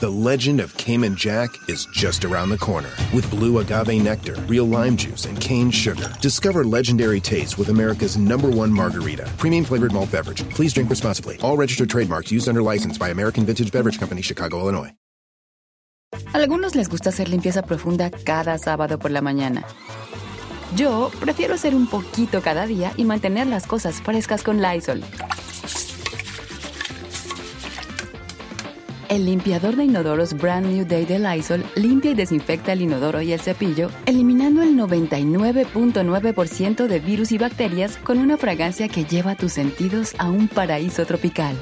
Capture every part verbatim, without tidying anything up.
The legend of Cayman Jack is just around the corner. With blue agave nectar, real lime juice, and cane sugar. Discover legendary taste with America's number one margarita. Premium flavored malt beverage. Please drink responsibly. All registered trademarks used under license by American Vintage Beverage Company, Chicago, Illinois. A algunos les gusta hacer limpieza profunda cada sábado por la mañana. Yo prefiero hacer un poquito cada día y mantener las cosas frescas con Lysol. El limpiador de inodoros Brand New Day de Lysol limpia y desinfecta el inodoro y el cepillo, eliminando el noventa y nueve punto nueve por ciento de virus y bacterias con una fragancia que lleva tus sentidos a un paraíso tropical.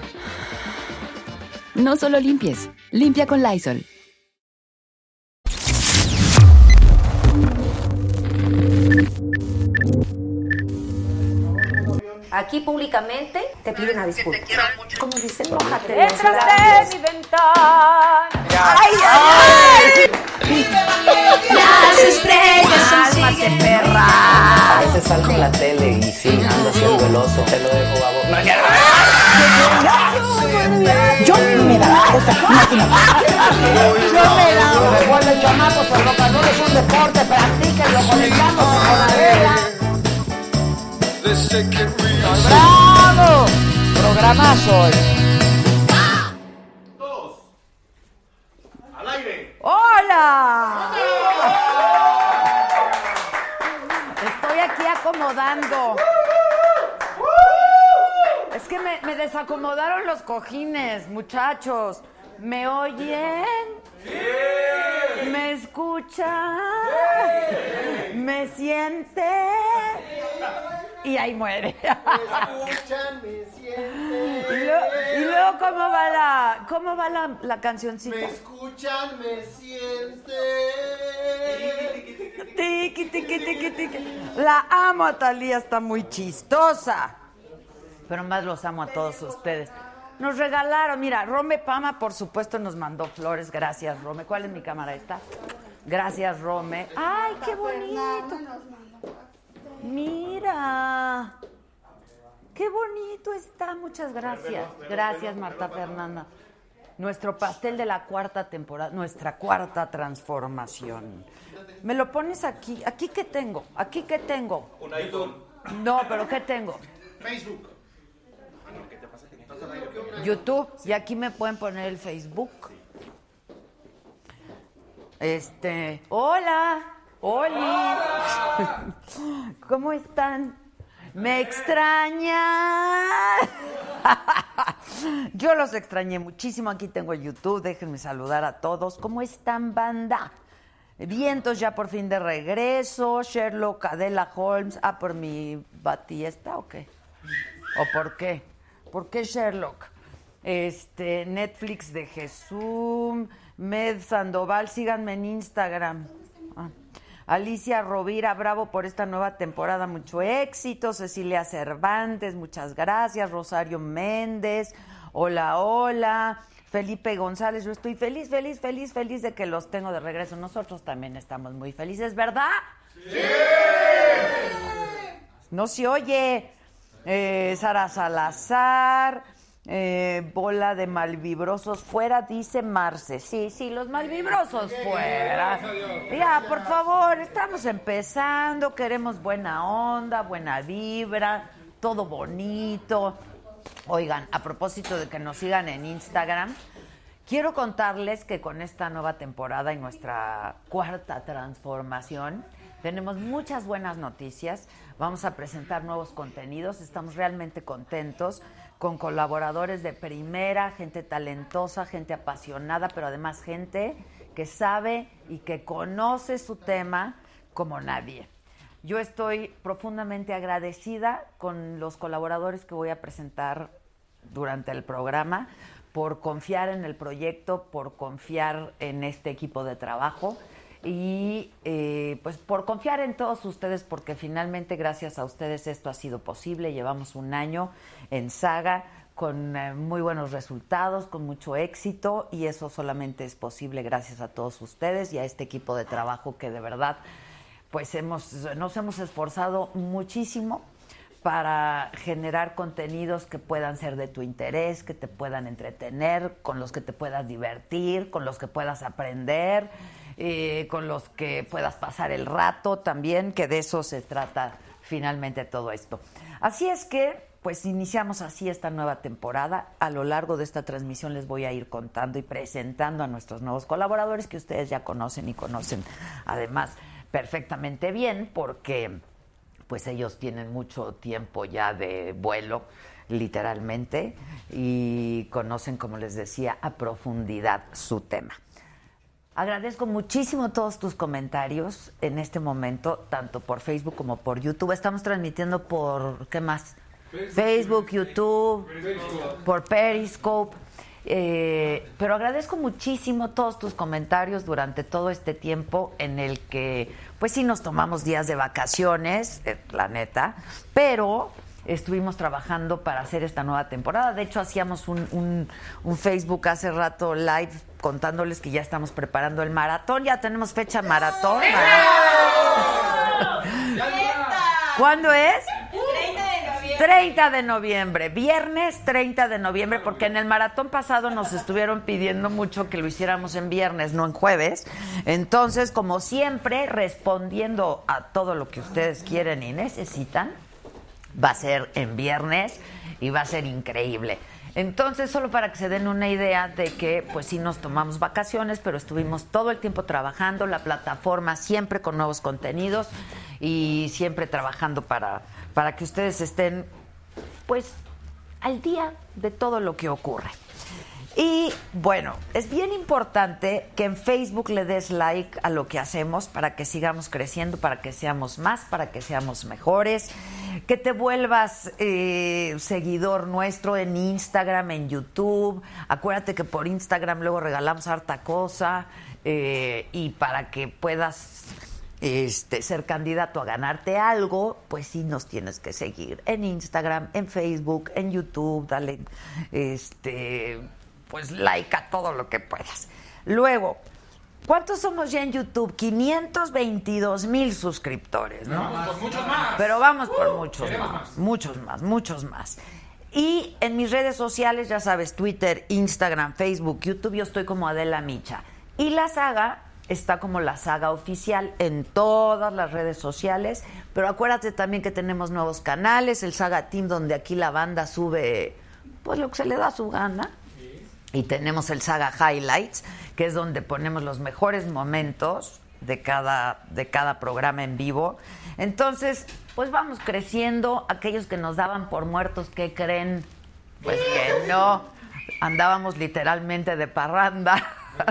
No solo limpies, limpia con Lysol. Aquí públicamente te pido una disculpa. Como dice, mójate. Detrás de mi ventana. ¡Ay, ay, ay! Las estrellas son siguen. Perra. A veces salgo en la tele y sí, ando haciendo el oso. Te lo dejo, babo. Yo me da, o sea, yo me da. Recuerden, chamacos, el rock and roll es un deporte, practíquenlo, conectamos con la regla. ¡Bravo! Programazo hoy. Todos. Al aire. ¡Hola! Estoy aquí acomodando. Es que me, me desacomodaron los cojines, muchachos. ¿Me oyen? Sí. ¿Me escuchan? Sí. ¿Me sienten? Y ahí muere. Me escuchan, me sienten. Y luego, y luego ¿cómo va la, cómo va la, la cancioncita? Me escuchan, me sienten. Tiki, tiki, tiki, tiki. La amo a Thalía, está muy chistosa. Pero más los amo a todos ustedes. Nos regalaron, mira, Rome Pama, por supuesto, nos mandó flores. Gracias, Rome. ¿Cuál es mi cámara esta? Gracias, Rome. ¡Ay, qué bonito! Mira. Qué bonito está. Muchas gracias. Gracias, Marta Fernanda. Nuestro pastel de la cuarta temporada, nuestra cuarta transformación. ¿Me lo pones aquí? ¿Aquí qué tengo? ¿Aquí qué tengo? Un iPhone. No, pero ¿qué tengo? Facebook. YouTube. Y aquí me pueden poner el Facebook. Este... ¡Hola! ¡Hola! ¿Cómo están? ¿Me extrañan? Yo los extrañé muchísimo. Aquí tengo YouTube. Déjenme saludar a todos. ¿Cómo están, banda? Vientos ya por fin de regreso. Sherlock, Adela Holmes. Ah, ¿por mi batiesta o qué? ¿O por qué? ¿Por qué Sherlock? Este, Netflix de Jesús. Med Sandoval. Síganme en Instagram. Ah. Alicia Rovira, bravo por esta nueva temporada, mucho éxito. Cecilia Cervantes, muchas gracias. Rosario Méndez, hola, hola. Felipe González, yo estoy feliz, feliz, feliz, feliz de que los tengo de regreso. Nosotros también estamos muy felices, ¿verdad? ¡Sí! No se oye. Eh, Sara Salazar, eh, bola de malvibrosos fuera, dice Marce. Sí, sí, los malvibrosos fuera. Ya, por favor, estamos empezando, queremos buena onda, buena vibra, todo bonito. Oigan, a propósito de que nos sigan en Instagram, quiero contarles que con esta nueva temporada y nuestra cuarta transformación tenemos muchas buenas noticias. Vamos a presentar nuevos contenidos. Estamos realmente contentos con colaboradores de primera, gente talentosa, gente apasionada, pero además gente que sabe y que conoce su tema como nadie. Yo estoy profundamente agradecida con los colaboradores que voy a presentar durante el programa por confiar en el proyecto, por confiar en este equipo de trabajo y eh, pues por confiar en todos ustedes, porque finalmente gracias a ustedes esto ha sido posible. Llevamos un año en Saga con eh, muy buenos resultados, con mucho éxito, y eso solamente es posible gracias a todos ustedes y a este equipo de trabajo que de verdad pues hemos nos hemos esforzado muchísimo para generar contenidos que puedan ser de tu interés, que te puedan entretener, con los que te puedas divertir, con los que puedas aprender, eh, con los que puedas pasar el rato también, que de eso se trata finalmente todo esto. Así es que, pues iniciamos así esta nueva temporada. A lo largo de esta transmisión les voy a ir contando y presentando a nuestros nuevos colaboradores que ustedes ya conocen y conocen además perfectamente bien, porque pues ellos tienen mucho tiempo ya de vuelo, literalmente, y conocen, como les decía, a profundidad su tema. Agradezco muchísimo todos tus comentarios en este momento, tanto por Facebook como por YouTube. Estamos transmitiendo por, ¿qué más? Facebook, Facebook YouTube, Periscope. por Periscope. Eh, pero agradezco muchísimo todos tus comentarios durante todo este tiempo en el que, pues sí, nos tomamos días de vacaciones, eh, la neta, pero estuvimos trabajando para hacer esta nueva temporada. De hecho, hacíamos un, un, un Facebook hace rato live contándoles que ya estamos preparando el maratón. Ya tenemos fecha maratón. ¿Cuándo es? treinta de noviembre, viernes treinta de noviembre, porque en el maratón pasado nos estuvieron pidiendo mucho que lo hiciéramos en viernes, no en jueves. Entonces, como siempre, respondiendo a todo lo que ustedes quieren y necesitan, va a ser en viernes y va a ser increíble. Entonces, solo para que se den una idea de que, pues sí nos tomamos vacaciones, pero estuvimos todo el tiempo trabajando, la plataforma siempre con nuevos contenidos y siempre trabajando para, para que ustedes estén, pues, al día de todo lo que ocurre. Y, bueno, es bien importante que en Facebook le des like a lo que hacemos para que sigamos creciendo, para que seamos más, para que seamos mejores, que te vuelvas eh, seguidor nuestro en Instagram, en YouTube. Acuérdate que por Instagram luego regalamos harta cosa, eh, y para que puedas este, ser candidato a ganarte algo, pues sí nos tienes que seguir en Instagram, en Facebook, en YouTube. Dale este... pues like a todo lo que puedas. Luego, ¿cuántos somos ya en YouTube? quinientos veintidós mil suscriptores, ¿no? Vamos por muchos más. Pero vamos por uh, muchos más, más. Muchos más, muchos más. Y en mis redes sociales, ya sabes, Twitter, Instagram, Facebook, YouTube, yo estoy como Adela Micha. Y La Saga está como La Saga Oficial en todas las redes sociales. Pero acuérdate también que tenemos nuevos canales, el Saga Team, donde aquí la banda sube pues lo que se le da a su gana. Y tenemos el Saga Highlights, que es donde ponemos los mejores momentos de cada, de cada programa en vivo. Entonces, pues vamos creciendo. Aquellos que nos daban por muertos, ¿qué creen? Pues que no. Andábamos literalmente de parranda.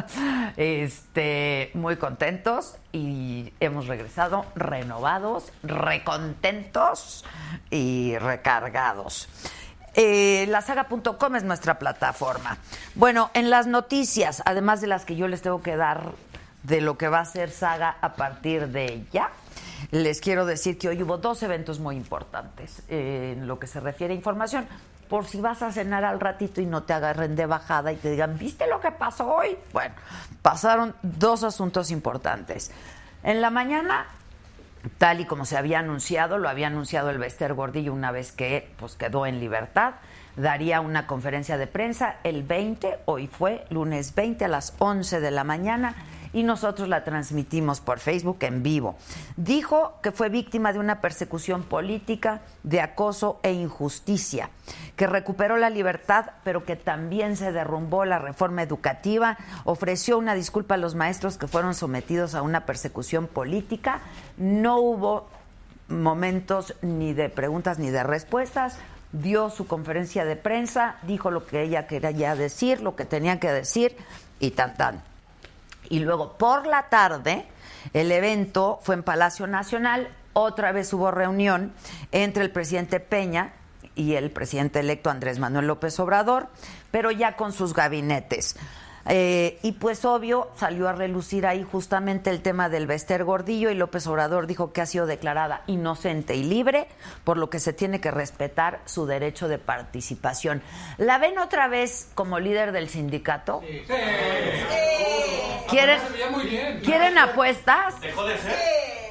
Este, muy contentos y hemos regresado renovados, recontentos y recargados. Eh, la saga punto com es nuestra plataforma. Bueno, en las noticias, además de las que yo les tengo que dar de lo que va a ser Saga a partir de ya, les quiero decir que hoy hubo dos eventos muy importantes eh, en lo que se refiere a información. Por si vas a cenar al ratito y no te agarren de bajada y te digan, ¿viste lo que pasó hoy? Bueno, pasaron dos asuntos importantes. En la mañana, tal y como se había anunciado, lo había anunciado el Bester Gordillo una vez que pues, quedó en libertad, daría una conferencia de prensa el veinte, hoy fue lunes veinte a las once de la mañana, y nosotros la transmitimos por Facebook en vivo. Dijo que fue víctima de una persecución política, de acoso e injusticia, que recuperó la libertad, pero que también se derrumbó la reforma educativa. Ofreció una disculpa a los maestros que fueron sometidos a una persecución política. No hubo momentos ni de preguntas ni de respuestas. Dio su conferencia de prensa, dijo lo que ella quería decir, lo que tenía que decir, y tan tan. Y luego, por la tarde, el evento fue en Palacio Nacional. Otra vez hubo reunión entre el presidente Peña y el presidente electo Andrés Manuel López Obrador, pero ya con sus gabinetes. Eh, y pues obvio salió a relucir ahí justamente el tema del Bester Gordillo, y López Obrador dijo que ha sido declarada inocente y libre, por lo que se tiene que respetar su derecho de participación. ¿La ven otra vez como líder del sindicato? Sí. Sí. Sí. ¿Quieren, muy bien, ¿quieren apuestas? ¿Dejó de ser?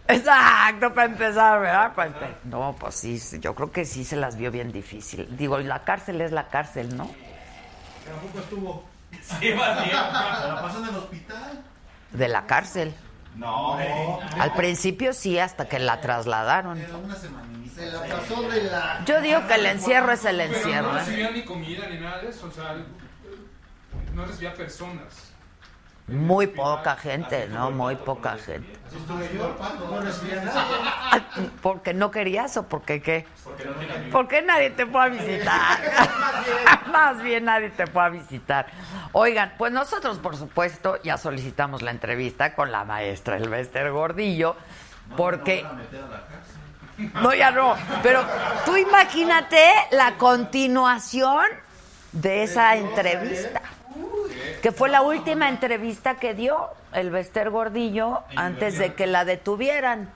Exacto, para empezar, ¿verdad? Para empe- no, pues sí, yo creo que sí se las vio bien difícil. Digo, la cárcel es la cárcel, ¿no? Tampoco estuvo. Sí, más bien. ¿Se la pasó en el hospital? De la cárcel. No, no. Al principio sí, hasta que la trasladaron. Era una semanita. Se la pasó de la... Yo digo que el encierro es el Pero encierro. no ¿eh? recibía ni comida ni nada de eso, o sea, no recibía personas. Muy poca gente, ¿no? Muy poca gente. Así estuve yo, Paco, no recibía nada. ¿Porque no querías o porque qué? Porque no tiene amigos. ¿Por qué nadie te fue a visitar? Más bien nadie te fue a visitar. Oigan, pues nosotros, por supuesto, ya solicitamos la entrevista con la maestra Elbester Gordillo, porque... No, ya no. Pero tú imagínate la continuación de esa entrevista, que fue la última entrevista que dio Elbester Gordillo antes de que la detuvieran.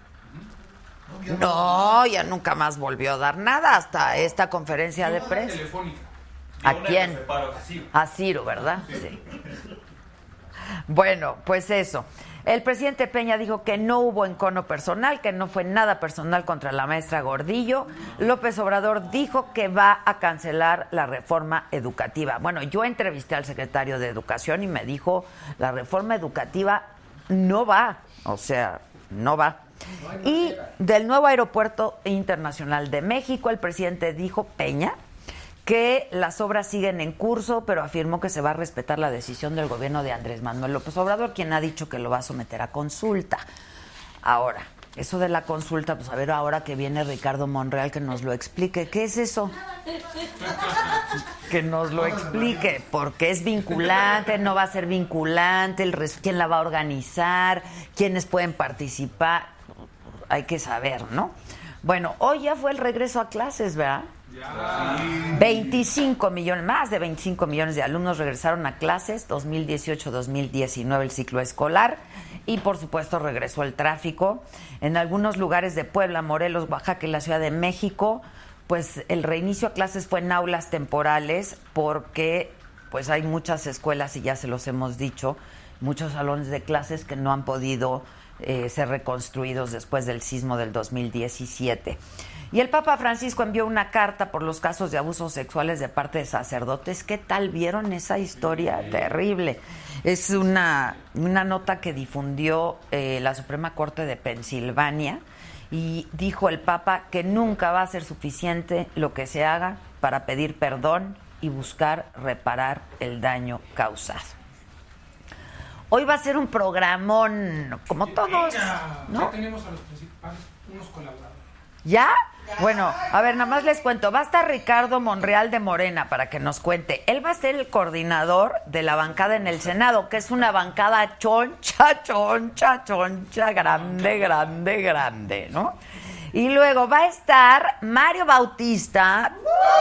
No, ya nunca más volvió a dar nada hasta esta conferencia de prensa. Telefónica. ¿A quién? A Ciro, ¿verdad? Sí. Bueno, pues eso. El presidente Peña dijo que no hubo encono personal, que no fue nada personal contra la maestra Gordillo. López Obrador dijo que va a cancelar la reforma educativa. Bueno, yo entrevisté al secretario de Educación y me dijo, la reforma educativa no va, o sea, no va. Y del nuevo Aeropuerto Internacional de México, el presidente dijo, Peña, que las obras siguen en curso, pero afirmó que se va a respetar la decisión del gobierno de Andrés Manuel López Obrador, quien ha dicho que lo va a someter a consulta. Ahora, eso de la consulta, pues a ver ahora que viene Ricardo Monreal que nos lo explique. ¿Qué es eso? Que nos lo explique, porque es vinculante, no va a ser vinculante, el res- quién la va a organizar, quiénes pueden participar, hay que saber, ¿no? Bueno, hoy ya fue el regreso a clases, ¿verdad? veinticinco millones, más de veinticinco millones de alumnos regresaron a clases dos mil dieciocho dos mil diecinueve el ciclo escolar y por supuesto regresó el tráfico. En algunos lugares de Puebla, Morelos, Oaxaca y la Ciudad de México, pues el reinicio a clases fue en aulas temporales porque pues hay muchas escuelas y ya se los hemos dicho, muchos salones de clases que no han podido eh, ser reconstruidos después del sismo del dos mil diecisiete. Y el Papa Francisco envió una carta por los casos de abusos sexuales de parte de sacerdotes. ¿Qué tal vieron esa historia? Terrible. Es una, una nota que difundió eh, la Suprema Corte de Pensilvania y dijo el Papa que nunca va a ser suficiente lo que se haga para pedir perdón y buscar reparar el daño causado. Hoy va a ser un programón, como todos, ¿no? Ya tenemos a los principales, unos colaboradores. ¿Ya? Bueno, a ver, nada más les cuento. Va a estar Ricardo Monreal de Morena para que nos cuente. Él va a ser el coordinador de la bancada en el Senado, que es una bancada choncha, choncha, choncha, grande, grande, grande, ¿no? Y luego va a estar Mario Bautista.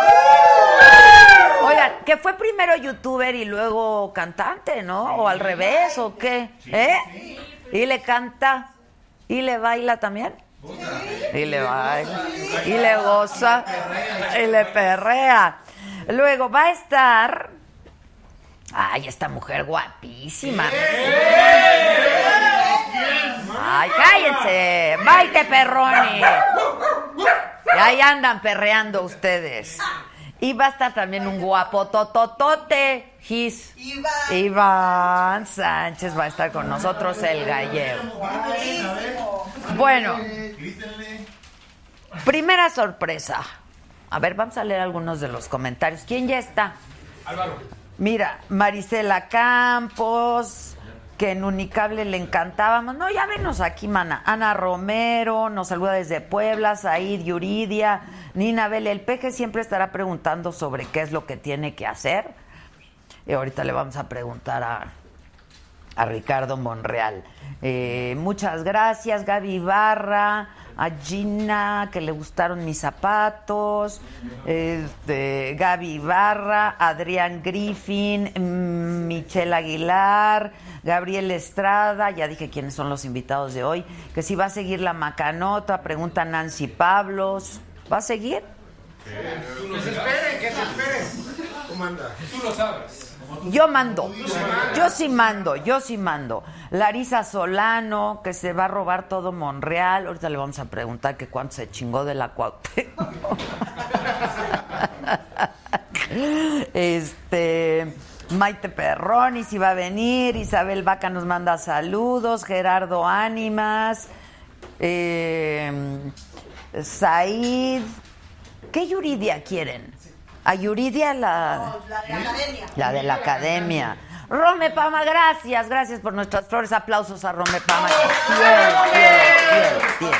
Oigan, que fue primero youtuber y luego cantante, ¿no? O al revés, ¿o qué? ¿Eh? Y le canta y le baila también. Y le baila, y le goza, y le perrea. Luego va a estar... Ay, esta mujer guapísima. Ay, cállense, Maite Perroni. Y ahí andan perreando ustedes. Y va a estar también un guapo tototote, Gis. Iván. Iván Sánchez va a estar con nosotros, el gallego. Bueno, primera sorpresa. A ver, vamos a leer algunos de los comentarios. ¿Quién ya está? Álvaro. Mira, Marisela Campos, que en Unicable le encantábamos. No, ya venos aquí, mana. Ana Romero, nos saluda desde Puebla. Said Yuridia, Nina Vélez. El peje siempre estará preguntando sobre qué es lo que tiene que hacer. Y ahorita le vamos a preguntar a, a Ricardo Monreal. Eh, muchas gracias, Gaby Ibarra, a Gina, que le gustaron mis zapatos, este, Gaby Ibarra, Adrián Griffin, Michelle Aguilar, Gabriel Estrada, ya dije quiénes son los invitados de hoy, que si va a seguir la macanota, pregunta Nancy Pablos, ¿va a seguir? Que se esperen, que se esperen. ¿Cómo anda? Tú lo sabes. Yo mando. Yo sí mando, yo sí mando. Larisa Solano, que se va a robar todo Monreal. Ahorita le vamos a preguntar que cuánto se chingó de la Cuauhtémoc. Este, Maite Perroni si va a venir. Isabel Vaca nos manda saludos. Gerardo Ánimas. Eh, Said. ¿Qué Yuridia quieren? A Yuridia la... No, la de la academia. La de la academia. Rome Pama, gracias, gracias por nuestras flores. Aplausos a Rome Pama. Fiel, fiel, fiel,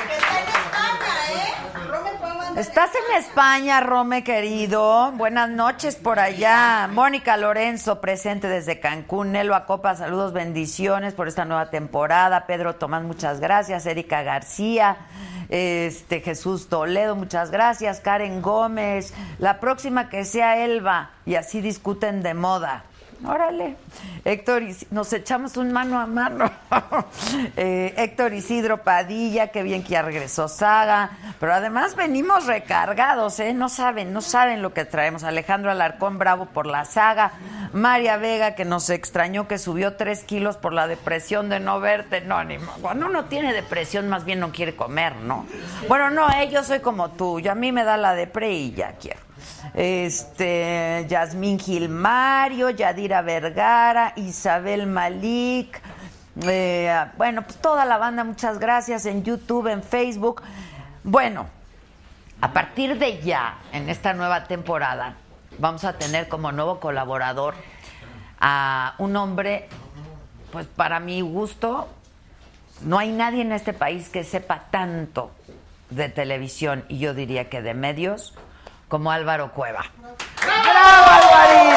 fiel. Estás en España, Rome, querido. Buenas noches por allá. Mónica Lorenzo, presente desde Cancún. Nelo Acopa, saludos, bendiciones por esta nueva temporada. Pedro Tomás, muchas gracias. Erika García. Este Jesús Toledo, muchas gracias. Karen Gómez, la próxima que sea Elba y así discuten de moda. Órale. Héctor, nos echamos un mano a mano. eh, Héctor Isidro Padilla, qué bien que ya regresó Saga, pero además venimos recargados, ¿eh? No saben, no saben lo que traemos. Alejandro Alarcón, bravo por la Saga. María Vega, que nos extrañó, que subió tres kilos por la depresión de no verte. No, ni cuando uno tiene depresión, más bien no quiere comer, ¿no? Bueno, no, eh, yo soy como tú. Yo, a mí me da la depre y ya quiero. Este, Yasmín Gilmario, Yadira Vergara, Isabel Malik, eh, bueno, pues toda la banda, muchas gracias en YouTube, en Facebook. Bueno, a partir de ya, en esta nueva temporada, vamos a tener como nuevo colaborador a un hombre, pues para mi gusto, no hay nadie en este país que sepa tanto de televisión y yo diría que de medios como Álvaro Cueva. ¡Bravo,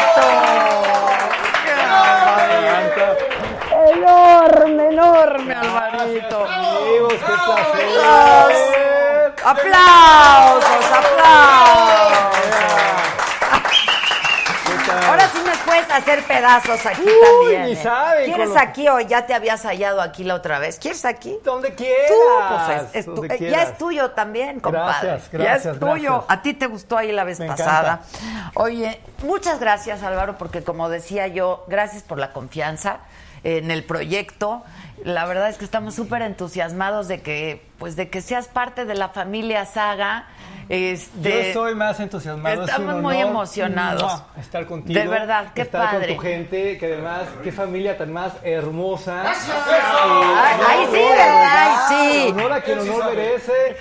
Alvarito! Enorme, enorme, Alvarito. Amigos, qué placer. Aplausos, aplausos. Ahora sí me puedes hacer pedazos aquí Uy, también. Ni ¿eh? saben, ¿Quieres lo... aquí o ya te habías hallado aquí la otra vez? ¿Quieres aquí? Donde quieras. Tú, pues es, es tu, Donde ya es tuyo también, compadre. Gracias, gracias. Ya es tuyo. Gracias. A ti te gustó ahí la vez me pasada. Encanta. Oye, muchas gracias, Álvaro, porque como decía yo, gracias por la confianza en el proyecto. La verdad es que estamos súper entusiasmados de que, pues, de que seas parte de la familia Saga. Este, yo estoy más entusiasmado. Estamos es un muy honor, emocionados. ¡mua! Estar contigo. De verdad, qué estar padre. Con tu gente, que además, qué familia tan más hermosa. ¡Gracias! Ay, ay, sí, ay, sí. Honor a quien honor merece.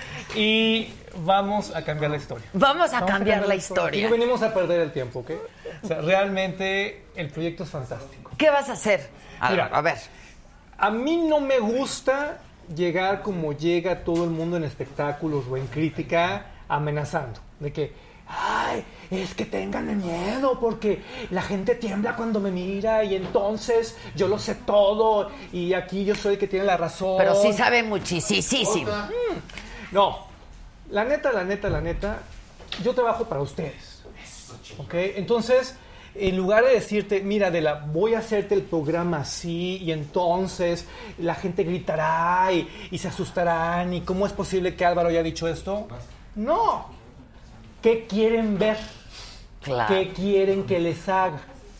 Y vamos a cambiar la historia. Vamos a, vamos cambiar, a cambiar la historia. Y no venimos a perder el tiempo, ¿ok? O sea, realmente el proyecto es fantástico. ¿Qué vas a hacer? A, Mira, a ver. A mí no me gusta llegar como llega todo el mundo en espectáculos o en crítica amenazando. De que, ay, es que tengan miedo porque la gente tiembla cuando me mira y entonces yo lo sé todo y aquí yo soy el que tiene la razón. Pero sí sabe muchísimo. Mm, no, la neta, la neta, la neta, yo trabajo para ustedes. ¿Ok? Entonces, en lugar de decirte, mira, Adela, voy a hacerte el programa así y entonces la gente gritará y, y se asustarán y cómo es posible que Álvaro haya dicho esto. No. ¿Qué quieren ver? Claro. ¿Qué quieren que les haga?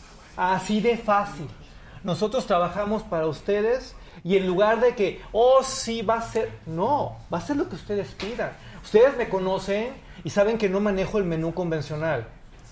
Así de fácil. Nosotros trabajamos para ustedes y en lugar de que, oh, sí, va a ser... No, va a ser lo que ustedes pidan. Ustedes me conocen y saben que no manejo el menú convencional.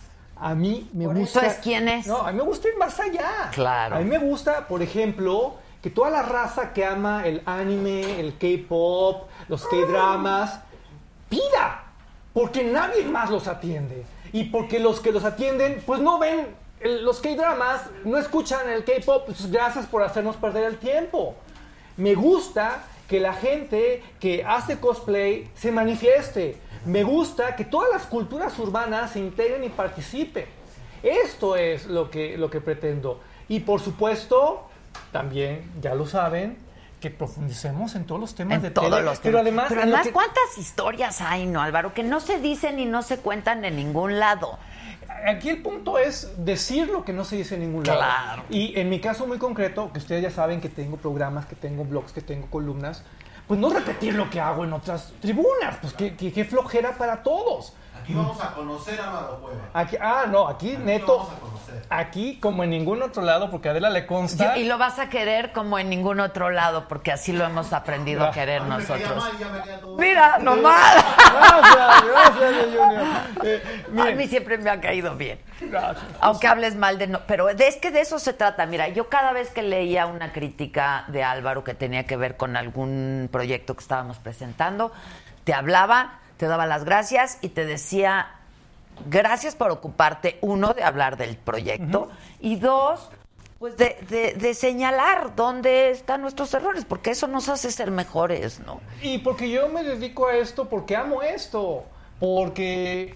A mí me ¿Por gusta... eso es quién es? No, a mí me gusta ir más allá. Claro. A mí me gusta, por ejemplo, que toda la raza que ama el anime, el K-pop, los K-dramas, pida, porque nadie más los atiende. Y porque los que los atienden, pues no ven el, los K-dramas, no escuchan el K-pop, pues gracias por hacernos perder el tiempo. Me gusta que la gente que hace cosplay se manifieste. Me gusta que todas las culturas urbanas se integren y participen. Esto es lo que, lo que pretendo. Y por supuesto, también, ya lo saben, que profundicemos en todos los temas en de todos tele. los temas. Pero además, Pero además que... ¿cuántas historias hay, no, Álvaro? Que no se dicen y no se cuentan en ningún lado. Aquí el punto es decir lo que no se dice en ningún lado. Claro. Y en mi caso muy concreto, que ustedes ya saben que tengo programas, que tengo blogs, que tengo columnas, pues no repetir lo que hago en otras tribunas, pues qué, qué, qué flojera para todos. Aquí vamos a conocer a Álvaro Cueva. Aquí, ah, no, aquí, Aquí neto, vamos a conocer. aquí como en ningún otro lado, porque a Adela le consta. Y lo vas a querer como en ningún otro lado, porque así lo hemos aprendido a querer A mí me caía nosotros. mal, ya me caía todo. Mira, nomás. Gracias, gracias, mi Junior. Eh, A miren, mí siempre me ha caído bien. gracias. Aunque hables mal de no, pero es que de eso se trata. Mira, yo cada vez que leía una crítica de Álvaro que tenía que ver con algún proyecto que estábamos presentando, te hablaba, te daba las gracias y te decía gracias por ocuparte, uno, de hablar del proyecto, uh-huh, y dos, pues de, de, de señalar dónde están nuestros errores, porque eso nos hace ser mejores, ¿no? Y porque yo me dedico a esto porque amo esto, porque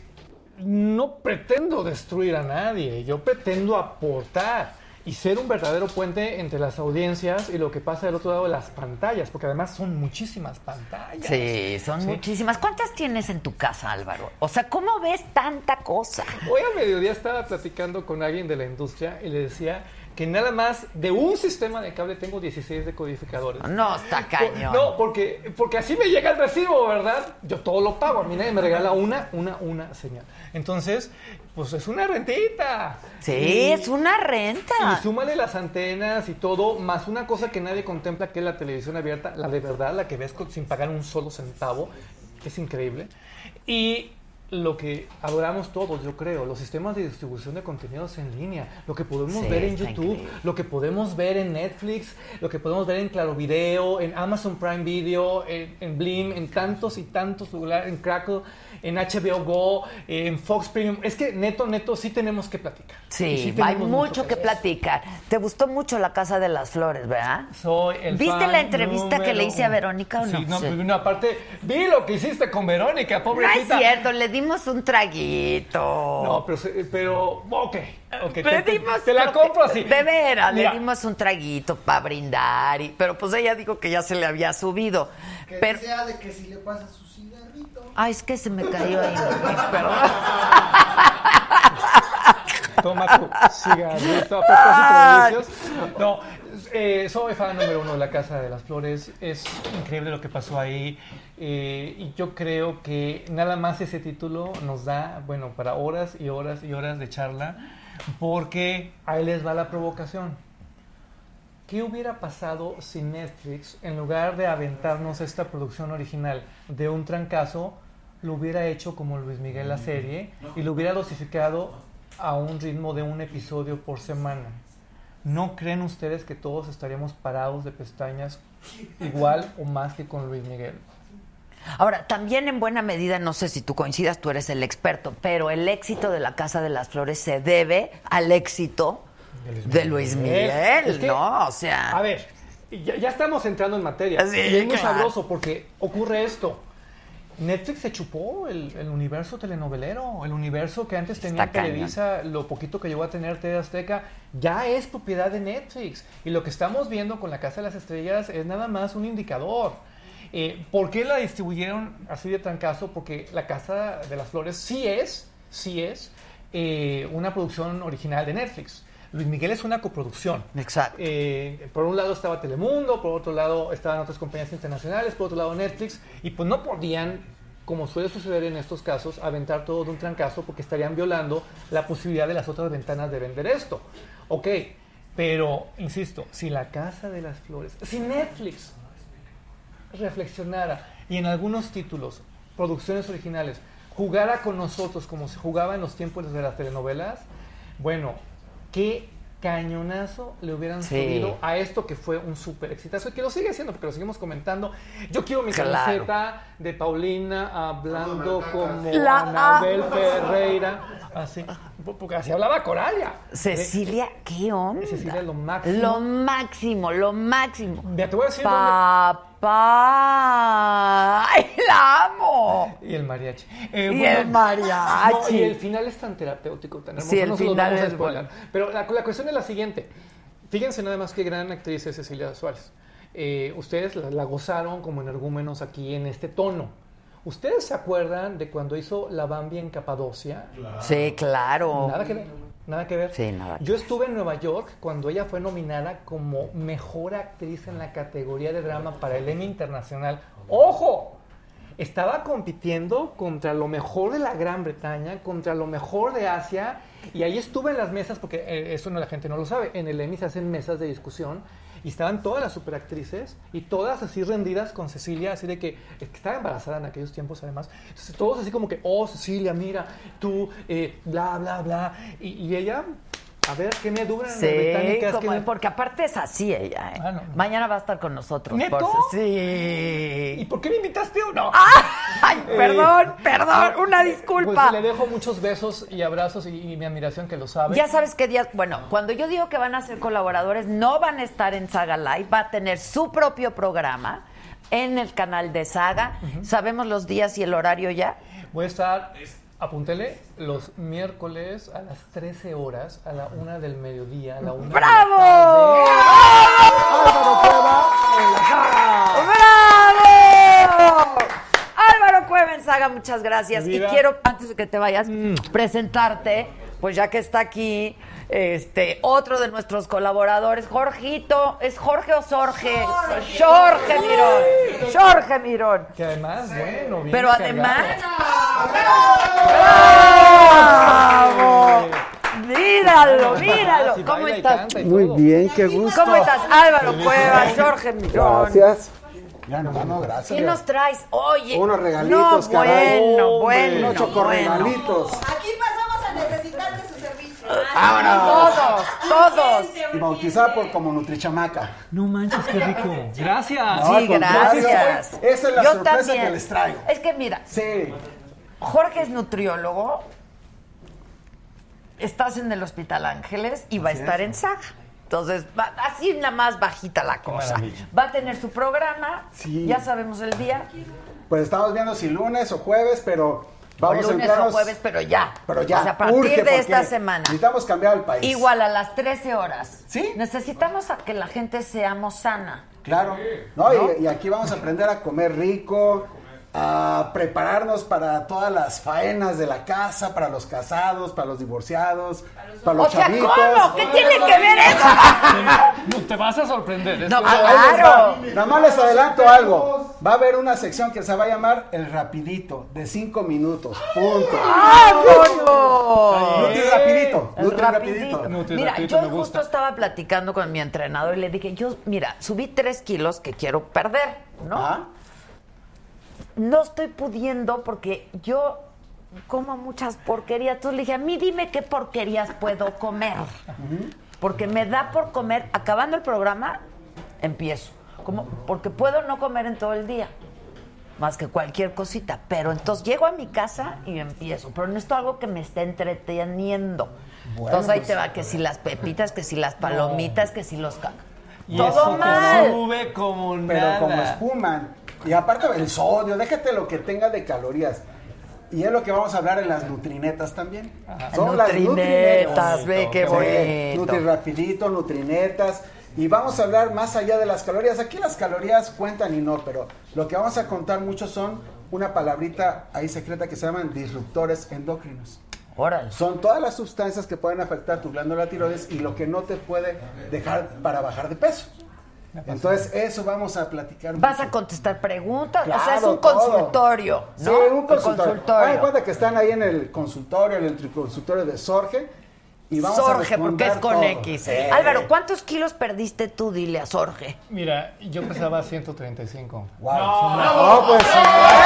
no pretendo destruir a nadie, yo pretendo aportar y ser un verdadero puente entre las audiencias y lo que pasa del otro lado de las pantallas, porque además son muchísimas pantallas. Sí, son sí. muchísimas. ¿Cuántas tienes en tu casa, Álvaro? O sea, ¿cómo ves tanta cosa? Hoy al mediodía estaba platicando con alguien de la industria y le decía que nada más de un sistema de cable tengo dieciséis decodificadores. No, está cañón. No, porque, porque así me llega el recibo, ¿verdad? Yo todo lo pago, a mí nadie me regala una, una, una señal. Entonces, pues es una rentita. Sí, y, es una renta. Y súmale las antenas y todo, más una cosa que nadie contempla, que es la televisión abierta, la de verdad, la que ves sin pagar un solo centavo, que es increíble. Y lo que adoramos todos, yo creo, los sistemas de distribución de contenidos en línea, lo que podemos sí, ver en YouTube, increíble. Lo que podemos ver en Netflix, lo que podemos ver en Claro Video, en Amazon Prime Video, en, en Blim, en tantos y tantos lugares, en Crackle, en H B O Go, en Fox Premium. Es que neto, neto, sí tenemos que platicar. Sí, sí hay mucho, mucho que, que platicar. Te gustó mucho La Casa de las Flores, ¿verdad? Soy el ¿Viste fan la entrevista que le hice a Verónica o no? Sí, no, sí. no, aparte, vi lo que hiciste con Verónica, pobrecita. No es cierto, le dimos un traguito. No, pero, pero ok. Okay, le te, dimos, te, te la compro así. De veras, Mira. le dimos un traguito para brindar. Y, pero pues ella dijo que ya se le había subido. Que pero, sea de que si le pasa su cigarrito. Ay, es que se me cayó ahí. Perdón. Toma tu cigarrito a propósito de vicios. No, eh, soy fan número uno de La Casa de las Flores. Es increíble lo que pasó ahí. Eh, y yo creo que nada más ese título nos da, bueno, para horas y horas y horas de charla, porque ahí les va la provocación. ¿Qué hubiera pasado si Netflix, en lugar de aventarnos esta producción original de un trancazo, lo hubiera hecho como Luis Miguel la serie y lo hubiera dosificado a un ritmo de un episodio por semana? ¿No creen ustedes que todos estaríamos parados de pestañas igual o más que con Luis Miguel? Ahora, también en buena medida, no sé si tú coincidas, tú eres el experto, pero el éxito de La Casa de las Flores se debe al éxito de Luis Miguel, de Luis Miguel es que, ¿no? O sea... A ver, ya, ya estamos entrando en materia. Sí, y es muy claro. sabroso porque ocurre esto. Netflix se chupó el, el universo telenovelero, el universo que antes tenía Televisa, lo poquito que llegó a tener T V Azteca, ya es propiedad de Netflix. Y lo que estamos viendo con La Casa de las Estrellas es nada más un indicador. Eh, ¿Por qué la distribuyeron así de trancazo? Porque La Casa de las Flores sí es, sí es eh, una producción original de Netflix. Luis Miguel es una coproducción. Exacto. Eh, por un lado estaba Telemundo, por otro lado estaban otras compañías internacionales, por otro lado Netflix, y pues no podían, como suele suceder en estos casos, aventar todo de un trancazo porque estarían violando la posibilidad de las otras ventanas de vender esto. Ok, pero, insisto, si La Casa de las Flores, si Netflix reflexionara y en algunos títulos, producciones originales, jugara con nosotros como se jugaba en los tiempos de las telenovelas, bueno, qué cañonazo le hubieran sí. subido a esto que fue un súper exitazo y que lo sigue siendo porque lo seguimos comentando. Yo quiero mi claro. camiseta de Paulina hablando como la Anabel Ferreira, así, porque así hablaba Coralia. Cecilia, ¿qué onda? Cecilia, lo máximo. Lo máximo, lo máximo. Ya te voy a decir Papá. ¡Ay, la amo! Y el mariachi. Eh, y bueno, el mariachi. No, y el final es tan terapéutico, tan hermoso. Sí, el no se final los vamos es a spoiler. bueno. Pero la, la cuestión es la siguiente. Fíjense nada más qué gran actriz es Cecilia Suárez. Eh, ustedes la, la gozaron como energúmenos aquí en este tono. ¿Ustedes se acuerdan de cuando hizo La Bambi en Capadocia? Claro. Sí, claro. Nada que ver. Nada que ver. Sí, nada. Yo estuve en Nueva York cuando ella fue nominada como mejor actriz en la categoría de drama para el Emmy Internacional. ¡Ojo! estaba compitiendo contra lo mejor de la Gran Bretaña, contra lo mejor de Asia, y ahí estuve en las mesas, porque eh, eso no, la gente no lo sabe, en el Emmy se hacen mesas de discusión, y estaban todas las superactrices, y todas así rendidas con Cecilia, así de que, que estaba embarazada en aquellos tiempos además, entonces todos así como que, oh Cecilia, mira, tú, eh, bla, bla, bla, y, y ella... A ver, ¿qué me duran sí, británicas? como, me... porque aparte es así ella, ¿eh? Ah, no. Mañana va a estar con nosotros. ¿Neto? Por... Sí. ¿Y por qué me invitaste o no? ¡Ay, perdón, Eh, perdón! Una disculpa. Pues le dejo muchos besos y abrazos y, y mi admiración, que lo sabe. Ya sabes qué días... Bueno, cuando yo digo que van a ser colaboradores, no van a estar en Saga Live, va a tener su propio programa en el canal de Saga. Uh-huh. ¿Sabemos los días y el horario ya? Voy a estar... Apúntele, los miércoles a las trece horas, a la una del mediodía, a la una ¡bravo! de la tarde. ¡Álvaro Cueva en la Saga! ¡Bravo! Álvaro Cueva en Saga, muchas gracias. Viva. Y quiero, antes de que te vayas, mm. presentarte, pues ya que está aquí, este, otro de nuestros colaboradores, Jorgito, ¿es Jorge o Sorge? Jorge Mirón. Jorge Mirón. Que además, bueno, bien Pero cargado. además... ¡bravo! Míralo, míralo. Sí, ¿Cómo baila y estás? canta y Muy todo. bien, qué gusto. ¿Cómo estás? Álvaro Cueva, Jorge Mirón. Gracias. Ya, hermano, gracias. ¿Qué nos traes? Oye. Unos regalitos, no, caray. bueno, Hombre, bueno, unos chocorregalitos. Aquí pasamos a necesitar de su servicio. Todos, todos. Y bautizada por como Nutrichamaca. No manches, qué rico. Gracias. No, Sí, al contrario, gracias. Esa es la Yo sorpresa también. que les traigo. Es que mira, Sí. Jorge es nutriólogo. Estás en el Hospital Ángeles y va a Así estar es. en Saga. Entonces, va, así nada más bajita la cosa. maravilla. Va a tener su programa. Sí. Ya sabemos el día. Pues estamos viendo si lunes o jueves, pero vamos o a lunes entrarnos... o jueves, pero ya. Pero ya, O sea, a partir urge, de porque esta semana. necesitamos cambiar el país. Igual a las trece horas. ¿Sí? Necesitamos a que la gente seamos sana. Claro. No, Y, y aquí vamos a aprender a comer rico, a prepararnos para todas las faenas de la casa, para los casados, para los divorciados, para los O sea, chavitos. ¿cómo? ¿Qué tiene que ver eso? No, te vas a sorprender. No, Esto- ah, Ahí les claro. va. Nada más les adelanto algo. Va a haber una sección que se va a llamar El Rapidito, de cinco minutos. Punto. ¡Vámonos! Nutri rapidito. El Nutri rapidito. rapidito. Nutri Mira, rapidito, yo me justo gusta. estaba platicando con mi entrenador y le dije, yo, mira, subí tres kilos que quiero perder, ¿no? Ajá. No estoy pudiendo porque yo como muchas porquerías. Entonces le dije, a mí dime qué porquerías puedo comer. Porque me da por comer, acabando el programa, empiezo. Como, porque puedo no comer en todo el día. Más que cualquier cosita. Pero entonces llego a mi casa y empiezo. Pero necesito algo que me esté entreteniendo. Bueno, entonces ahí pues, te va que si las pepitas, que si las palomitas, que si los... ca- Y Todo eso te mal. sube como Pero nada. como espuman. Y aparte el sodio, déjate lo que tenga de calorías. Y es lo que vamos a hablar en las nutrinetas también. Son las Nutrinetas, ve qué Sí, bonito. Nutri rapidito, nutrinetas. Y vamos a hablar más allá de las calorías. Aquí las calorías cuentan y no, pero lo que vamos a contar mucho son una palabrita ahí secreta que se llaman disruptores endocrinos. Órale. Son todas las sustancias que pueden afectar tu glándula tiroides y lo que no te puede dejar para bajar de peso. Entonces, eso vamos a platicar. Vas mucho. a contestar preguntas, o sea, Claro, es un todo. consultorio, ¿no? Sí, un consultorio. consultorio. Hagan cuenta que están ahí en el consultorio, en el consultorio de Sorge. Y vamos a Sorge, porque es con todo. X. Sí. Álvaro, ¿cuántos kilos perdiste tú? Dile a Sorge. Mira, yo pesaba ciento treinta y cinco. Wow. No, no pues.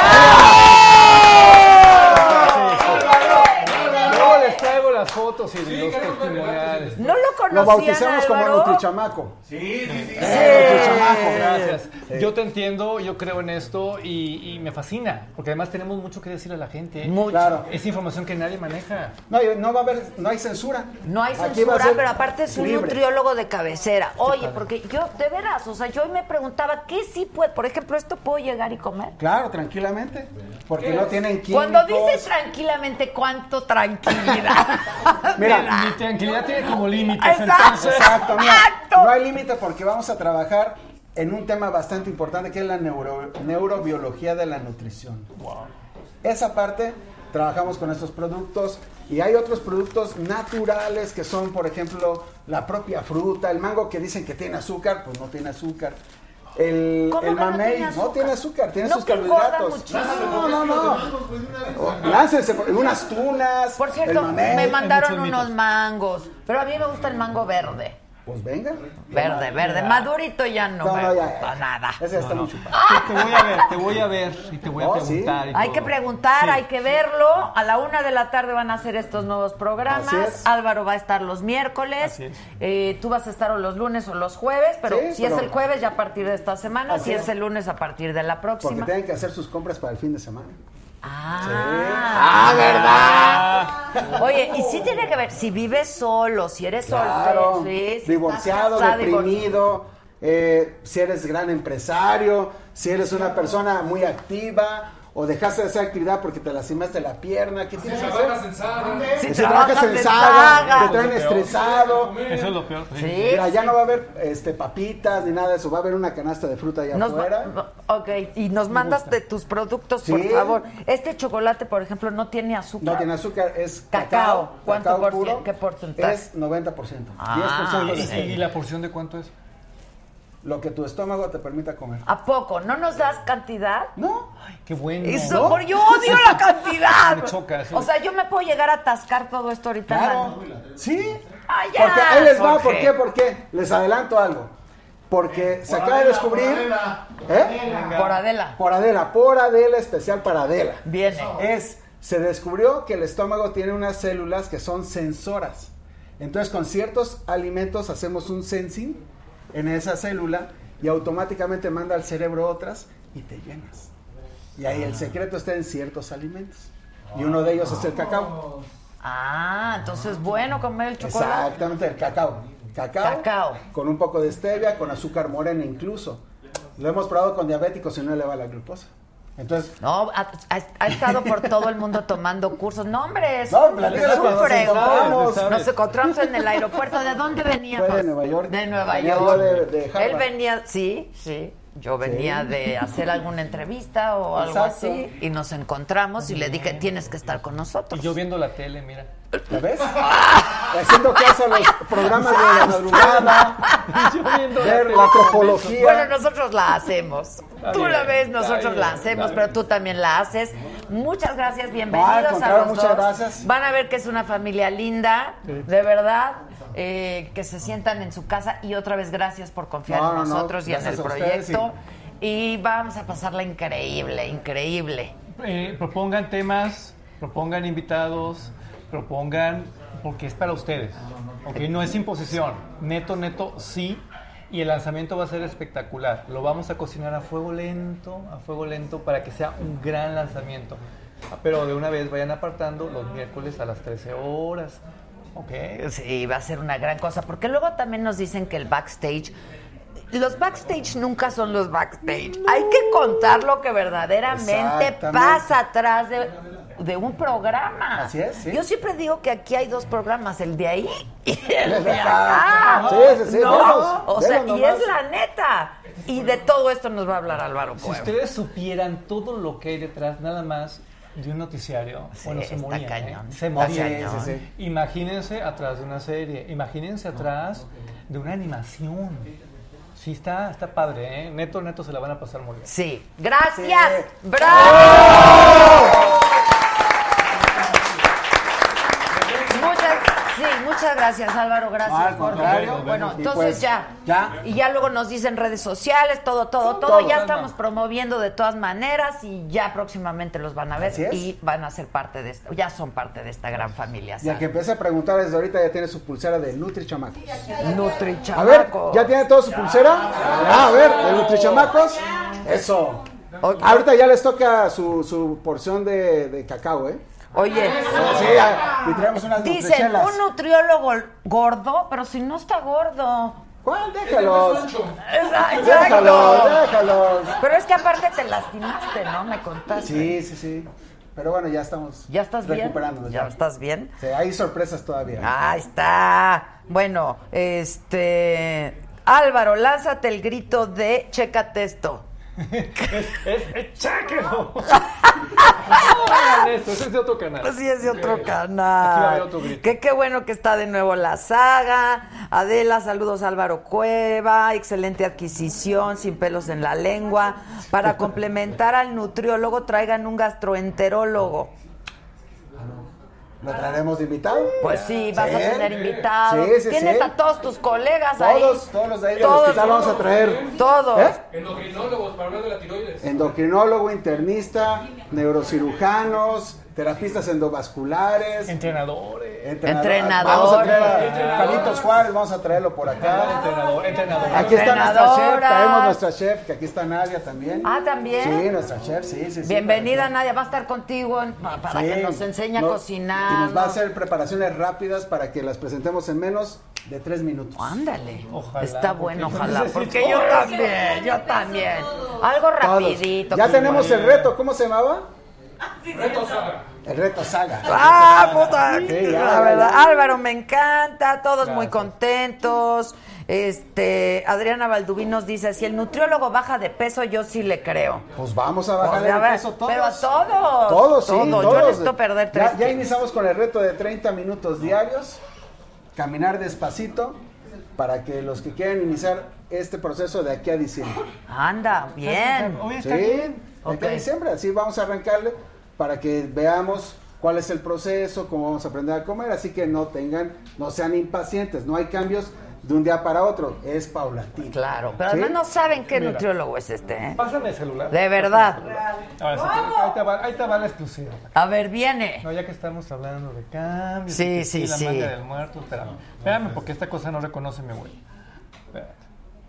Luego les traigo las fotos y los testimoniales. ¿No lo conocían, Lo bautizamos como Álvaro? Nutrichamaco. Sí, sí, sí. Nutrichamaco, gracias. Yo te entiendo, yo creo en esto y, y me fascina, porque además tenemos mucho que decirle a la gente. Mucho. Claro. Es información que nadie maneja. No, hay- no va a haber, no hay censura. No hay Aquí va a censura, ser pero aparte es un libre. nutriólogo de cabecera. Oye, porque yo, de veras, o sea, yo hoy me preguntaba, ¿qué sí puede? Por ejemplo, ¿esto puedo llegar y comer? Claro, tranquilamente. Porque no tienen químicos. Cuando dices tranquilamente, ¿cuánto tranquilidad? Mira, Mi tranquilidad tiene como límites. Exacto. Entonces, Exacto, mira, Exacto. no hay límite porque vamos a trabajar en un tema bastante importante que es la neuro- neurobiología de la nutrición. Esa parte trabajamos con estos productos y hay otros productos naturales que son, por ejemplo, la propia fruta, el mango que dicen que tiene azúcar, pues no tiene azúcar. El, ¿Cómo el que no mamey tiene no azúcar? tiene azúcar, tiene No sus te engorda carbohidratos. muchísimo. No, no, no. Láncense por- unas tunas. Por cierto, el mamey. me mandaron Hay muchos unos mitos. mangos, pero a mí me gusta el mango verde. Pues venga. Verde, verde. Madurito ya no, No, me no, ya, gusta nada. Ese ya está No, no. muy chupado. Te voy a ver, te voy a ver y te voy a Oh, preguntar. sí. y Hay todo. que preguntar, Sí. hay que verlo. A la una de la tarde van a hacer estos nuevos programas. Así es. Álvaro va a estar los miércoles. Así es. Eh, tú vas a estar o los lunes o los jueves, pero Sí, si pero- es el jueves ya a partir de esta semana, Así si es es. el lunes a partir de la Porque próxima. tienen que hacer sus compras para el fin de semana. Ah, ¿verdad? Oye, y sí tiene que ver, si vives solo, si eres Claro, soltero, sí, si estás divorciado, casado, deprimido, eh, si eres gran empresario, si eres una persona muy activa o dejaste de hacer actividad porque te lastimaste la pierna, ¿qué tienes que hacer? Trabajas en Saga. Si Si trabajas trabajas en en saga, Saga. te traen estresado. Eso es lo peor. Sí. Sí, Mira, ya sí. no va a haber este, papitas ni nada de eso, va a haber una canasta de fruta allá Nos afuera. va- ok, y nos mandas de tus productos, por Sí. favor. Este chocolate, por ejemplo, no tiene azúcar. No tiene azúcar, es Cacao. cacao. ¿Cuánto cacao por puro, cien- qué porcentaje? Es noventa por ciento. Ah, diez por ciento de ¿Y, stevia. y la porción de cuánto es? Lo que tu estómago te permita comer. ¿A poco? ¿No nos das cantidad? No. Ay, qué bueno. Eso, ¿No? por- yo odio la cantidad. Me choca eso. O sea, yo me puedo llegar a atascar todo esto ahorita. en la- Claro. Sí. Ah, ya, Porque ahí les va, ¿por Jorge. qué? ¿Por qué? Les adelanto algo. Porque se acaba de descubrir. ¿Eh? Por Adela. Por Adela, por Adela, especial para Adela. Viene. Es, se descubrió que el estómago tiene unas células que son sensoras. Entonces, con ciertos alimentos hacemos un sensing en esa célula y automáticamente manda al cerebro otras y te llenas. Y ahí el secreto está en ciertos alimentos. Y uno de ellos es el cacao. Ah, entonces bueno comer el chocolate. Exactamente, el cacao. Cacao, Cacao. con un poco de stevia, con azúcar morena incluso. Lo hemos probado con diabéticos y no eleva la glucosa. Entonces, No, ha, ha- ha estado por todo el mundo tomando cursos. No, hombre, es, No, un- platícalo es un cuando nos fregón. encontramos. Nos encontramos en el aeropuerto. ¿De dónde veníamos? Fue de Nueva York. De Nueva Venía York. yo de- de Harvard. Él venía, sí, sí. Yo venía Sí. de hacer alguna entrevista o algo Exacto. así y nos encontramos y le dije, tienes que estar con nosotros. Y yo viendo la tele, mira. ¿la ves? Haciendo caso a los programas de la madrugada, Yo viendo ver tele. la tropología. Bueno, nosotros la hacemos. Está Tú bien, la ves, está nosotros bien, la hacemos, está pero bien. tú también la haces. Muchas gracias, No, bienvenidos al a contrario, los muchas dos. gracias. Van a ver que es una familia linda, de verdad, eh, que se sientan en su casa y otra vez gracias por confiar No, en no, no, nosotros y en el gracias a ustedes, proyecto. Y vamos a pasarla increíble, increíble. Eh, propongan temas, propongan invitados, propongan, porque es para ustedes. ¿Ok? No es imposición. Neto, neto, sí. Y el lanzamiento va a ser espectacular. Lo vamos a cocinar a fuego lento, a fuego lento, para que sea un gran lanzamiento. Ah, Pero de una vez vayan apartando los miércoles a las trece horas. ¿Ok? Sí, va a ser una gran cosa, porque luego también nos dicen que el backstage, los backstage nunca son los backstage. Hay que contar lo que verdaderamente Exactamente. pasa atrás de, de un programa. Así es, sí. Yo siempre digo que aquí hay dos programas, el de ahí y el El de de acá. acá. Sí, sí, sí, No, velos, o sea, velos y nomás. es la neta. Y de todo esto nos va a hablar Álvaro Si Puebla. ustedes supieran todo lo que hay detrás, nada más de un noticiario, Sí, bueno, se está morían, cañón, ¿eh? Se está morían. cañón. Sí, sí, sí. Imagínense atrás de una serie, imagínense atrás de una animación. Sí, está, está padre, ¿eh? Neto, neto se la van a pasar muy bien. Sí, gracias. Sí. ¡Bravo! Muchas, sí, muchas gracias Álvaro, gracias No, al Jorge. contrario. Bueno, Y entonces pues, ya, ya. y ya luego nos dicen redes sociales, todo, todo, todo, Todo, ya calma. estamos promoviendo de todas maneras y ya próximamente los van a ver Así es. y van a ser parte de esta, ya son parte de esta gran familia. Y al que empiece a preguntar desde ahorita ya tiene su pulsera de Nutri Chamacos. Nutri A ver, Chamacos. ¿ya tiene toda su pulsera? Ah, a ver, de Nutri Chamacos. Eso. Ok. Ahorita ya les toca su, su porción de, de cacao, ¿eh? Oye, Sí, ya. Y traemos unas dicen nutrichelas. un nutriólogo gordo, pero si no está gordo. ¿Cuál? Déjalos. Exacto. Déjalos, déjalos. Pero es que aparte te lastimaste, ¿no? Me contaste. Sí, sí, sí. Pero bueno, ya estamos ¿Ya estás bien? recuperándonos. ¿Ya estás bien? Sí, hay sorpresas todavía. Ahí está. Bueno, este... Álvaro, lánzate el grito de chécate esto. Es, es, es chéquelo. No, esto, ese es de otro canal. Pues sí, es de otro Aquí va a canal. haber otro grito. Que qué bueno que está de nuevo la saga. Adela, saludos a Álvaro Cueva. Excelente adquisición, sin pelos en la lengua. Para complementar al nutriólogo, traigan un gastroenterólogo. ¿Lo traeremos de invitado? Pues sí, vas ¿Sí? a tener invitados. Sí, sí, Tienes sí. a todos tus colegas ahí. Todos, todos los de ahí del Todos, hospital vamos a traer. Todos. ¿Eh? Endocrinólogos para hablar de la tiroides. Endocrinólogo, internista, neurocirujanos, terapistas endovasculares. Entrenadores. Entrenadores. Vamos a traer a Entrenadores. Carlitos Juárez, vamos a traerlo por acá. Entrenador, entrenador. Aquí está nuestra chef, Entrenadoras. traemos nuestra chef, que aquí está Nadia también. Ah, ¿también? Sí, nuestra chef, sí, sí, sí. Bienvenida, Nadia. Va a estar contigo en- pa- para Sí. que nos enseñe a No, cocinar. Y nos va a ¿no? hacer preparaciones rápidas para que las presentemos en menos de tres minutos. Ándale. Ojalá, Está porque bueno, yo ojalá. necesito Porque yo eso. también, yo también. Algo Todos. rapidito. Ya que tenemos igual. el reto, ¿cómo se llamaba? Reto Saga. El reto Saga. ¡Ah, puta! Sí, ya, la ya, verdad, ya. Álvaro, me encanta, todos Gracias. muy contentos. Este, Adriana Balduví nos dice, si el nutriólogo baja de peso, yo sí le creo. Pues vamos a Pues, bajar a el ver, peso todos. pero a todos. Todos, sí, Todos. todos. Yo necesito perder tres Ya, ya kilos. iniciamos con el reto de treinta minutos diarios, caminar despacito, para que los que quieran iniciar este proceso de aquí a diciembre. Anda, bien. Hoy Sí, está bien. de aquí a Ok. diciembre, así vamos a arrancarle para que veamos cuál es el proceso, cómo vamos a aprender a comer, así que no tengan, no sean impacientes, no hay cambios de un día para otro, es paulatino. Claro, pero ¿Sí? además no saben qué Mira. nutriólogo es este, ¿eh? Pásame el celular. De verdad. Ahora sí, ahí te va, ahí te va la exclusiva. A ver, viene. No, ya que estamos hablando de cambios. Sí, y que sí, la sí. magia del muerto, espérame. Espérame, porque esta cosa no reconoce mi abuelo. Espérate.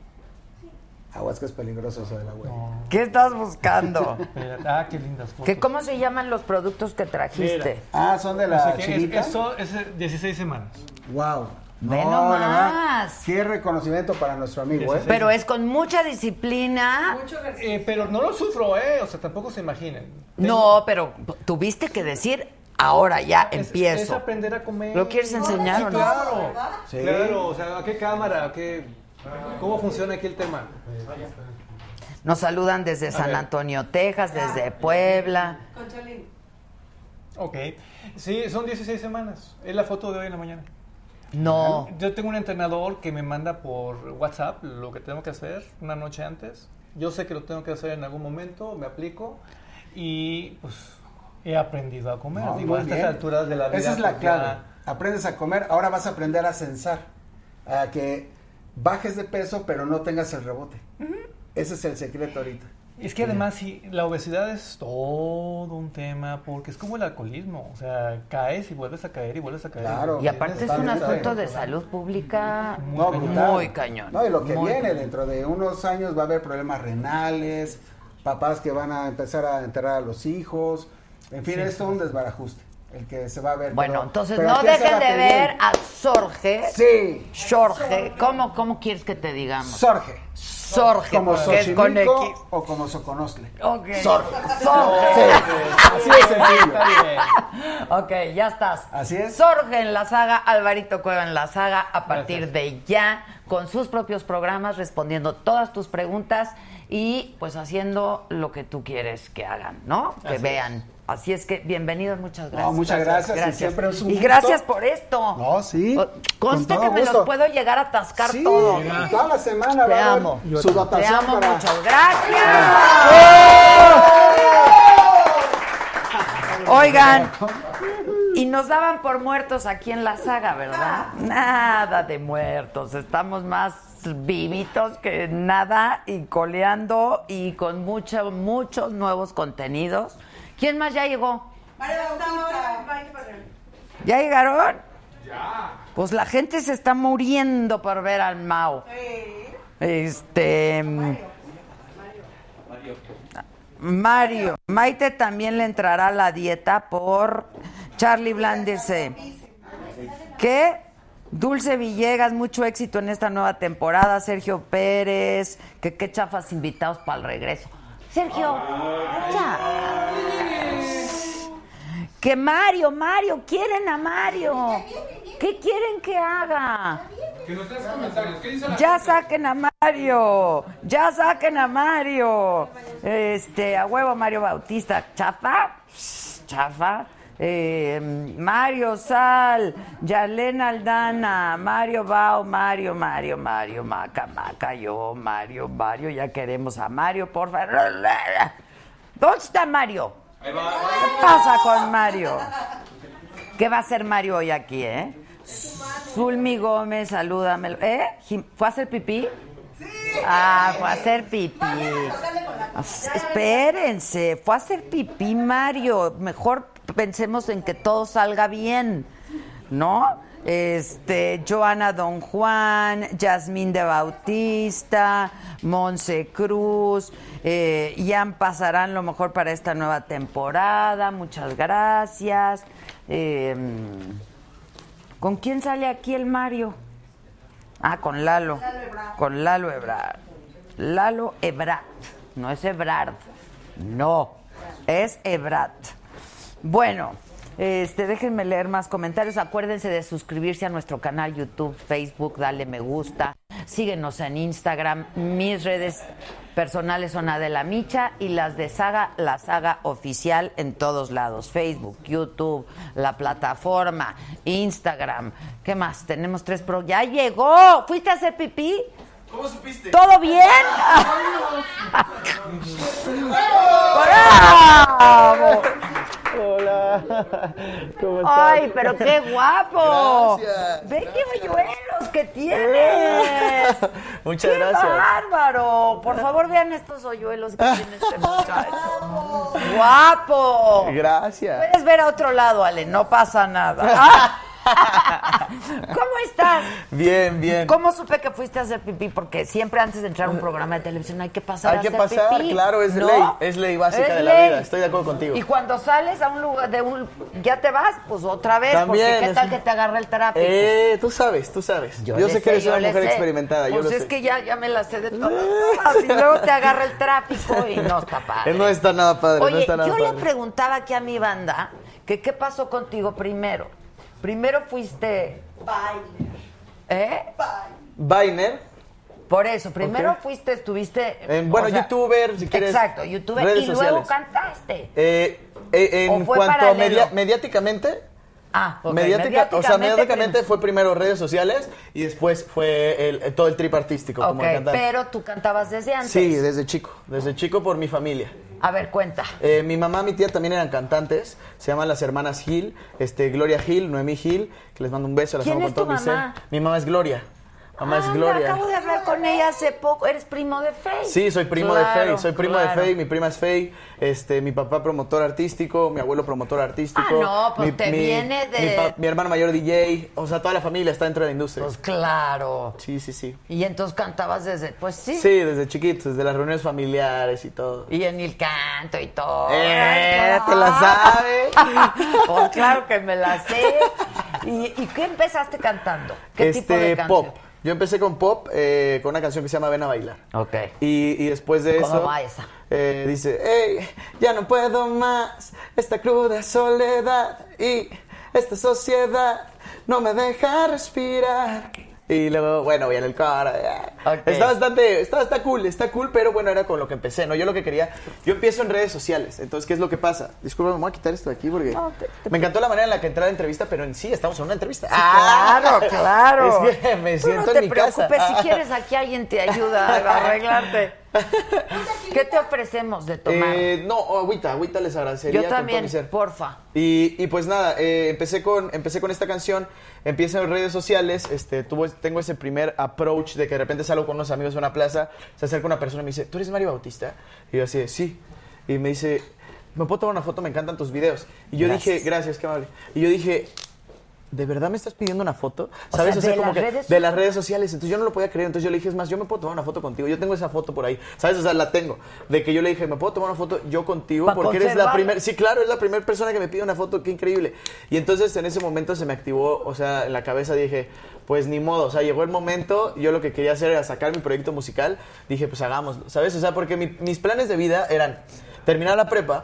Aguas que es peligroso eso de la web. ¿Qué estás buscando? Espérate. Ah, qué lindas fotos. ¿Qué, ¿Cómo se llaman los productos que trajiste? Ah, son de O la sea que es- chinita. Eso es dieciséis semanas. Wow. Ve No, nomás. la verdad, qué reconocimiento para nuestro amigo, ¿eh? Pero es con mucha disciplina. Eh, pero no lo sufro, ¿eh? O sea, tampoco se imaginen. No, pero tuviste que decir, ahora ya Es- empiezo. Es aprender a comer. ¿Lo quieres enseñar Sí, o no? claro. Sí. Claro, o sea, ¿a qué cámara? ¿A qué, ¿Cómo funciona aquí el tema? Nos saludan desde San ver. Antonio, Texas, desde Puebla. Ok. Sí, son dieciséis semanas. Es la foto de hoy en la mañana. No. Yo tengo un entrenador que me manda por WhatsApp lo que tengo que hacer una noche antes. Yo sé que lo tengo que hacer en algún momento, me aplico y pues he aprendido a comer. No, Digo, a muy estas bien. alturas de la vida. Esa es la pues, clave. ya- Aprendes a comer, ahora vas a aprender a censar. A que bajes de peso, pero no tengas el rebote. Ese es el secreto ahorita. Es que además sí, la obesidad es todo un tema porque es como el alcoholismo, o sea, caes y vuelves a caer y vuelves a caer. Claro. Y aparte es un Totalmente. asunto de salud pública No, brutal. muy cañón. No, y lo que Muy viene cañón. dentro de unos años va a haber problemas renales, papás que van a empezar a enterrar a los hijos. En fin, Sí, esto sí, es un sí. desbarajuste el que se va a ver. Bueno, pero- entonces pero no aquí dejen acérrate de ver bien. a Sorge. Sí, Sorge. ¿Cómo, ¿Cómo quieres que te digamos? Sorge. Sorge, Como porque es con Xochimilco X. o como Soconostle. Ok. Sorge. Sorge. Sí, así de sencillo. Está bien. Ok, ya estás. Así es. Sorge en la saga, Alvarito Cueva en la saga, a partir de ya, con sus propios programas, respondiendo todas tus preguntas y pues haciendo lo que tú quieres que hagan, ¿no? Que Así es. vean. Así es que bienvenidos, muchas gracias. No, muchas gracias, y siempre es un Y gusto. gracias por esto. No, sí, O- Conste con que todo me los gusto. puedo llegar a atascar Sí, todo. toda la semana Te va a haber amo. su Te dotación amo para... mucho. Gracias. Oigan, y nos daban por muertos aquí en la saga, ¿verdad? Nada de muertos, estamos más vivitos que nada y coleando y con mucho, muchos nuevos contenidos. ¿Quién más ya llegó? ¿Ya llegaron? Ya. Pues la gente se está muriendo por ver al Mao. Este... Mario. Maite también le entrará a la dieta por Charlie Bland dice que Dulce Villegas, mucho éxito en esta nueva temporada. Sergio Pérez, que qué chafas invitados para el regreso. Sergio, ya. Que Mario, Mario, quieren a Mario. ¿Qué quieren que haga? Que nos des comentarios. ¿Qué dice la Ya gente? saquen a Mario. Mario, ya saquen a Mario. Este, a huevo Mario Bautista. Chafa, chafa. Eh, Mario Sal, Yarlena Aldana, Mario Bao, Mario, Mario, Mario, Maca, Maca, yo, Mario, Mario, ya queremos a Mario, por favor. ¿Dónde está Mario? Ahí va, ¿Qué pasa con Mario? ¿Qué va a hacer Mario hoy aquí, eh? Zulmi Gómez, salúdame. ¿Eh? ¿Fue a hacer pipí? Sí. Ah, fue a hacer pipí. Espérense, fue a hacer pipí Mario. Mejor pensemos en que todo salga bien, ¿no? Este, Joana Don Juan, Yasmín de Bautista, Monse Cruz, eh, ya pasarán lo mejor para esta nueva temporada. Muchas gracias. Eh, ¿Con quién sale aquí el Mario? Ah, con Lalo. Lalo Ebrard. Con Lalo Ebrard. Lalo Ebrard. No es Ebrard. No, es Ebrard. Bueno, este, déjenme leer más comentarios. Acuérdense de suscribirse a nuestro canal YouTube, Facebook, dale me gusta. Síguenos en Instagram. Mis redes personales son Adela Micha y las de Saga, la Saga Oficial en todos lados. Facebook, YouTube, la plataforma, Instagram. ¿Qué más? Tenemos tres pro... ¡Ya llegó! ¿Fuiste a hacer pipí? ¿Cómo supiste? ¿Todo bien? ¡Bravo! Hola, ¿cómo estás? ¡Ay, pero qué guapo! Gracias. ¡Ve qué hoyuelos que tienes! Muchas ¡Qué gracias. bárbaro! Por favor, vean estos hoyuelos que tiene este muchacho. ¡Guapo! Gracias. Puedes ver a otro lado, Ale, no pasa nada. ¿Cómo estás? Bien, bien. ¿Cómo supe que fuiste a hacer pipí? Porque siempre antes de entrar a un programa de televisión hay que pasar Hay a que hacer pasar, pipí, claro, es ¿no? ley, es ley básica Es de la ley. vida. Estoy de acuerdo contigo. Y cuando sales a un lugar de un... ¿Ya te vas? Pues otra vez, También, porque ¿qué tal es- que te agarra el tráfico? Eh, tú sabes, tú sabes. Yo, le sé que eres yo una le mujer sé. experimentada, yo Pues lo es sé. que ya, ya me la sé de todas. Y luego te agarra el tráfico y no está padre. Eh, No está nada padre, Oye, no está nada yo padre. le preguntaba aquí a mi banda que qué pasó contigo primero. Primero fuiste... Baile. ¿Eh? Vainer. Por eso, primero Ok. fuiste, estuviste... En, bueno, o sea, youtuber, si quieres. Exacto, youtuber. redes Y luego sociales. cantaste. Eh, eh, en ¿O fue cuanto a paralelo? media- mediáticamente, Ah, ok, mediática, o sea, mediáticamente prim- fue primero redes sociales y después fue el, todo el trip artístico como Ok, cantante. pero tú cantabas desde antes. Sí, desde chico, desde chico por mi familia. A ver, cuenta. Eh, mi mamá, mi tía también eran cantantes, se llaman las hermanas Gil, este, Gloria Gil, Noemí Gil, que les mando un beso, las ¿Quién amo es con todo tu mi ser. mamá? Mi mamá es Gloria, mamá es Ah, Gloria. acabo de hablar con ella hace poco. ¿Eres primo de Faye? Sí, soy primo Claro, de Faye, soy primo claro. de Faye, mi prima es Faye, este, mi papá promotor artístico, mi abuelo promotor artístico. Ah, no, pues mi, te mi- viene de- Mi, pa- mi hermano mayor D J, o sea, toda la familia está dentro de la industria. Pues claro. Sí, sí, sí. Y entonces cantabas desde... Pues sí. Sí, desde chiquitos, desde las reuniones familiares y todo. Y en el canto y todo. Eh, Claro. ¿te la sabes? Pues claro que me la sé. ¿Y, y qué empezaste cantando? ¿Qué este, tipo de canción? pop. Yo empecé con pop, eh, con una canción que se llama Ven a bailar. Ok. Y, y después de ¿Cómo eso, va esa? eh, dice, hey, ya no puedo más, esta cruda soledad y esta sociedad no me deja respirar. Y luego, bueno, voy en el coro. eh. Ok. Está bastante, está, está cool, está cool, pero bueno, era con lo que empecé, ¿no? Yo lo que quería, yo empiezo en redes sociales, entonces, ¿qué es lo que pasa? Disculpa, me voy a quitar esto de aquí porque No, te- te- me encantó la manera en la que entré a la entrevista, pero en sí estamos en una entrevista. Claro, claro. Es que me Tú siento no te en mi casa. preocupes, si quieres aquí alguien te ayuda a arreglarte. ¿Qué te ofrecemos de tomar? Eh, no, agüita, agüita les agradecería. Yo con todo también, mi ser. porfa. Y, y pues nada, eh, empecé con empecé con esta canción, empiezo en redes sociales, este, tuvo, tengo ese primer approach de que de repente salgo con unos amigos en una plaza, se acerca una persona y me dice, ¿tú eres Mario Bautista? Y yo así, de, sí. Y me dice, ¿me puedo tomar una foto? Me encantan tus videos. Y yo Gracias. dije, gracias, qué amable. Y yo dije, ¿de verdad me estás pidiendo una foto? O ¿Sabes? sea, O sea, ¿de como las que redes de las redes sociales. Entonces yo no lo podía creer. Entonces yo le dije, es más, yo me puedo tomar una foto contigo. Yo tengo esa foto por ahí. ¿Sabes? O sea, la tengo. De que yo le dije, ¿me puedo tomar una foto yo contigo? Pa' Porque eres la conservarla. primera. Sí, claro, es la primera persona que me pide una foto. Qué increíble. Y entonces en ese momento se me activó, o sea, en la cabeza dije, pues ni modo. O sea, llegó el momento. Yo lo que quería hacer era sacar mi proyecto musical. Dije, pues hagámoslo. ¿Sabes? O sea, porque mi- mis planes de vida eran terminar la prepa,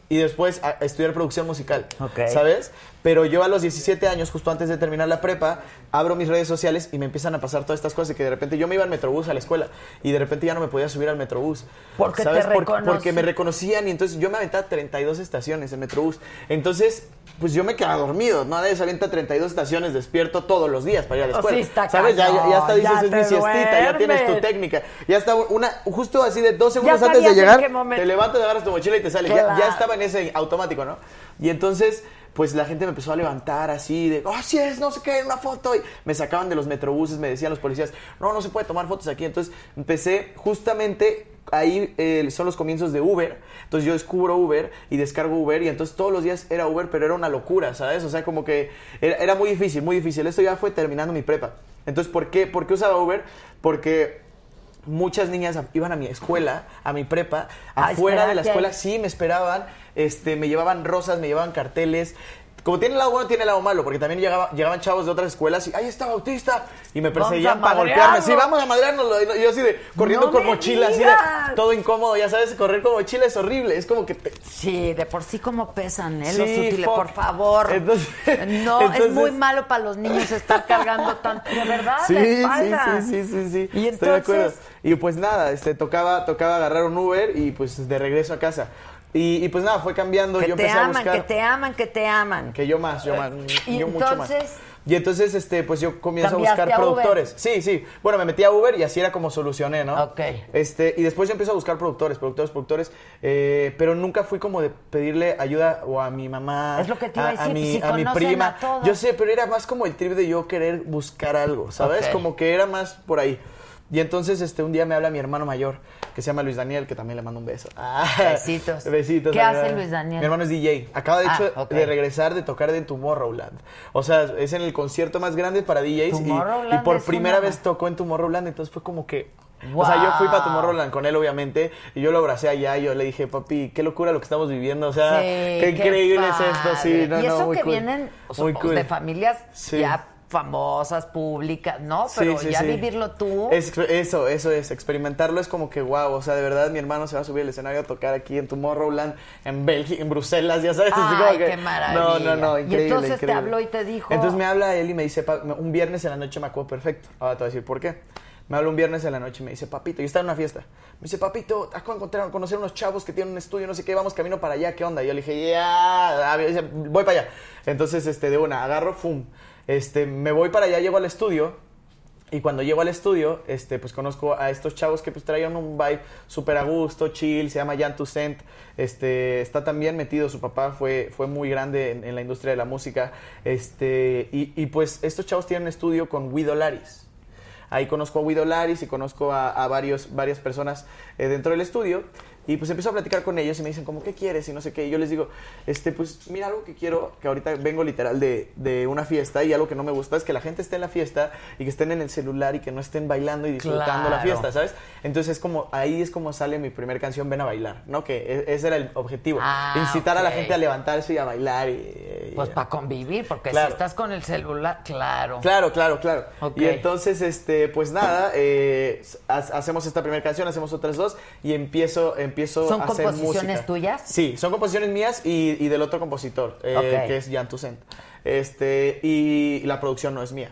y después a, a estudiar producción musical, Ok. ¿sabes? Pero yo a los diecisiete años, justo antes de terminar la prepa, abro mis redes sociales y me empiezan a pasar todas estas cosas de que de repente yo me iba al Metrobús a la escuela y de repente ya no me podía subir al Metrobús. Porque ¿sabes? te Porque, reconocí. porque me reconocían y entonces yo me aventaba treinta y dos estaciones en Metrobús. Entonces, pues yo me quedaba dormido, ¿no? Nadie se avienta treinta y dos estaciones despierto todos los días para ir a la Oh, escuela. sí está ¿sabes? Ya, ya, ya hasta cañón, dices, ya es mi te siestita, ya tienes tu duermes. técnica. Ya está una, justo así de dos segundos Ya antes de sabías en llegar, qué momento. te levantas, agarras tu mochila y te sales. Ya, Claro. ya estaba en ese automático, ¿no? Y entonces, pues la gente me empezó a levantar así de, oh, sí es, no sé qué, una foto. Y me sacaban de los metrobuses, me decían los policías, no, no se puede tomar fotos aquí. Entonces empecé justamente, ahí eh, son los comienzos de Uber. Entonces yo descubro Uber y descargo Uber y entonces todos los días era Uber, pero era una locura, ¿sabes? O sea, como que era, era muy difícil, muy difícil. Esto ya fue terminando mi prepa. Entonces, ¿por qué, ¿por qué usaba Uber? Porque muchas niñas iban a mi escuela, a mi prepa, Ah, afuera de la espérate. escuela, sí, me esperaban, este, me llevaban rosas, me llevaban carteles. Como tiene el lado bueno, tiene el lado malo, porque también llegaba, llegaban chavos de otras escuelas y ahí está Bautista, y me perseguían Vamos a para golpearme. madrearlo. Sí, vamos a madreárnoslo. Y yo así de, corriendo No con me mochila, así digas. de, todo incómodo, ya sabes, correr con mochila es horrible, es como que te... Sí, de por sí como pesan, ¿eh? Sí, Los útiles, fuck. por favor. Entonces- no, es entonces- muy malo para los niños estar cargando tanto, de verdad, Sí, la sí, espalda. sí, sí, sí, sí. Y Estoy de acuerdo. entonces, Y pues nada, este, tocaba, tocaba agarrar un Uber y pues de regreso a casa. Y, y pues nada, fue cambiando. que yo te empecé a aman, buscar. que te aman, que te aman. Que yo más, yo más, Y yo mucho más. entonces- Y entonces, este, pues yo comienzo a ¿Cambiaste buscar a Uber? productores. Sí, sí. Bueno, me metí a Uber y así era como solucioné, ¿no? Ok. Este, y después yo empiezo a buscar productores, productores, productores, eh, pero nunca fui como de pedirle ayuda o a mi mamá, Es lo que te iba a decir, mi, si a mi conocen prima. a todos. Yo sé, pero era más como el trip de yo querer buscar algo, ¿sabes? Ok. Como que era más por ahí. Y entonces, este, un día me habla mi hermano mayor, que se llama Luis Daniel, que también le mando un beso. Ah, Besitos. Besitos. ¿Qué la hace verdad. Luis Daniel? Mi hermano es D J. Acaba de Ah, hecho ok. de regresar de tocar de Tomorrowland. O sea, es en el concierto más grande para D Js y, Tomorrowland y por es primera una- vez tocó en Tomorrowland, entonces fue como que... O sea, yo fui para Tomorrowland con él, obviamente, y yo lo abracé allá y yo le dije, papi, qué locura lo que estamos viviendo, o sea, Sí, qué increíble es esto, sí, no, y eso no, muy que cool. vienen o sea, Muy pues, cool. de familias Sí. ya famosas, públicas, ¿no? Sí, Pero sí, ya sí. vivirlo tú. Es- eso, eso es. Experimentarlo es como que wow. O sea, de verdad, mi hermano se va a subir al escenario a tocar aquí en Tomorrowland, en Bélgica, en Bruselas, ya sabes. así Ay, como que- qué maravilla. No, no, no, Y increíble. entonces te increíble. habló y te dijo- Entonces me habla él y me dice, "Pa- un viernes en la noche me acuerdo perfecto. Ahora te voy a decir por qué. Me habla un viernes en la noche y me dice, papito, yo estaba en una fiesta. Me dice, papito, acabo de encontrar, conocer unos chavos que tienen un estudio, no sé qué, vamos camino para allá, ¿qué onda? Y yo le dije, ya, a ver, dice, voy para allá. Entonces, este, de una, agarro, fum. Este, me voy para allá, llego al estudio. Y cuando llego al estudio, este, pues conozco a estos chavos que pues traían un vibe súper a gusto, chill, se llama Jan Toussaint, este, está también metido, su papá fue, fue muy grande en, en la industria de la música, este, y, y pues estos chavos tienen un estudio con Guido Laris. Ahí conozco a Guido Laris y conozco a, a varios, varias personas eh, dentro del estudio. Y pues empiezo a platicar con ellos y me dicen como, ¿qué quieres? Y no sé qué. Y yo les digo, este, pues mira, algo que quiero, que ahorita vengo literal de, de una fiesta y algo que no me gusta es que la gente esté en la fiesta y que estén en el celular y que no estén bailando y disfrutando la Claro. fiesta, ¿sabes? Entonces es como, ahí es como sale mi primera canción, Ven a Bailar, ¿no? Que e- ese era el objetivo, Ah, incitar a la ok. gente a levantarse y a bailar. Y, y- Pues para convivir, porque Claro. si estás con el celular, claro. Claro, claro, claro. Ok. Y entonces, este, pues nada, eh, ha- hacemos esta primera canción, hacemos otras dos y empiezo, empiezo ¿Son a hacer composiciones música. tuyas? Sí, son composiciones mías y, y del otro compositor, eh, Ok. que es Jan Toussaint. Este, y la producción no es mía.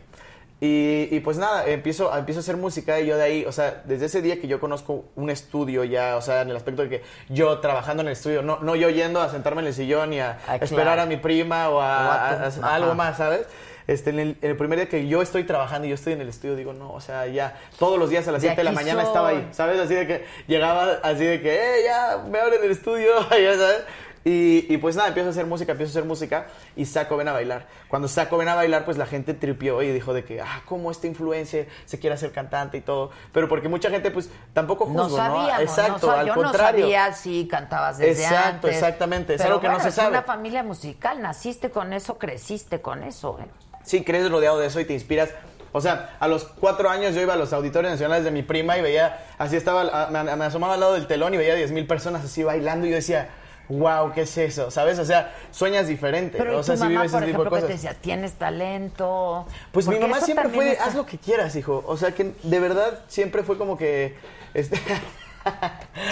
Y, y pues nada, empiezo, empiezo a hacer música y yo de ahí, o sea, desde ese día que yo conozco un estudio ya, o sea, en el aspecto de que yo trabajando en el estudio, no, no yo yendo a sentarme en el sillón y a Ah, esperar claro. a mi prima o a, O a tu- a- a- ajá. algo más, ¿sabes? Este, en, el, en el primer día que yo estoy trabajando y yo estoy en el estudio, digo, no, o sea, ya todos los días a las De siete de la aquí mañana soy. estaba ahí, ¿sabes? Así de que llegaba, así de que, eh, ya, me abren el estudio, ya sabes. Y, y pues nada, empiezo a hacer música, empiezo a hacer música y saco Ven a Bailar. Cuando saco Ven a Bailar, pues la gente tripió y dijo de que, ah, cómo este influencer se quiere hacer cantante y todo. Pero porque mucha gente, pues, tampoco No juzgo, ¿no? sabíamos, Exacto, no sab- al yo contrario. no sabía si cantabas desde Exacto, antes. exactamente, es Pero algo que no bueno, se es sabe. una familia musical, naciste con eso, creciste con eso. ¿eh? Sí, crees rodeado de eso y te inspiras. O sea, a los cuatro años yo iba a los auditorios nacionales de mi prima y veía, así estaba, a- me, me asomaba al lado del telón y veía diez mil personas así bailando y yo decía, wow, ¿qué es eso? ¿Sabes? O sea, sueñas diferente. Pero o ¿y sea, tu si mamá, vives por ese tipo de ejemplo, que cosas. te decía, tienes talento? Pues mi Porque mamá eso siempre también fue de, está- haz lo que quieras, hijo. O sea, que de verdad siempre fue como que... Este,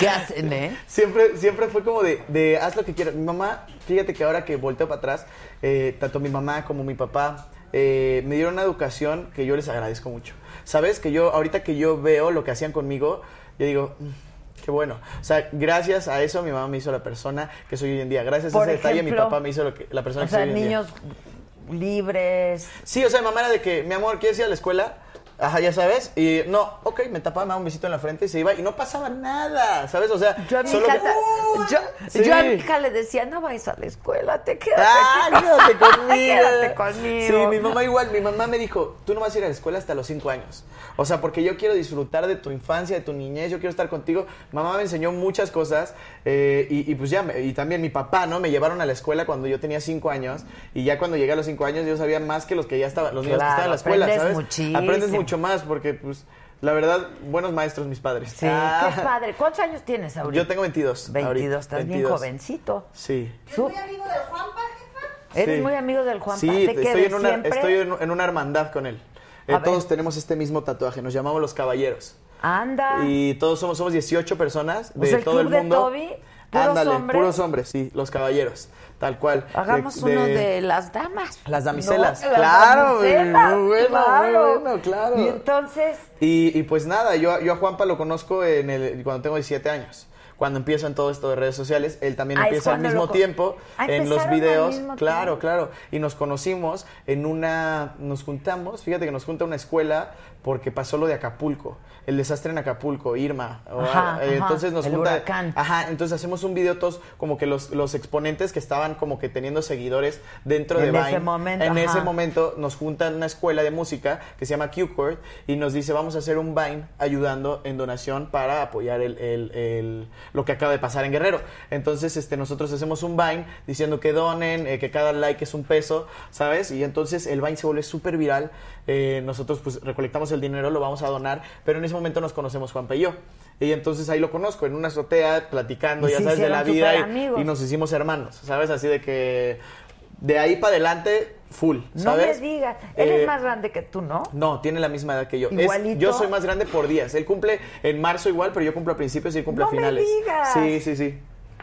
¿Qué hacen, eh? Siempre, siempre fue como de, de haz lo que quieras. Mi mamá, fíjate que ahora que volteo para atrás, eh, tanto mi mamá como mi papá eh, me dieron una educación que yo les agradezco mucho. ¿Sabes? Que yo, ahorita que yo veo lo que hacían conmigo, yo digo... Qué bueno. O sea, gracias a eso mi mamá me hizo la persona que soy hoy en día. Gracias a Por ese detalle mi ejemplo, papá me hizo lo que, la persona o que sea, soy hoy en niños día. libres. Sí, o sea, mi mamá era de que, mi amor, ¿quieres ir a la escuela? Ajá, ya sabes. Y no, ok, me tapaba, me daba un besito en la frente y se iba y no pasaba nada, ¿sabes? O sea, Yo a mi, solo hija, que- yo, Sí. yo a mi hija le decía, no vayas a la escuela, te quedas ¡Ah, aquí. quédate conmigo! Quédate conmigo. Sí, mi mamá igual. Mi mamá me dijo, tú no vas a ir a la escuela hasta los cinco años. O sea, porque yo quiero disfrutar de tu infancia, de tu niñez, yo quiero estar contigo. Mamá me enseñó muchas cosas eh, y, y pues ya, me- y también mi papá, ¿no? Me llevaron a la escuela cuando yo tenía cinco años y ya cuando llegué a los cinco años yo sabía más que los que ya estaban, los niños que Claro, estaban en la escuela, aprendes ¿sabes? muchísimo. Aprendes mucho más porque, pues, la verdad, buenos maestros mis padres. Sí, Ah. qué padre. ¿Cuántos años tienes ahorita? Yo tengo veintidós. veintidós, ahorita, estás bien veintidós. jovencito. Sí. ¿Es muy amigo del Juanpa, jefa? ¿Eres Sí. muy amigo del Juanpa? Sí, ¿De qué, estoy, de en una, siempre? estoy en, en una hermandad con él. Eh, A ver. todos tenemos este mismo tatuaje, nos llamamos los caballeros. Anda. Y todos somos, somos dieciocho personas de O sea, el todo el club de mundo. Toby, puros Ándale, hombres. puros hombres, sí, los caballeros, tal cual. Hagamos De- uno de- de las damas. Las damiselas, No, las claro, damiselas, muy bueno, claro. muy bueno, claro. Y entonces, Y, y pues nada, yo, yo a Juanpa lo conozco en el, cuando tengo diecisiete años. Cuando empiezo en todo esto de redes sociales, él también Ah, es empieza al cuando mismo lo co- tiempo Ah, en los empezaron al videos. mismo Claro, tiempo. claro. Y nos conocimos en una, nos juntamos, fíjate que nos junta una escuela porque pasó lo de Acapulco, el desastre en Acapulco, Irma. o- Ajá, eh, ajá, entonces nos el junta, huracán. Ajá, entonces hacemos un video todos como que los, los exponentes que estaban como que teniendo seguidores dentro En de Vine. ese momento, En ajá. ese momento nos juntan una escuela de música que se llama Q-Court y nos dice vamos a hacer un Vine ayudando en donación para apoyar el, el- el- lo que acaba de pasar en Guerrero. Entonces este, nosotros hacemos un Vine diciendo que donen, eh, que cada like es un peso, ¿sabes? Y entonces el Vine se vuelve súper viral. Eh, nosotros pues recolectamos el dinero, lo vamos a donar, pero en ese momento nos conocemos Juanpa y yo. Y entonces ahí lo conozco, en una azotea, platicando, Y ya se sabes, de la hicieron vida. superamigos. Y, y nos hicimos hermanos, ¿sabes? Así de que de ahí para adelante, full, no ¿sabes? me digas. Él Eh, es más grande que tú, ¿no? No, tiene la misma edad que yo. Es- Igualito. yo soy más grande por días. Él cumple en marzo igual, pero yo cumplo a principios y él cumple No a me finales. digas. Sí, sí, sí.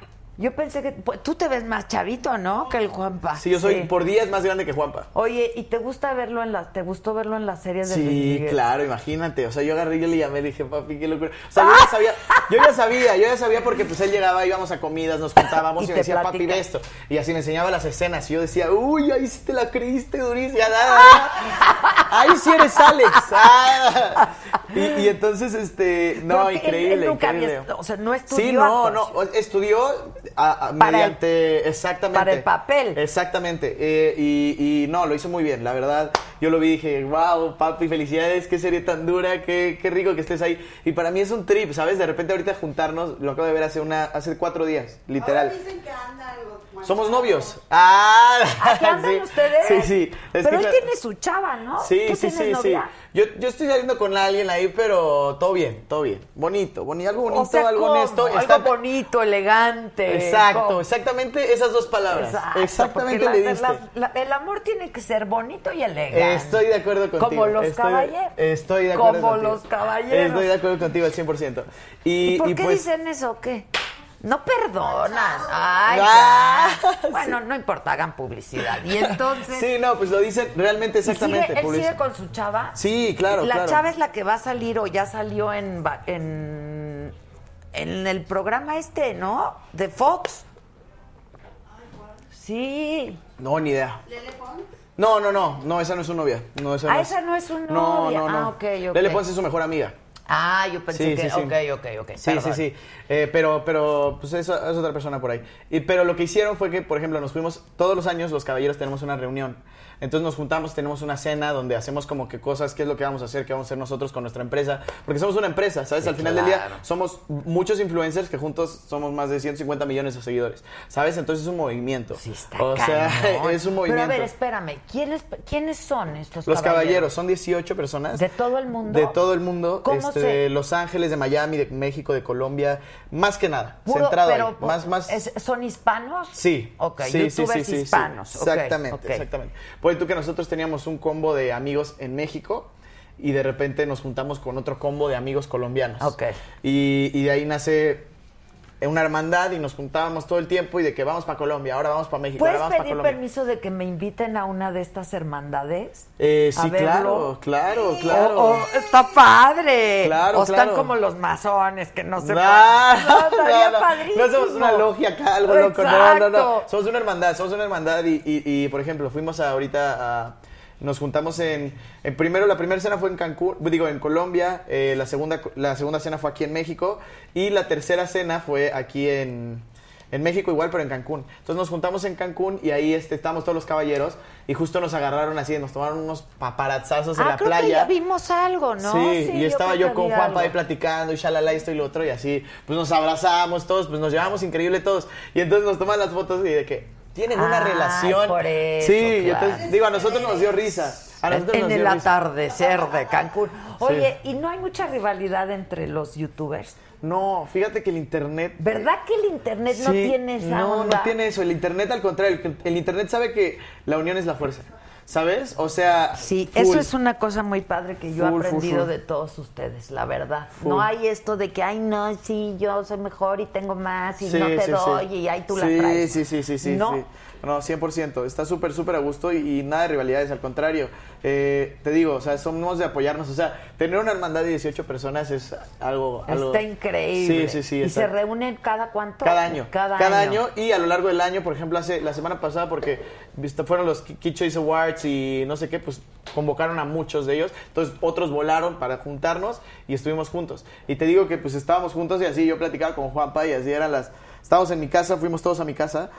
Yo pensé que... pues, tú te ves más chavito, ¿no? Que el Juanpa. Sí, yo soy por días más grande que Juanpa. Oye, ¿y te gusta verlo en las... ¿Te gustó verlo en las series de Luis Sí, Miguel? claro, imagínate. O sea, yo agarré y yo le llamé y le dije, papi, qué locura. O sea, yo ya sabía, yo ya sabía, yo ya sabía porque pues él llegaba, íbamos a comidas, nos juntábamos Y y, te me decía, papi, platica. ve esto. Y así me enseñaba las escenas y yo decía, uy, ahí sí te la creíste durísimo. Ya, nada, ahí sí eres Alex. Ah. Y, y entonces, este, no, Porque él- increíble, él nunca increíble. había- o sea, no estudió Sí, no, actuación. no, estudió a- a- Para el- mediante, exactamente. para el papel. Exactamente. Eh, y, y no, lo hizo muy bien, la verdad. Yo lo vi y dije, wow, papi, felicidades, qué serie tan dura, qué, qué rico que estés ahí. Y para mí es un trip, ¿sabes? De repente ahorita juntarnos, lo acabo de ver hace una hace cuatro días, literal. Ahora dicen que anda algo. Somos novios. Ah, ¿A qué andan sí. ustedes? Sí, sí. Es Pero que él cla- tiene su chava, ¿no? Sí, ¿Tú sí, tienes sí, sí. novia? Yo, yo estoy saliendo con alguien ahí, pero todo bien, todo bien. Bonito, bonito, algo bonito, O sea, algo ¿cómo? honesto. Algo Está- bonito, elegante. Exacto, ¿Cómo? exactamente esas dos palabras. Exacto, Exactamente porque le la- diste. la- la- el amor tiene que ser bonito y elegante. Estoy de acuerdo contigo. Como los estoy, caballeros. Estoy de acuerdo Como contigo. los caballeros. Estoy de acuerdo contigo al cien por ciento. Y, ¿Y por y qué pues, dicen eso o qué? No perdonan. Ay, Ah, ya. Bueno, no importa, hagan publicidad. Y entonces... Sí, no, pues lo dicen realmente ¿Y sigue- exactamente. ¿Él publicidad. sigue con su chava? Sí, claro, La claro. chava es la que va a salir o ya salió en, va- en, en el programa este, ¿no? De Fox. Sí. No, ni idea. ¿Lele Pons? No, no, no, no, esa no es su novia. No, esa Ah, no esa no es su No, novia. no, no. Ah, ok, ok. Lele Pons es su mejor amiga. Ah, yo pensé Sí, que... sí, sí. Ok, ok, ok. Sí, perdón. sí, sí. Eh, pero, pero, pues eso es otra persona por ahí. Y, pero lo que hicieron fue que, por ejemplo, nos fuimos, todos los años los caballeros tenemos una reunión. Entonces nos juntamos, tenemos una cena donde hacemos como que cosas, qué es lo que vamos a hacer, qué vamos a hacer nosotros con nuestra empresa. Porque somos una empresa, ¿sabes? Sí, Al final claro. del día somos muchos influencers que juntos somos más de ciento cincuenta millones de seguidores. ¿Sabes? Entonces es un movimiento. Sí, está O sea, cañón. es un movimiento. Pero a ver, espérame. ¿Quiénes, ¿quiénes son estos Los caballeros? caballeros son dieciocho personas. ¿De todo el mundo? De todo el mundo. ¿Cómo este, se- De Los Ángeles, de Miami, de México, de Colombia. Más que nada. Puro- centrado pero, ahí. Más, más. ¿es- ¿Son hispanos? Sí. Ok, sí, sí, youtubers sí, sí, hispanos. sí. Ok, Exactamente, ok. exactamente. Por tú que nosotros teníamos un combo de amigos en México y de repente nos juntamos con otro combo de amigos colombianos. Ok. Y, y de ahí nace una hermandad y nos juntábamos todo el tiempo y de que vamos para Colombia, ahora vamos para México, ahora ¿Puedes vamos para pedir Colombia. permiso de que me inviten a una de estas hermandades? Eh, A sí, verlo. claro, claro, claro. O- o está padre. Claro, o están claro. como los masones que no se Ah, pueden. No, estaría no, no. padrísimo. No somos una logia acá, algo loco. No, no, no. Exacto. Somos una hermandad, somos una hermandad y, y, y, por ejemplo, fuimos a, ahorita a... Nos juntamos en, en primero, la primera cena fue en Cancún, digo, en Colombia, eh, la segunda la segunda cena fue aquí en México y la tercera cena fue aquí en, en México igual, pero en Cancún. Entonces nos juntamos en Cancún y ahí este, estábamos todos los caballeros y justo nos agarraron así, nos tomaron unos paparazzazos en Ah, la creo playa. que ya vimos algo, ¿no? Sí, y estaba creo yo que con vi Juanpa ahí algo. platicando y shalala esto y lo otro y así, pues nos abrazamos todos, pues nos llevamos increíble todos y entonces nos toman las fotos y de que tienen una Ay, relación. por eso, sí, y claro. entonces digo, a nosotros nos dio risa. A nosotros En nos el dio risa. atardecer de Cancún. Oye, ¿y no hay mucha rivalidad entre los youtubers? No, fíjate que el internet... ¿Verdad que el internet no Sí, tiene esa no, onda? no tiene eso. El internet, al contrario, el, el internet sabe que la unión es la fuerza. ¿Sabes? O sea... Sí, full. eso es una cosa muy padre que yo he Full, full, aprendido full. de todos ustedes, la verdad. Full. No hay esto de que, ay, no, sí, yo soy mejor y tengo más y Sí, no te sí, doy sí. y ahí tú sí, las traes. Sí, sí, sí, sí, No. sí. No, cien por ciento. Está súper, súper a gusto y, y nada de rivalidades, al contrario. Eh, te digo, o sea, somos de apoyarnos. O sea, tener una hermandad de dieciocho personas es algo... algo... Está increíble. Sí, sí, sí. ¿Y está- se reúnen cada cuánto? Cada año. Cada, año. Y a lo largo del año, por ejemplo, hace la semana pasada, porque viste, fueron los Kid Choice Awards y no sé qué, pues convocaron a muchos de ellos. Entonces, otros volaron para juntarnos y estuvimos juntos. Y te digo que pues estábamos juntos y así yo platicaba con Juanpa y así eran las... Estábamos en mi casa, fuimos todos a mi casa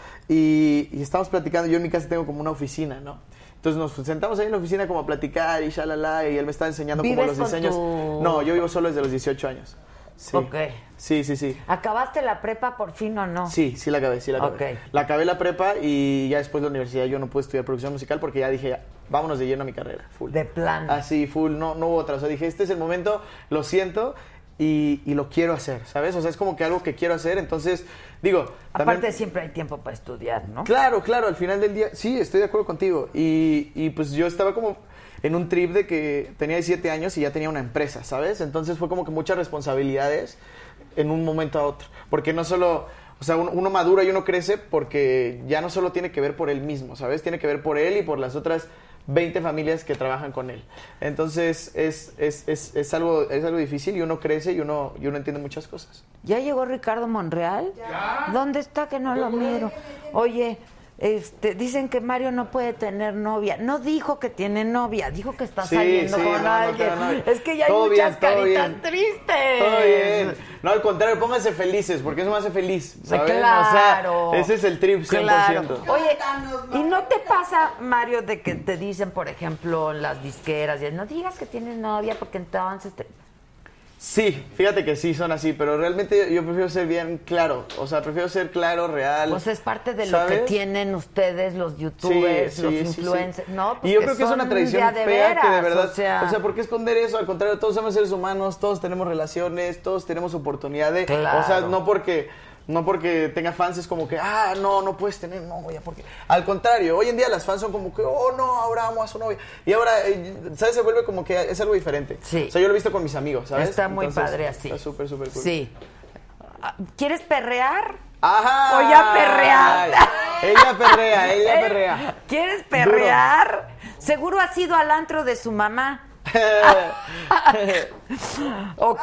y, y estábamos platicando. Yo en mi casa tengo como una oficina, ¿no? Entonces nos sentamos ahí en la oficina como a platicar y shalala y él me estaba enseñando como ¿Vives los con diseños. tu- No, yo vivo solo desde los dieciocho años. Sí. Ok. Sí, sí, sí. ¿Acabaste la prepa por fin o no? Sí, sí la acabé, sí la acabé. Ok. La acabé la prepa y ya después de la universidad yo no pude estudiar producción musical porque ya dije, ya, vámonos de lleno a mi carrera, full. De plan. Así, full, no, no hubo otra. O sea, dije, este es el momento, lo siento y, y lo quiero hacer, ¿sabes? O sea, es como que algo que quiero hacer, entonces, digo... Aparte también- siempre hay tiempo para estudiar, ¿no? Claro, claro, al final del día, sí, estoy de acuerdo contigo. Y, y pues yo estaba como en un trip de que tenía diecisiete años y ya tenía una empresa, ¿sabes? Entonces fue como que muchas responsabilidades en un momento a otro. Porque no solo, o sea, uno, uno madura y uno crece porque ya no solo tiene que ver por él mismo, ¿sabes? Tiene que ver por él y por las otras veinte familias que trabajan con él. Entonces es, es, es, es, algo, es algo difícil y uno crece y uno, y uno entiende muchas cosas. ¿Ya llegó Ricardo Monreal? Ya. ¿Dónde está que no lo miro? Oye, este, dicen que Mario no puede tener novia. No dijo que tiene novia, dijo que está Sí, saliendo sí, con no, no, alguien. claro, no. Es que ya hay Todo muchas bien, todo caritas bien. tristes. Todo bien. No, al contrario, pónganse felices, porque eso me hace feliz, ¿sabes? Claro. O sea, ese es el trip cien por ciento. Claro. Oye, ¿y no te pasa, Mario, de que te dicen, por ejemplo, en las disqueras, y no digas que tienes novia porque entonces te... Sí, fíjate que sí son así, pero realmente yo, yo prefiero ser bien claro. O sea, prefiero ser claro, real. Pues es parte de lo ¿sabes? que tienen ustedes, los youtubers, Sí, los sí, sí, sí. influencers, ¿no? Pues y yo creo que es son una tradición ya de fea veras, que de verdad, o sea, ¿por qué esconder eso? Al contrario, todos somos seres humanos, todos tenemos relaciones, todos tenemos oportunidad de, Claro. o sea, no porque no porque tenga fans es como que, ah, no, no puedes tener novia, porque al contrario, hoy en día las fans son como que, oh, no, ahora amo a su novia. Y ahora, eh, ¿sabes? Se vuelve como que es algo diferente. Sí. O sea, yo lo he visto con mis amigos, ¿sabes? Está muy Entonces, padre así. Está súper, súper cool. Sí. ¿Quieres perrear? Ajá. O ya perrear. Ella perrea, ella ¿Eh? perrea. ¿Quieres perrear? Seguro has ido al antro de su mamá. Ok.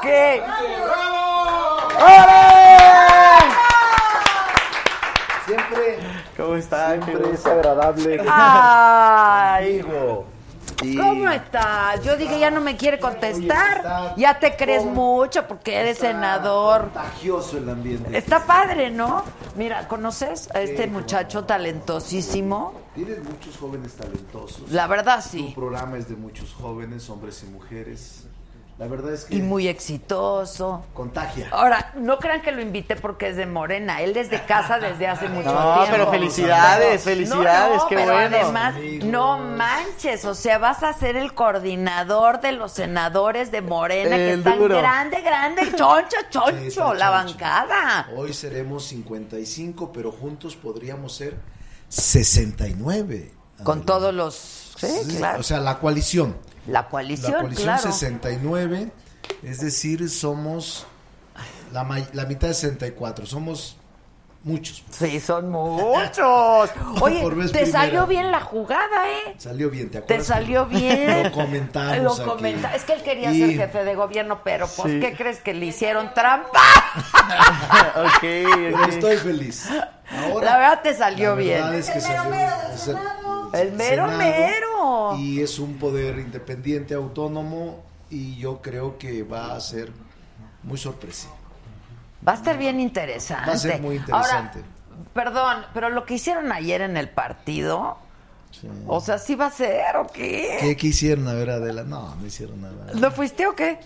Siempre, ¿Cómo está? siempre es agradable. Ay. Contigo. Y- ¿Cómo estás? Yo dije, ya no me quiere contestar. Ya te crees mucho porque eres senador. Contagioso el ambiente. Está padre, ¿no? Mira, ¿conoces a este muchacho talentosísimo? Tienes muchos jóvenes talentosos. La verdad, sí. Tu programa es de muchos jóvenes, hombres y mujeres. La verdad es que Y muy exitoso. contagia. Ahora, no crean que lo invité porque es de Morena. Él es de casa desde hace mucho No, tiempo. pero felicidades, felicidades, No, no, qué pero bueno. además, no manches, o sea, vas a ser el coordinador de los senadores de Morena, que El están duro. grande, grande, choncho, choncho, Sí, está la choncho. bancada. Hoy seremos cincuenta y cinco, pero juntos podríamos ser sesenta y nueve. Con todos los... Sí, Sí, claro. O sea, la coalición. la coalición, La coalición claro. sesenta y nueve, es decir, somos La, ma- la mitad es sesenta y cuatro. Somos muchos. Sí, son muchos. Oye, Por vez te primera. salió bien la jugada, ¿eh? Salió bien, ¿te Te acuerdas? salió bien. Lo comentamos Lo aquí. comenta- Es que él quería Y- ser jefe de gobierno, pero pues, Sí. ¿qué crees que le hicieron trampa? Ok, Pero estoy feliz. Ahora, La verdad te salió la verdad bien. es que salió bien. Es el, El mero Senado, mero. Y es un poder independiente, autónomo, y yo creo que va a ser muy sorpresivo. Va a estar bien interesante. Va a ser muy interesante. Ahora, perdón, pero lo que hicieron ayer en el partido, o sea, ¿sí va a ser o qué? ¿Qué, qué hicieron? A ver, Adela. No, no hicieron nada. ¿No fuiste o qué?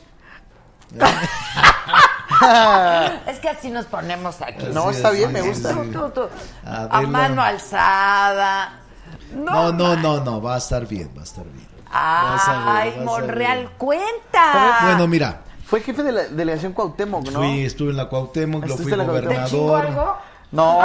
Es que así nos ponemos aquí. No, Así está es, bien, sí, me sí, gusta. sí. Tú, tú, tú. A Adela. mano alzada. No, no, no, no, va a estar bien, va a estar bien. Vas a ver, Ay, vas a Monreal, ver. cuenta. Bueno, mira, Fue jefe de la delegación Cuauhtémoc, ¿no? fui, estuve en la Cuauhtémoc, lo fui ¿Estuviste en la Cuauhtémoc? ¿Te chingó gobernador. algo? No,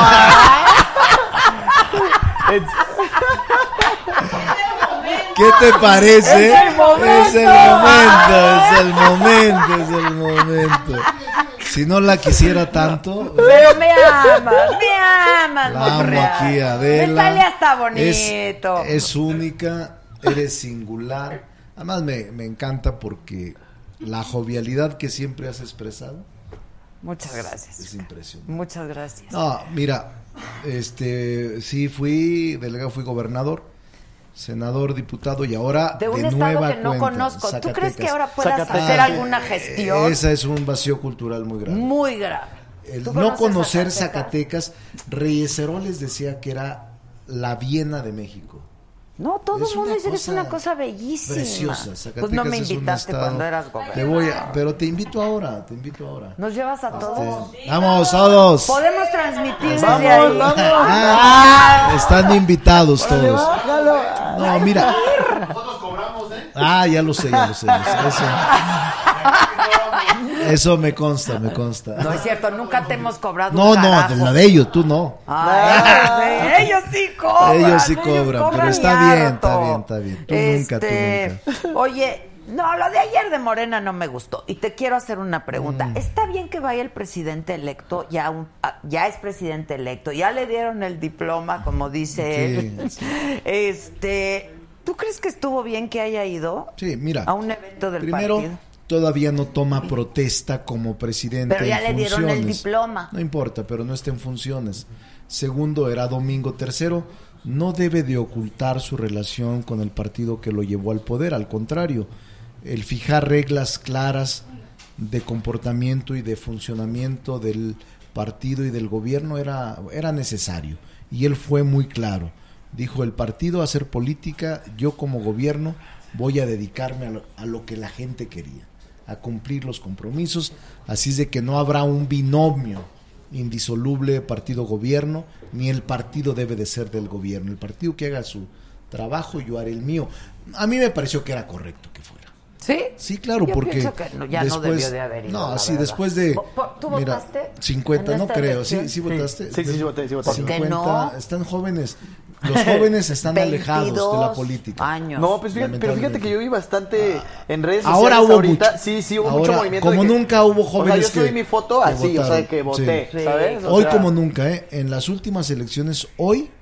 ¿Qué te parece? Es el momento. Es el momento, es el momento, es el momento. Si no la quisiera tanto, Pero me amas, me amas, la amo Monreal. aquí, Adela. Me sale hasta Es, bonito. es única, eres singular. Además me, me encanta porque la jovialidad que siempre has expresado Muchas gracias. es impresionante. Muchas gracias. No, mira, este, sí fui delegado, fui gobernador, senador, diputado y ahora De de, un estado nueva que no cuenta, conozco. ¿Tú Zacatecas. crees que ahora puedas Zacatecas. hacer Ah, alguna eh, gestión? Esa es un vacío cultural muy grave. Muy grave. El ¿Tú no conoces conocer Zacatecas? Zacatecas, Reyes Heroles decía que era la Viena de México. No, todo Es el mundo una dice que es cosa una cosa bellísima. Preciosa. Zacatecas Pues no me es un invitaste estado- cuando eras gobernador. Te voy a, pero te invito ahora, te invito ahora. ¿Nos llevas a todos? Este, vamos, todos. Podemos transmitir desde Vamos, ahí. vamos. Ah, están invitados todos. No, mira. Nosotros cobramos, ¿eh? Ah, ya lo sé, ya lo sé. ya lo sé. Eso, eso me consta, me consta. No es cierto, nunca te hemos cobrado No, un no, carajo. de la de ellos, tú no. Ay, ellos sí cobran. Ellos sí cobran, pero está y bien, harto. está bien, está bien. Tú nunca, tú Este, Oye, no, lo de ayer de Morena no me gustó. Y te quiero hacer una pregunta. Mm. ¿Está bien que vaya el presidente electo? Ya, un- ah, ya es presidente electo. Ya le dieron el diploma, como dice Sí, él. Este, ¿tú crees que estuvo bien que haya ido Sí, mira. a un evento del Primero, partido? todavía no toma protesta como presidente. Pero ya en le dieron el funciones. diploma. No importa, pero no está en funciones. Segundo, era domingo. Tercero, no debe de ocultar su relación con el partido que lo llevó al poder. Al contrario, el fijar reglas claras de comportamiento y de funcionamiento del partido y del gobierno era, era necesario. Y él fue muy claro. Dijo, el partido a hacer política, yo como gobierno voy a dedicarme a lo, a lo que la gente quería, a cumplir los compromisos, así es de que no habrá un binomio indisoluble partido-gobierno, ni el partido debe de ser del gobierno, el partido que haga su trabajo, yo haré el mío. A mí me pareció que era correcto que fuera. ¿Sí? Sí, claro, Yo porque pienso que no- ya no después, debió de haber ido, no, la sí, verdad. después de, ¿Vo- vo- ¿Tú mira, votaste cincuenta, en no esta creo, sí, elección? sí votaste. Sí, sí, sí voté, sí voté. ¿Por qué cincuenta, no? están jóvenes, los jóvenes están alejados de la veintidós política. años. No, pues fíjate, pero fíjate que yo vi bastante en redes sociales Ahora hubo ahorita. mucho. Sí, sí, hubo Ahora, mucho movimiento. como de que- nunca hubo O sea, jóvenes yo subí que- mi foto que así, o sea, votaron. que voté, Sí. ¿sabes? O Hoy sea, como nunca, ¿eh? En las últimas elecciones, hoy,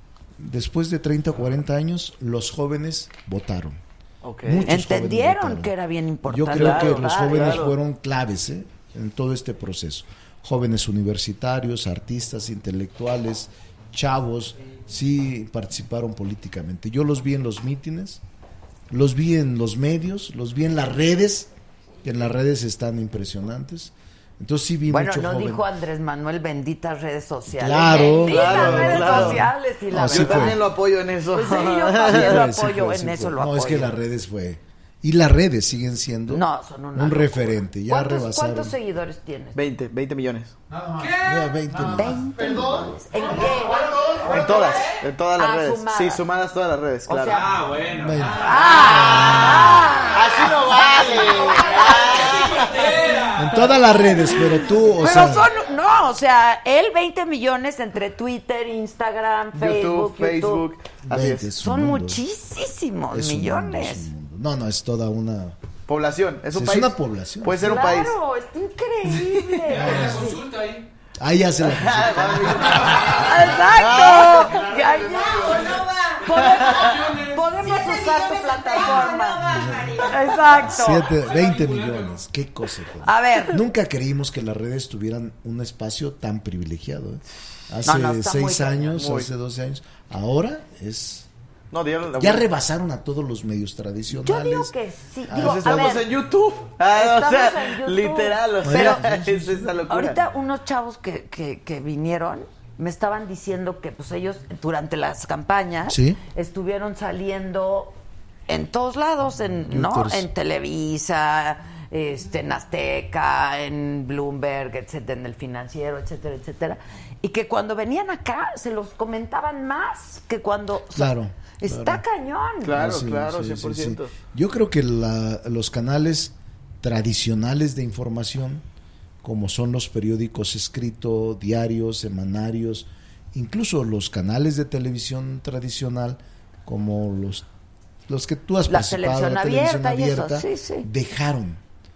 después de treinta o cuarenta años, los jóvenes votaron. ok. Muchos jóvenes Entendieron votaron. que era bien importante. Yo creo Claro, que los claro, jóvenes claro. fueron claves, ¿eh? En todo este proceso. Jóvenes universitarios, artistas, intelectuales, chavos, sí participaron políticamente. Yo los vi en los mítines, los vi en los medios, los vi en las redes, que en las redes están impresionantes. Entonces sí vi Bueno, mucho no joven. dijo Andrés Manuel benditas redes sociales. Claro, benditas claro, redes claro. sociales y la No, sí Yo verdad. fue. también lo apoyo en eso. Pues sí, yo Sí también lo fue, sí apoyo, fue, en sí eso fue. lo No, apoyo. es que las redes fue... Y las redes siguen siendo No, son una un locura. referente. Ya ¿Cuántos, rebasaron. ¿Cuántos seguidores tienes? veinte, veinte millones. Ya veinte mil. veinte millones. ¿En qué? En todas, en todas las Ah, redes. sumadas. Sí, sumadas todas las redes, O claro. sea, Ah, bueno. veinte. Así no vale. En todas las redes, pero tú, o Pero sea... son, no, o sea, él veinte millones entre Twitter, Instagram, Facebook, YouTube, Facebook. Así veinte, es. es un Son mundo. muchísimos Es un mundo, millones. es un mundo. No, no, es toda una población. Es un es país. una población. Puede ser claro, un país. Claro, está increíble. Consulta ahí. Ahí ya se la Exacto. Ya, ya. Podemos, podemos usar tu plataforma. Exacto. Siete, veinte millones. Qué cosa. A ver. Nunca creímos que las redes tuvieran un espacio tan privilegiado. ¿eh? Hace No, no, seis años, muy... hace doce años. Ahora es... No, la ya rebasaron a todos los medios tradicionales. Yo digo que sí. Digo, pues estamos a ver, en YouTube. Ah, estamos o sea, en YouTube. Literal, o Pero sea, es esa locura. Ahorita unos chavos que, que, que vinieron me estaban diciendo que pues ellos durante las campañas ¿sí? estuvieron saliendo en todos lados, en, ¿no? En Televisa, este, en Azteca, en Bloomberg, etcétera, en El Financiero, etcétera, etcétera. Y que cuando venían acá se los comentaban más que cuando... Claro. O sea, está claro. cañón. Claro, sí, claro, sí, cien por ciento. Sí, sí. Yo creo que la, los canales tradicionales de información, como son los periódicos escritos, diarios, semanarios, incluso los canales de televisión tradicional, como los, los que tú has la participado, televisión la abierta, televisión abierta, y eso, sí, sí. dejaron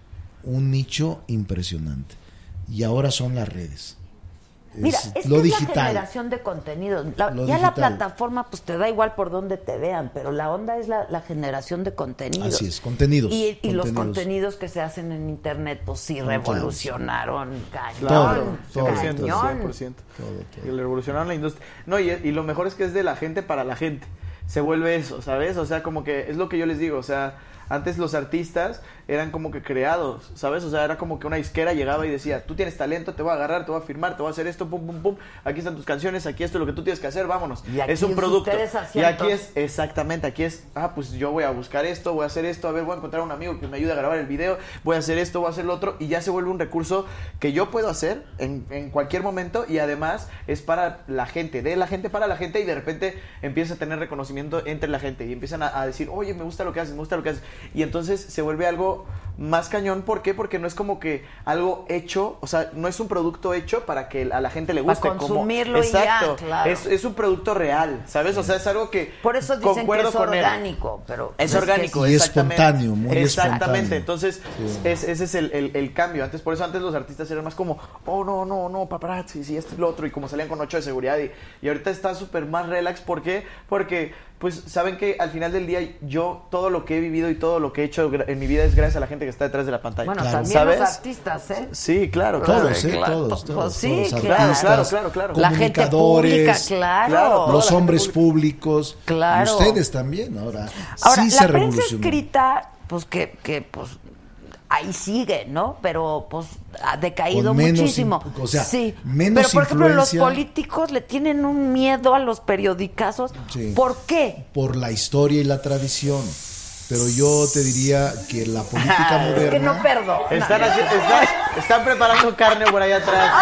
un nicho impresionante. Y ahora son las redes. Mira, es, es lo que digital. Es la generación de contenidos. La, Lo ya digital. la plataforma, pues te da igual por donde te vean, pero la onda es la, la generación de contenidos. Así es, contenidos. Y, y contenidos. los contenidos que se hacen en internet, pues sí, revolucionaron cañón. Claro, cien por ciento, cañón. cien por ciento. Todo, todo. Y revolucionaron la industria. No, y, y lo mejor es que es de la gente para la gente. Se vuelve eso, ¿sabes? O sea, como que es lo que yo les digo, o sea... Antes los artistas eran como que creados, ¿sabes? O sea, era como que una disquera llegaba y decía, tú tienes talento, te voy a agarrar, te voy a firmar, te voy a hacer esto, pum, pum, pum, aquí están tus canciones, aquí esto es lo que tú tienes que hacer, vámonos. Y aquí es un producto. Y aquí todo. es, exactamente, aquí es, ah, pues yo voy a buscar esto, voy a hacer esto, a ver, voy a encontrar a un amigo que me ayude a grabar el video, voy a hacer esto, voy a hacer lo otro, y ya se vuelve un recurso que yo puedo hacer en, en cualquier momento, y además es para la gente, de la gente para la gente, y de repente empieza a tener reconocimiento entre la gente, y empiezan a, a decir, oye, me gusta lo que haces, me gusta lo que haces, y entonces se vuelve algo más cañón. ¿Por qué? Porque no es como que algo hecho, o sea, no es un producto hecho para que a la gente le guste. Para consumirlo como, y ya, exacto, claro. es, es un producto real, ¿sabes? O sea, es algo que por eso dicen concuerdo que es con orgánico, él. pero es es orgánico, que... y exactamente. espontáneo, muy exactamente. espontáneo. Entonces, sí. es, ese es el, el, el cambio. Antes, por eso antes los artistas eran más como, oh, no, no, no, paparazzi, sí, esto y lo otro, y como salían con ocho de seguridad, y, y ahorita está súper más relax. ¿Por qué? Porque, pues, saben que al final del día, yo, todo lo que he vivido y todo lo que he hecho en mi vida es gracias a la gente que está detrás de la pantalla. Bueno, claro. también ¿sabes? los artistas, ¿eh? Sí, claro, Todos, claro. ¿eh? Claro, Todos, todos. pues sí, todos, claro, artistas, claro, claro, claro. La gente pública, claro. Claro, los la hombres gente públicos. Claro. Y ustedes también, ahora. Ahora, sí la se prensa revolucionó. escrita, pues que, que pues ahí sigue, ¿no? Pero pues ha decaído Con menos muchísimo. imp- o sea, sí. menos Pero por ejemplo, los influencia. políticos le tienen un miedo a los periodicazos. Sí. ¿Por qué? Por la historia y la tradición. Pero yo te diría que la política moderna... Es que no perdona. Están, haci- están, están preparando carne por allá atrás.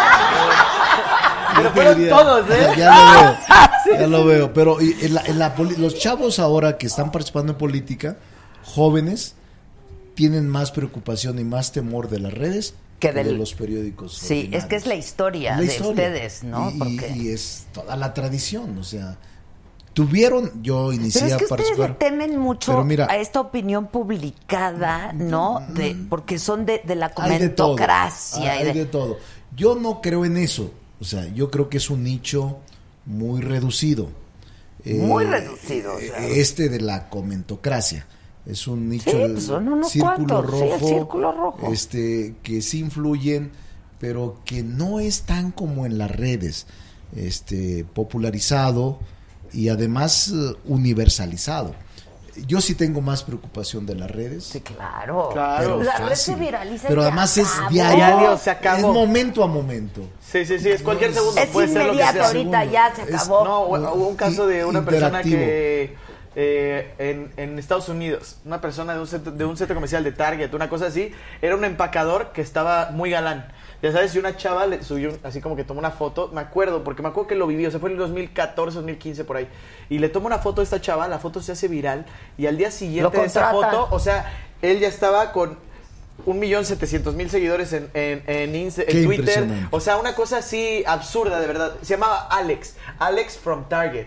Pero Yo te fueron diría- todos, ¿eh? Ya lo veo, ya lo veo. Pero y en la, en la poli- los chavos ahora que están participando en política, jóvenes, tienen más preocupación y más temor de las redes Que que del- de los periódicos. Sí, ordinarios. es que es la historia La de historia. ustedes, ¿no? Y, Porque... y es toda la tradición, o sea, tuvieron, yo inicié Pero es que a ustedes le participar. temen mucho Pero mira, a esta opinión publicada, ¿no? De, porque son de, de la hay de todo, comentocracia. hay y de- de todo. Yo no creo en eso, o sea, yo creo que es un nicho muy reducido. Muy Eh, reducido, o sea. Este de la comentocracia. Es un nicho Sí, del pues son unos círculo cuantos, sí, rojo, el círculo rojo. este que sí influyen, pero que no es tan como en las redes, este popularizado y además eh, universalizado. Yo sí tengo más preocupación de las redes. Sí, claro. Claro. La red fácil. se viraliza. Pero y además se es acabó. diario, Diario, se acabó. es momento a momento. Sí, sí, sí, es cualquier segundo. Es puede ser lo que inmediato, sea. ahorita Segundo. ya se Es- acabó. No, hubo hubo un caso de una persona Interactivo. que eh, en, en Estados Unidos, una persona de un, centro, de un centro comercial de Target, una cosa así, era un empacador que estaba muy galán. Ya sabes, y una chava le subió, así como que tomó una foto, me acuerdo, porque me acuerdo que lo viví, o sea, fue en el dos mil catorce, dos mil quince, por ahí. Y le toma una foto a esta chava, la foto se hace viral, y al día siguiente Lo de esa contratan. foto, o sea, él ya estaba con un millón setecientos mil seguidores en, en, en, Insta- Qué en Twitter. impresionante. O sea, una cosa así absurda, de verdad. Se llamaba Alex, Alex from Target.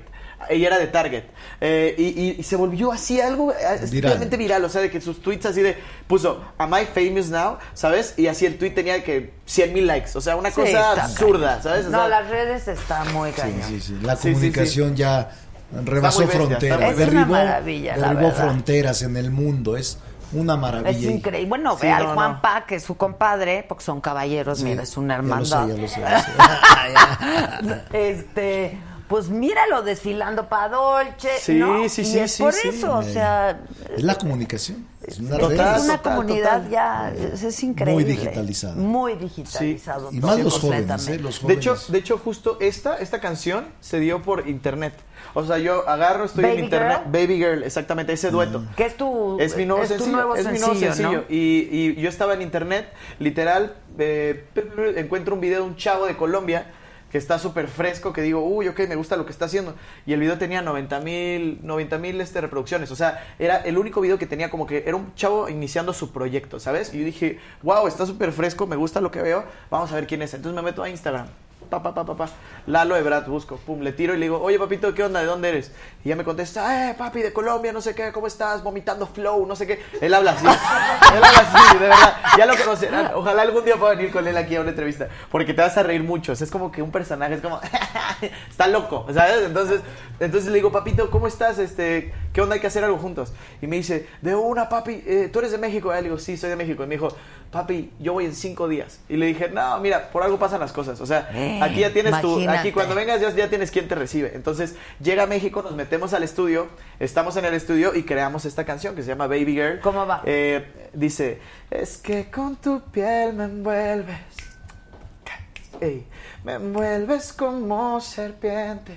Ella era de Target. Eh, y, y, y se volvió así algo realmente viral. O sea, de que sus tweets así de... Puso, am I famous now? ¿Sabes? Y así el tweet tenía que cien mil likes. O sea, una Sí, cosa está absurda, cañón. ¿sabes? O No, sea, las redes están muy cañón. Sí, sí, sí. La Sí, sí, comunicación sí. ya rebasó Está muy bestia, fronteras. está muy bestia. Es una derribó maravilla, la derribó verdad. fronteras en el mundo. Es una maravilla. Es increíble. Bueno, Sí, ve al no, Juan no. Pa, que es su compadre, porque son caballeros, Sí, mira, es una ya lo hermandad. sé, ya lo sé, ya lo sé. este, pues míralo desfilando para Dolce, Sí, ¿no? sí, y sí, es sí, por sí. eso, o sea, Es la comunicación. Es una, Total, red. es una total, comunidad total. ya, es, es increíble. Muy digitalizada. Muy digitalizado. Y todo, más los jóvenes, completamente. ¿eh? Los De jóvenes. hecho, de hecho, justo esta, esta canción se dio por internet. O sea, yo agarro, estoy Baby en internet. Girl. Baby Girl, exactamente, ese dueto. Que es tu, Es mi nuevo es tu sencillo. nuevo es mi sencillo, nuevo sencillo. ¿no? Y, y yo estaba en internet, literal, eh, encuentro un video de un chavo de Colombia que está súper fresco, que digo, uy, ok, me gusta lo que está haciendo. Y el video tenía noventa mil este, reproducciones. O sea, era el único video que tenía como que era un chavo iniciando su proyecto, ¿sabes? Y yo dije, wow, está súper fresco, me gusta lo que veo, vamos a ver quién es. Entonces me meto a Instagram. Pa, pa, pa, pa, pa. Lalo Ebrard busco, pum, le tiro y le digo, oye papito, ¿qué onda? ¿De dónde eres? Y ya me contesta, eh, papi, de Colombia, no sé qué, ¿cómo estás? Vomitando flow, no sé qué. Él habla así, él habla así, de verdad. Ya lo conocerán, ojalá algún día pueda venir con él aquí a una entrevista, porque te vas a reír mucho, o sea, es como que un personaje, es como, está loco, ¿sabes? Entonces, entonces le digo, papito, ¿cómo estás? Este, ¿qué onda? Hay que hacer algo juntos. Y me dice, de una, papi, eh, ¿tú eres de México? Y le digo, sí, soy de México. Y me dijo, papi, yo voy en cinco días. Y le dije, no, mira, por algo pasan las cosas, o sea, aquí ya tienes tu, Imagínate. aquí cuando vengas ya, ya tienes quien te recibe. Entonces llega a México, nos metemos al estudio, estamos en el estudio y creamos esta canción que se llama Baby Girl. ¿Cómo va? Eh, dice, es que con tu piel me envuelves, ey, me envuelves como serpiente,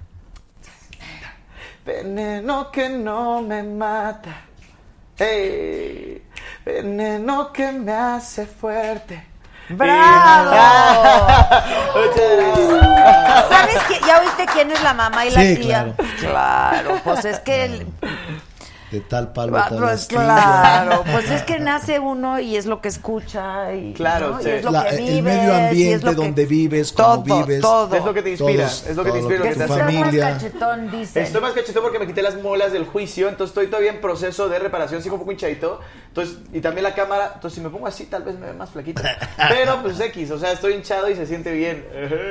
veneno que no me mata, ey, veneno que me hace fuerte. ¡Bravo! Muchas gracias. ¿Sabes qué? ¿Ya oíste quién es la mamá y la Sí, tía? claro. Claro, pues es que... el- De tal palo, Ah, tal pues astilla. claro, pues es que nace uno y es lo que escucha y, Claro, ¿no? sí. y es lo La- que el vives, medio y es ambiente lo que- donde vives, cómo todo, vives. todo. Es lo que te inspira, Todos- es lo que te todo inspira, lo Que que te si hace. estás más familia. cachetón, dice. Estoy más cachetón porque me quité las molas del juicio, entonces estoy todavía en proceso de reparación, sigo un poco hinchadito. Entonces, y también la cámara, entonces si me pongo así tal vez me ve más flaquito. Pero pues X, o sea, estoy hinchado y se siente bien.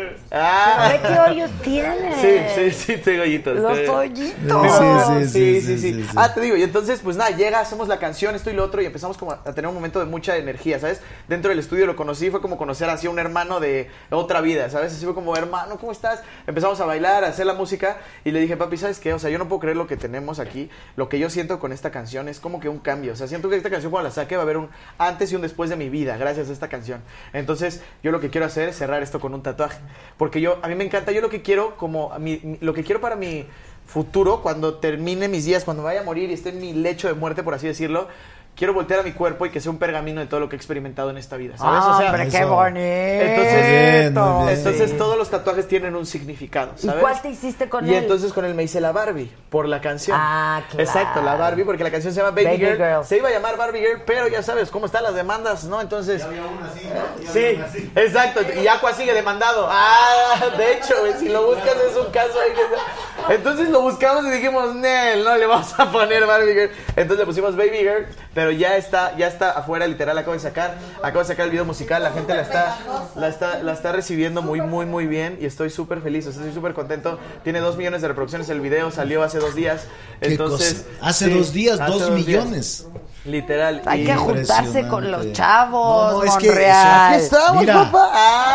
Ah. ¿Ve qué hoyos tienes? Sí, sí, sí, tengo hoyitos. Los Estoy- hoyitos. Sí, Sí, sí, sí, sí, sí. Ah, te digo, y entonces, pues nada, llega, hacemos la canción, esto y lo otro, y empezamos como a tener un momento de mucha energía, ¿sabes? Dentro del estudio lo conocí, fue como conocer así a un hermano de otra vida, ¿sabes? Así fue como, hermano, ¿cómo estás? Empezamos a bailar, a hacer la música, y le dije, papi, ¿sabes qué? O sea, yo no puedo creer lo que tenemos aquí, lo que yo siento con esta canción es como que un cambio, o sea, siento que esta canción cuando la saque va a haber un antes y un después de mi vida, gracias a esta canción. Entonces, yo lo que quiero hacer es cerrar esto con un tatuaje, porque yo, a mí me encanta, yo lo que quiero, como, mi, mi- lo que quiero para mi futuro, cuando termine mis días, cuando vaya a morir y esté en mi lecho de muerte, por así decirlo, quiero voltear a mi cuerpo y que sea un pergamino de todo lo que he experimentado en esta vida, ¿sabes? Ah, O sea, hombre, qué eso. bonito. entonces, Bien, muy bien. entonces Sí. todos los tatuajes tienen un significado, ¿Y ¿sabes? cuál te hiciste con Y él? entonces con él me hice la Barbie, por la canción. Ah, claro. Exacto, la Barbie, porque la canción se llama Baby, Baby Girl. Girl. Se iba a llamar Barbie Girl, pero ya sabes cómo están las demandas, ¿no? Entonces... Ya había una así, ¿no? Ya Sí, había una así. exacto. Y Aqua sigue demandado. Ah, de hecho, güey, si lo buscas es un caso ahí que... Entonces lo buscamos y dijimos, Nel, no le vamos a poner Barbie Girl. Entonces le pusimos Baby Girl, pero ya está, ya está afuera, literal, acabo de sacar, acabo de sacar el video musical, la gente la está, la está, la está recibiendo muy, muy, muy bien y estoy súper feliz, o sea, estoy súper contento. Tiene dos millones de reproducciones el video, salió hace dos días. ¿Qué Entonces, cosa? Hace sí, dos días, hace dos días. millones. Literal. Hay y- que juntarse con los chavos, No, no, es que, Monreal. Aquí estamos, Mira. papá.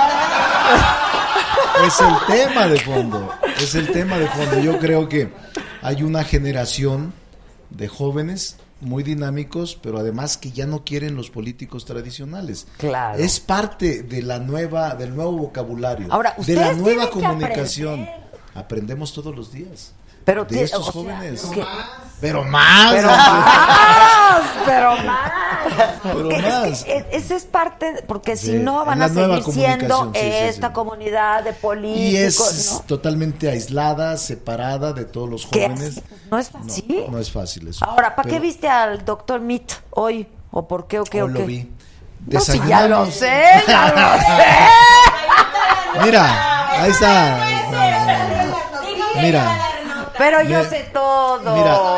Ah. Es el tema de fondo. Es el tema de fondo. Yo creo que hay una generación de jóvenes muy dinámicos, pero además que ya no quieren los políticos tradicionales. Claro. Es parte de la nueva, del nuevo vocabulario, Ahora, de la ustedes nueva tienen que comunicación. aprender. Aprendemos todos los días. Pero de tie- estos o sea, jóvenes. que- Pero más. Pero más, pero más. Pero Que es más. que, eh, eso es parte, porque si De- no van en a la nueva seguir siendo comunicación, sí, sí, esta sí. comunidad de políticos, Y es ¿no? totalmente aislada, separada de todos los ¿Qué jóvenes. así? No es fácil. No, no es fácil eso. Ahora, ¿para qué Pero viste al doctor Meat hoy? ¿O por qué o qué hoy o qué? lo vi. No, sí, ya lo Desayunamos. sé, ya lo sé. Mira, ahí está. Mira, Pero yo Me- sé todo.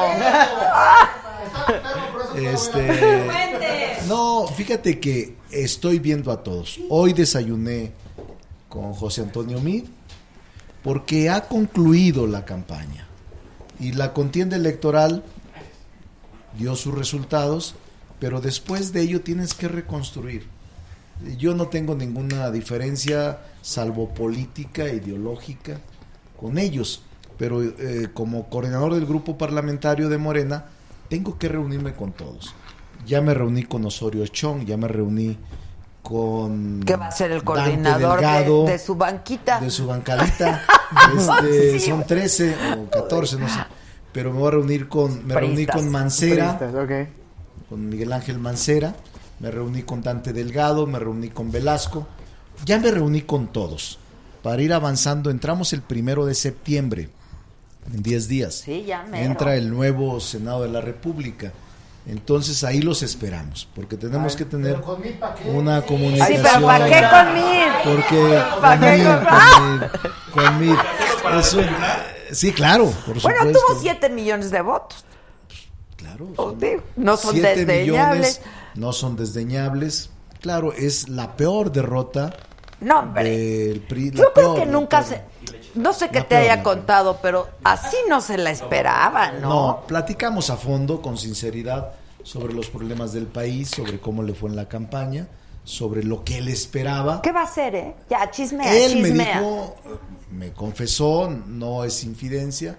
Este, no, fíjate que estoy viendo a todos. Hoy desayuné con José Antonio Meade porque ha concluido la campaña y la contienda electoral dio sus resultados, pero después de ello tienes que reconstruir. Yo no tengo ninguna diferencia salvo política, ideológica con ellos, pero eh, como coordinador del grupo parlamentario de Morena tengo que reunirme con todos. Ya me reuní con Osorio Chong, ya me reuní con ¿Qué va a ser el Dante coordinador Delgado, de, de su banquita? de su bancadita. Este, Sí, son güey. trece o catorce, no sé. Pero me voy a reunir con, me reuní Priistas. con Mancera, Priistas, ok. con Miguel Ángel Mancera, me reuní con Dante Delgado, me reuní con Velasco, ya me reuní con todos para ir avanzando. Entramos el primero de septiembre, en diez días. Sí, ya mero. Entra el nuevo Senado de la República. Entonces ahí los esperamos, porque tenemos Ay, que tener pero con mí, ¿pa' qué? una Sí, comunicación. Sí, pero ¿para qué con Mir? Porque ¿Para qué con con- Mir, con Mir, con Mir. Es un- sí, claro, por Bueno, supuesto. tuvo siete millones de votos. Claro, O digo, no son siete desdeñables. millones, no son desdeñables. Claro, es la peor derrota No, hombre. del P R I. la Yo creo peor, que la nunca peor. se... No sé qué La te peor, haya la peor. contado, pero así no se la esperaba, ¿no? No, platicamos a fondo, con sinceridad, sobre los problemas del país, sobre cómo le fue en la campaña, sobre lo que él esperaba. ¿Qué va a hacer, eh? Ya, chismea, Él me chismea. dijo, me confesó, no es infidencia,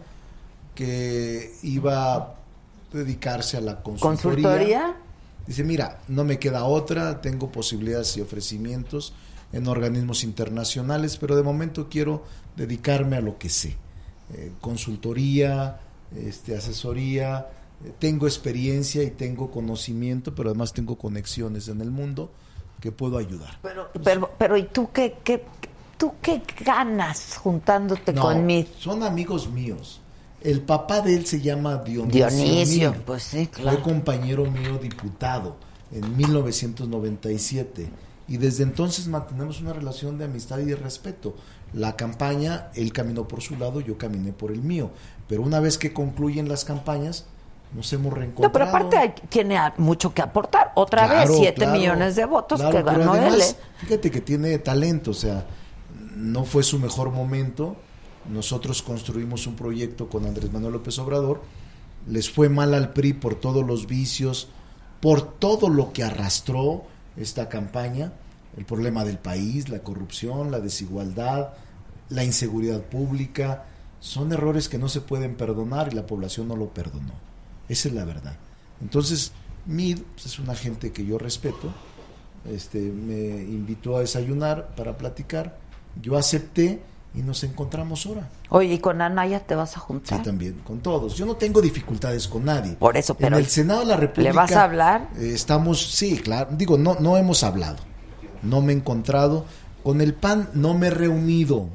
que iba a dedicarse a la consultoría. ¿Consultoría? Dice, mira, no me queda otra, tengo posibilidades y ofrecimientos en organismos internacionales, pero de momento quiero dedicarme a lo que sé. Eh, consultoría, este, asesoría, eh, tengo experiencia y tengo conocimiento, pero además tengo conexiones en el mundo que puedo ayudar. Pero, pero, pero ¿y tú qué, qué, tú qué ganas juntándote No, con mí? son amigos míos. El papá de él se llama Dionisio. Dionisio, Mir. pues sí, claro. Fue compañero mío diputado en mil novecientos noventa y siete y desde entonces mantenemos una relación de amistad y de respeto. La campaña, él caminó por su lado, yo caminé por el mío, pero una vez que concluyen las campañas nos hemos reencontrado. No, pero aparte hay- tiene a- mucho que aportar. Otra Claro, vez, siete claro, millones de votos claro, que pero ganó además, él. ¿eh? Fíjate que tiene talento, o sea, no fue su mejor momento. Nosotros construimos un proyecto con Andrés Manuel López Obrador, les fue mal al P R I por todos los vicios, por todo lo que arrastró esta campaña, el problema del país, la corrupción, la desigualdad, la inseguridad pública, son errores que no se pueden perdonar y la población no lo perdonó. Esa es la verdad. Entonces, Meade pues, es una gente que yo respeto, este, me invitó a desayunar para platicar, yo acepté y nos encontramos ahora. Oye, ¿y con Anaya te vas a juntar? Sí, también, con todos. Yo no tengo dificultades con nadie. Por eso, pero en el Senado de la República... ¿le vas a hablar? eh, estamos, sí, claro. Digo, no, no hemos hablado. No me he encontrado. Con el P A N no me he reunido,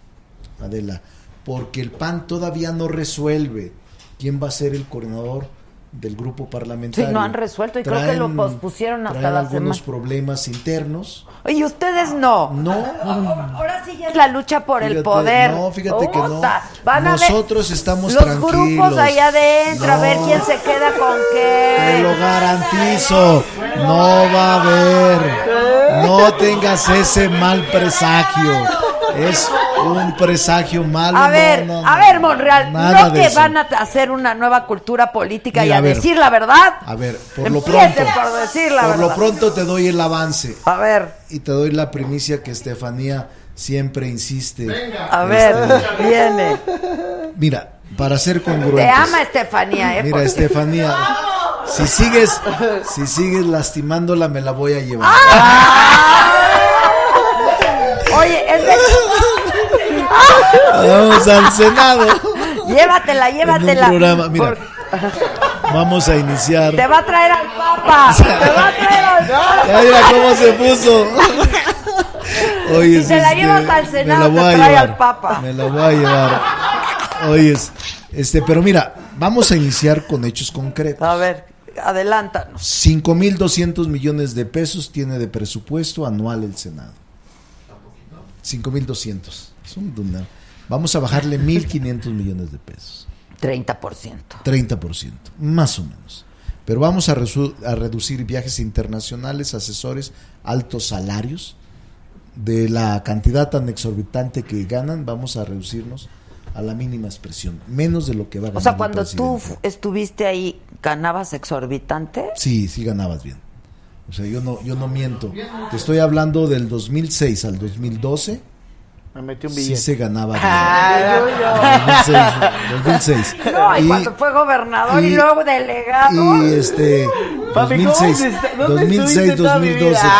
Adela, porque el P A N todavía no resuelve quién va a ser el coordinador del grupo parlamentario. Sí, no han resuelto y creo que lo pospusieron hasta traen la algunos semana. problemas internos. Oye, ustedes no. No. Ahora sí ya es la lucha por el Fíjate, poder. no, fíjate que no. Puta, Van a ver Nosotros estamos los tranquilos. grupos allá adentro, a ver No. quién se queda con qué. Te lo garantizo, no va a haber, no tengas ese mal presagio, es un presagio malo. A no, ver, no, a no, ver, Monreal, nada ¿no de que eso. van a hacer una nueva cultura política y Mira, a, a ver. decir la verdad? A ver, por lo Empiecen pronto, por decir la por verdad. lo pronto te doy el avance. A ver. Y te doy la primicia que Estefanía siempre insiste. A ver, Este, viene. Mira, para ser congruentes. Te ama Estefanía, ¿eh? Mira, Porque- Estefanía, si sigues, si sigues lastimándola, me la voy a llevar. Oye, es de... Vamos al Senado. Llévatela, En llévatela. un programa, mira, Por- vamos a iniciar. Te va a traer al Papa. Te va a traer al Papa. Ya mira cómo se puso. Oye, Si te la llevas al Senado, me la voy te a trae llevar, al Papa. Me la voy a llevar. Oye, este, pero mira, vamos a iniciar con hechos concretos. A ver, adelántanos. cinco mil doscientos millones de pesos tiene de presupuesto anual el Senado. cinco mil doscientos. Es un duna- Vamos a bajarle mil quinientos millones de pesos. treinta por ciento. treinta por ciento, más o menos. Pero vamos a, resu- a reducir viajes internacionales, asesores, altos salarios. De la cantidad tan exorbitante que ganan, vamos a reducirnos a la mínima expresión, menos de lo que va a ganar. O sea, el cuando tú presidente. fu- estuviste ahí, ¿ganabas exorbitante? Sí, sí ganabas bien. O sea, yo no, yo no miento. Te estoy hablando del dos mil seis al dos mil doce. Me metí un Sí billete. se ganaba bien. Ah, dos mil seis, dos mil seis. No, y, Y- cuando fue gobernador y, y- luego delegado. Y este Papi, ¿cómo dos mil seis, estás? ¿Dónde dos mil seis, estuviste toda mi dos mil doce. vida?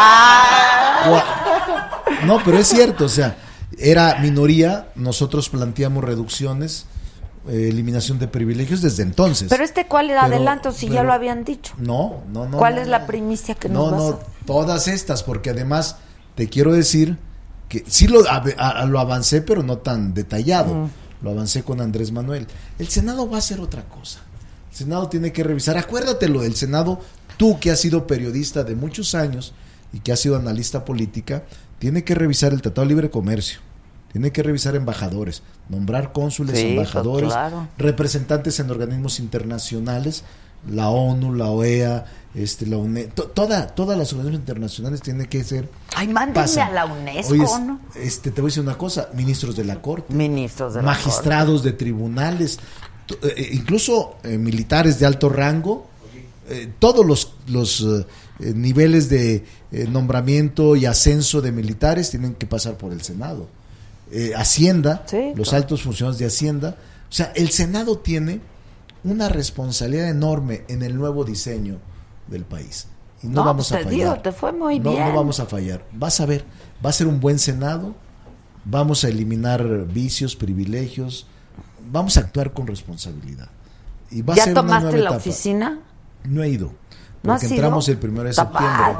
Gua- No, pero es cierto, o sea, era minoría, nosotros planteamos reducciones, eh, eliminación de privilegios desde entonces. Pero este, ¿cuál era Pero- adelanto si ya pero- lo habían dicho? No, no, no. ¿Cuál no, es no. la primicia que No, nos vas no, a... todas estas, porque además te quiero decir que sí lo, a- a- lo avancé, pero no tan detallado. Mm. Lo avancé con Andrés Manuel. El Senado va a hacer otra cosa. El Senado tiene que revisar. Acuérdatelo, el Senado, tú que has sido periodista de muchos años y que has sido analista política, tiene que revisar el Tratado de Libre Comercio. Tiene que revisar embajadores, nombrar cónsules, Sí, embajadores, pues, claro. representantes en organismos internacionales, la ONU, la O E A, este, la UNE, to- toda, todas las organismos internacionales tienen que ser. Ay, mándenme pasan. a la UNESCO, Oye, es- ¿no? este, te voy a decir una cosa, ministros de la Corte, Ministros de la magistrados de tribunales, to- eh, incluso eh, militares de alto rango, eh, todos los, los eh, eh, niveles de eh, nombramiento y ascenso de militares tienen que pasar por el Senado. Eh, Hacienda, Sí, los claro. altos funcionarios de Hacienda, o sea, el Senado tiene una responsabilidad enorme en el nuevo diseño del país. Y no, No, vamos pues a te fallar. digo, te fue muy no, bien. No vamos a fallar. Vas a ver, va a ser un buen Senado, vamos a eliminar vicios, privilegios, vamos a actuar con responsabilidad. Y va a ¿Ya ser una tomaste nueva la etapa. oficina? No he ido. ¿No Porque has ido? entramos el primero de Está septiembre.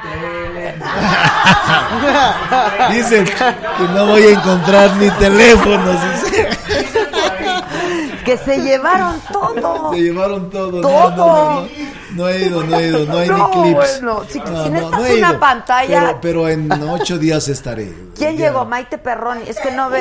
padre. Dicen que no voy a encontrar ni teléfonos. Que se llevaron todo. Se llevaron todo. Todo. No, no, no, no. No he ido, no he ido, no hay No, ni clips. bueno, si- si necesitas he una ido. pantalla- Pero, pero en ocho días estaré. ¿Quién Ya. llegó? Maite Perroni. Es que no ve.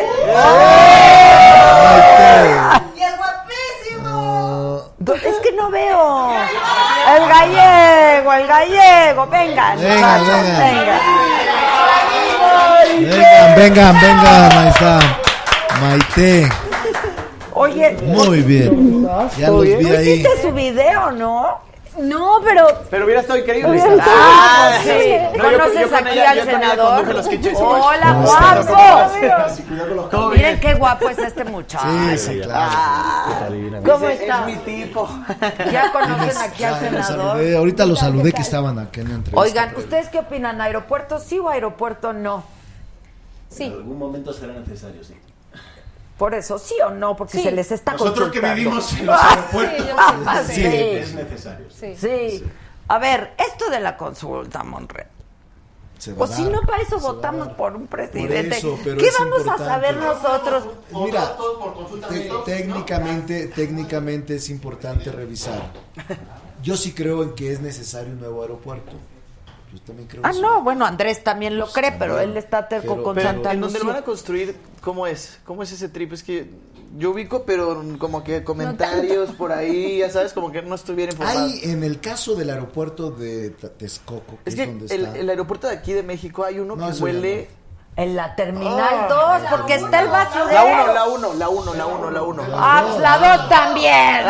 ¡Y el guapísimo! Do- Es que no veo. El gallego, el gallego. Vengan, Venga, muchachos, venga. venga. Vengan, vengan, vengan, ahí está. Maite. Oye, Muy bien. Ya los vi ¿tú ahí. hiciste su video, no? No, pero Pero hubiera estado increíble. Ah, sí. No, yo- ¿Conoces yo con aquí ella- al yo con ella senador? conduje los Kitchen Hola, ¿Cómo estás? guapo. Todo Miren bien. qué guapo es este muchacho. Sí, sí, claro. ¿Cómo Dice, estás? Es mi tipo. ¿Ya conocen aquí al Ya, los senador? saludé. Ahorita los saludé que estaban acá en la entrevista. Oigan, ¿ustedes qué opinan? ¿Aeropuerto sí o aeropuerto no? sí. algún momento será necesario, sí. Por eso, ¿sí o no? Porque Sí. se les está Nosotros que consultando. vivimos en los aeropuertos, Sí, yo Ah, sí, sí. sí. es necesario. Sí. Sí. A ver, esto de la consulta, Monreal. Se va O a si dar, no, para eso se va a votamos dar. por un presidente. Por eso, pero ¿Qué es vamos importante. a saber nosotros? Mira, Todo por consulta te- médica. técnicamente, técnicamente es importante revisar. Yo sí creo en que es necesario un nuevo aeropuerto. Yo también creo Ah, eso. no, bueno, Andrés también lo Pues cree, también. pero él está terco Pero- con pero- Santa ¿En dónde lo van a Lucía. construir? ¿Cómo es? ¿Cómo es ese trip? Es que yo ubico, pero como que comentarios por ahí, ya sabes, como que no estoy bien informado. Hay, en el caso del aeropuerto de Ta- Texcoco, que Es es, que donde el, está. el aeropuerto de aquí de México hay uno No, que eso ya huele... En la Terminal dos, porque está el basurero. La uno, la uno, la uno, la uno, la uno. Ah, pues la dos también.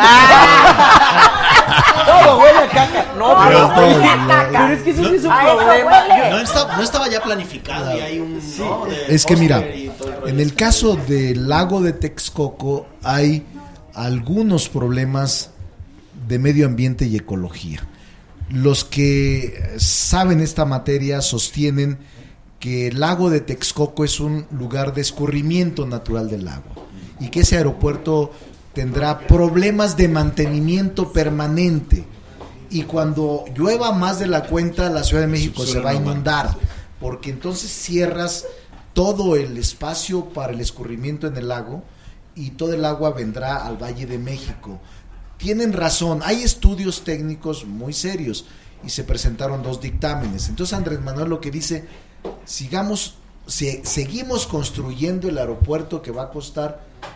Todo huele a caca. No, Todo pero, huele a caca. pero es que eso sí es un A eso problema. huele. No, está- no estaba ya planificado y hay un... ¿no? de Es que mira, Oscar y todo el rollo. en el caso del lago de Texcoco hay algunos problemas de medio ambiente y ecología. Los que saben esta materia sostienen que el lago de Texcoco es un lugar de escurrimiento natural del agua y que ese aeropuerto tendrá problemas de mantenimiento permanente y cuando llueva más de la cuenta la Ciudad de México se va a inundar porque entonces cierras todo el espacio para el escurrimiento en el lago y todo el agua vendrá al Valle de México. Tienen razón, hay estudios técnicos muy serios y se presentaron dos dictámenes. Entonces Andrés Manuel lo que dice, sigamos, se, seguimos construyendo el aeropuerto que va a costar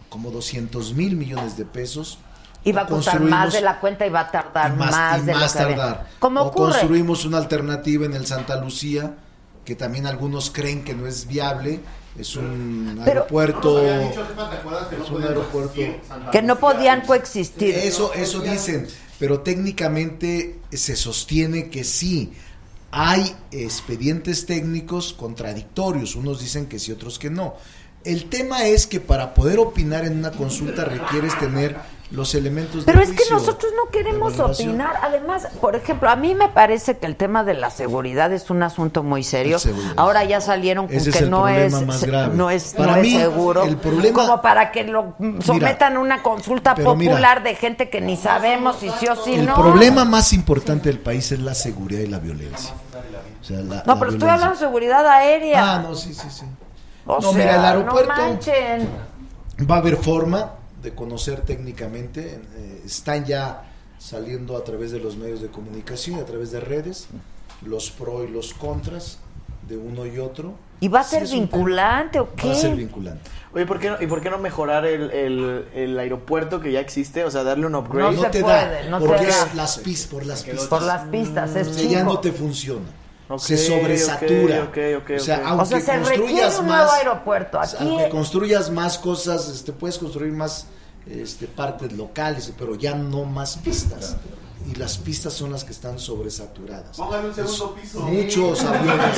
como doscientos mil millones de pesos. Iba a costar más de la cuenta y va a tardar y más, más y de más lo que había. tardar. ¿Cómo o ocurre? construimos una alternativa en el Santa Lucía, que también algunos creen que no es viable. Es un Pero, aeropuerto, es un aeropuerto que no podían coexistir. Eso, eso dicen, pero técnicamente se sostiene que sí. Hay expedientes técnicos contradictorios, unos dicen que sí, otros que no. El tema es que para poder opinar en una consulta requieres tener los elementos Pero de es que juicio, nosotros no queremos de valoración. opinar. Además, por ejemplo, a mí me parece que el tema de la seguridad es un asunto muy serio. Ahora ya salieron con Ese es que el no es, problema más grave. no es, Para no mí, es seguro. el problema- como para que lo sometan a una consulta pero mira, popular de gente que ni sabemos si sí o si El no. problema más importante del país es la seguridad y la violencia. O sea, la- No, la pero estoy violencia. hablando de seguridad aérea. Ah, no, sí, sí, sí. O No, sea, mira, el aeropuerto- no manchen. Va a haber forma de conocer técnicamente, eh, están ya saliendo a través de los medios de comunicación, a través de redes, los pro y los contras de uno y otro. ¿Y va a Sí, ser es un vinculante o qué? Va a ser vinculante. Oye, ¿por qué no, ¿y por qué no mejorar el, el, el aeropuerto que ya existe? O sea, darle un upgrade. No se te puede, da, no te porque da. es las pis, por las pistas. Por las pistas, es O sea, ya chico. no te funciona. Ok, se sobresatura. ok, ok, ok, o sea, ok. aunque O sea, se requiere construyas un más, nuevo aeropuerto. Aquí aunque construyas más cosas, este, puedes construir más este, partes locales, pero ya no más pistas. Y las pistas son las que están sobresaturadas. Póngale un segundo piso. Muchos aviones.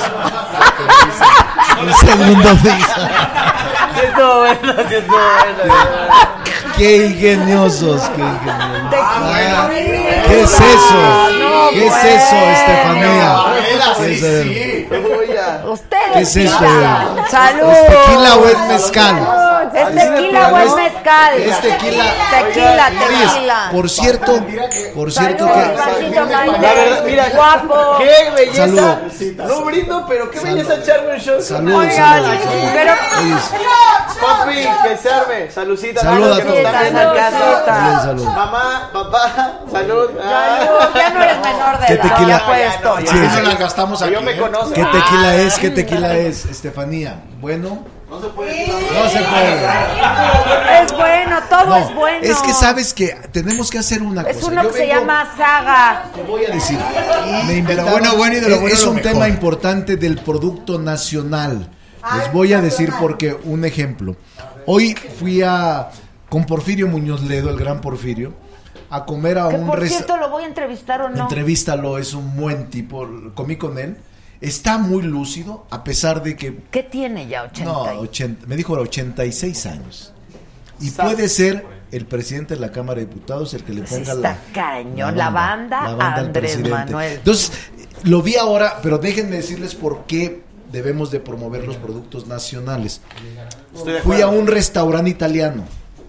Un segundo piso. Sí, estuvo bueno, sí, estuvo bueno. Qué ingeniosos, qué ingeniosos. Te Ah, quiero. ¿Qué es eso? No, ¿Qué es bueno. eso, Estefanía? Era, ¿Qué sí, es eso? sí. Ustedes ¿Qué es eso? pidan. ¡Salud! ¿Es tequila o es mezcal? Salud. ¿Es tequila o es mezcal? Es tequila. Tequila, Oye, tequila. por cierto, por cierto Salud, que Francisco La Maite. verdad, mira, Guapo. qué belleza. Salud. No brindo, pero qué Salud. belleza echarme un shot. Salud, Oigan, salud, salud. pero- Oye, Papi, que se arme. Saludcita. Salud a a los que nos todos. están viendo en Salud, casa. salud, salud. Mamá, papá, salud. Salud, ya no eres menor de ¿Qué edad. tequila? Ya puedes todo. Sí, No sí. las gastamos aquí. Yo me ¿eh? conozco. ¿Qué tequila es? ¿Qué tequila es, Estefanía? ¿Bueno? No se puede. No se puede. Es bueno, todo No, es bueno. es que sabes que tenemos que hacer una Es cosa. uno Yo que se vengo- llama Saga. Te voy a decir. Me De invitaron- lo bueno, bueno y de lo es- bueno, es lo un mejor. tema importante del producto nacional. Les voy a decir porque un ejemplo. Hoy fui a con Porfirio Muñoz Ledo, el gran Porfirio, a comer a Que un por restaurante. cierto, ¿lo voy a entrevistar o no? Entrevístalo, es un buen tipo. Comí con él. Está muy lúcido, a pesar de que ¿Qué tiene ya? ochenta. no, ochenta, me dijo ochenta y seis años. Y puede ser el presidente de la Cámara de Diputados el que le Pues ponga está la, cañón. La banda, al Andrés presidente. Manuel. Entonces, lo vi ahora, pero déjenme decirles por qué debemos de promover los productos nacionales. Estoy de Fui acuerdo. a un restaurante italiano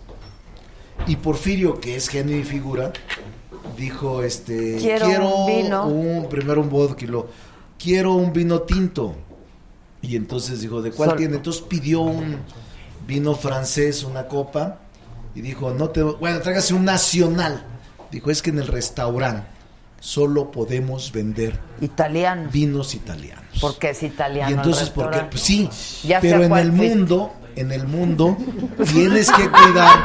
y Porfirio, que es genio y figura, dijo, este, Quiero quiero, un vino. un- primero un vodka y luego, quiero un vino tinto. Y entonces dijo, ¿de cuál Sol- tiene? Entonces pidió un vino francés, una copa, y dijo, no te, bueno, tráigase un nacional. Dijo, es que en el restaurante solo podemos vender Italiano. vinos italianos. Porque es italiano. Y el entonces, ¿por qué? restaurante. Pues sí, Ya sé pero a en cuál el fuiste. mundo, en el mundo, tienes que cuidar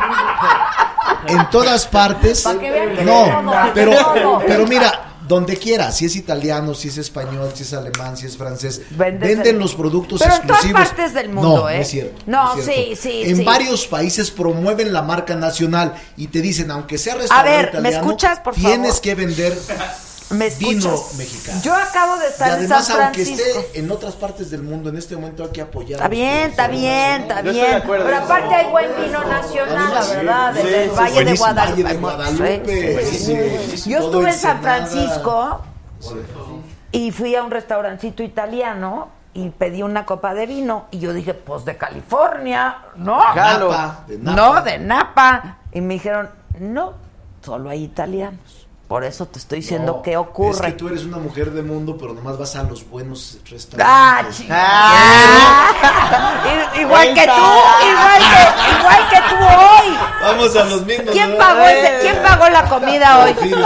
en todas partes. Pa' que vean que No, de todo, pero, de todo. pero mira, donde quiera, si es italiano, si es español, si es alemán, si es francés, Vendes venden el- los productos Pero en todas exclusivos. partes del mundo, no, ¿eh? No, es cierto. No, es cierto. sí, sí, En sí. varios países promueven la marca nacional y te dicen, aunque sea A restaurante ver, ¿me italiano, escuchas, por tienes favor? que vender ¿Me vino escuchas? mexicano. Yo acabo de Y estar en además, San aunque Francisco. esté en otras partes del mundo, en este momento hay que apoyar. Está bien, está bien, está Yo estoy de bien. acuerdo. Pero aparte hay buen vino nacional, la Además, verdad, sí, desde el sí, Valle de buenísimo. Guadalupe. Valle de Guadalupe, Sí, sí, sí, sí. Yo todo estuve en San Ensenada. Francisco y fui a un restaurancito italiano y pedí una copa de vino y yo dije, pues de California, ¿no? Jalo. Napa, de Napa. No, de Napa. Y me dijeron, no, solo hay italianos. Por eso te estoy diciendo No, qué ocurre. Es que tú eres una mujer de mundo, pero nomás vas a los buenos Ah, restaurantes. chingada. I- igual que tú, igual que, igual que tú hoy. Vamos a los mismos. ¿Quién ¿no? pagó ese, quién pagó la comida hoy? Porfirio.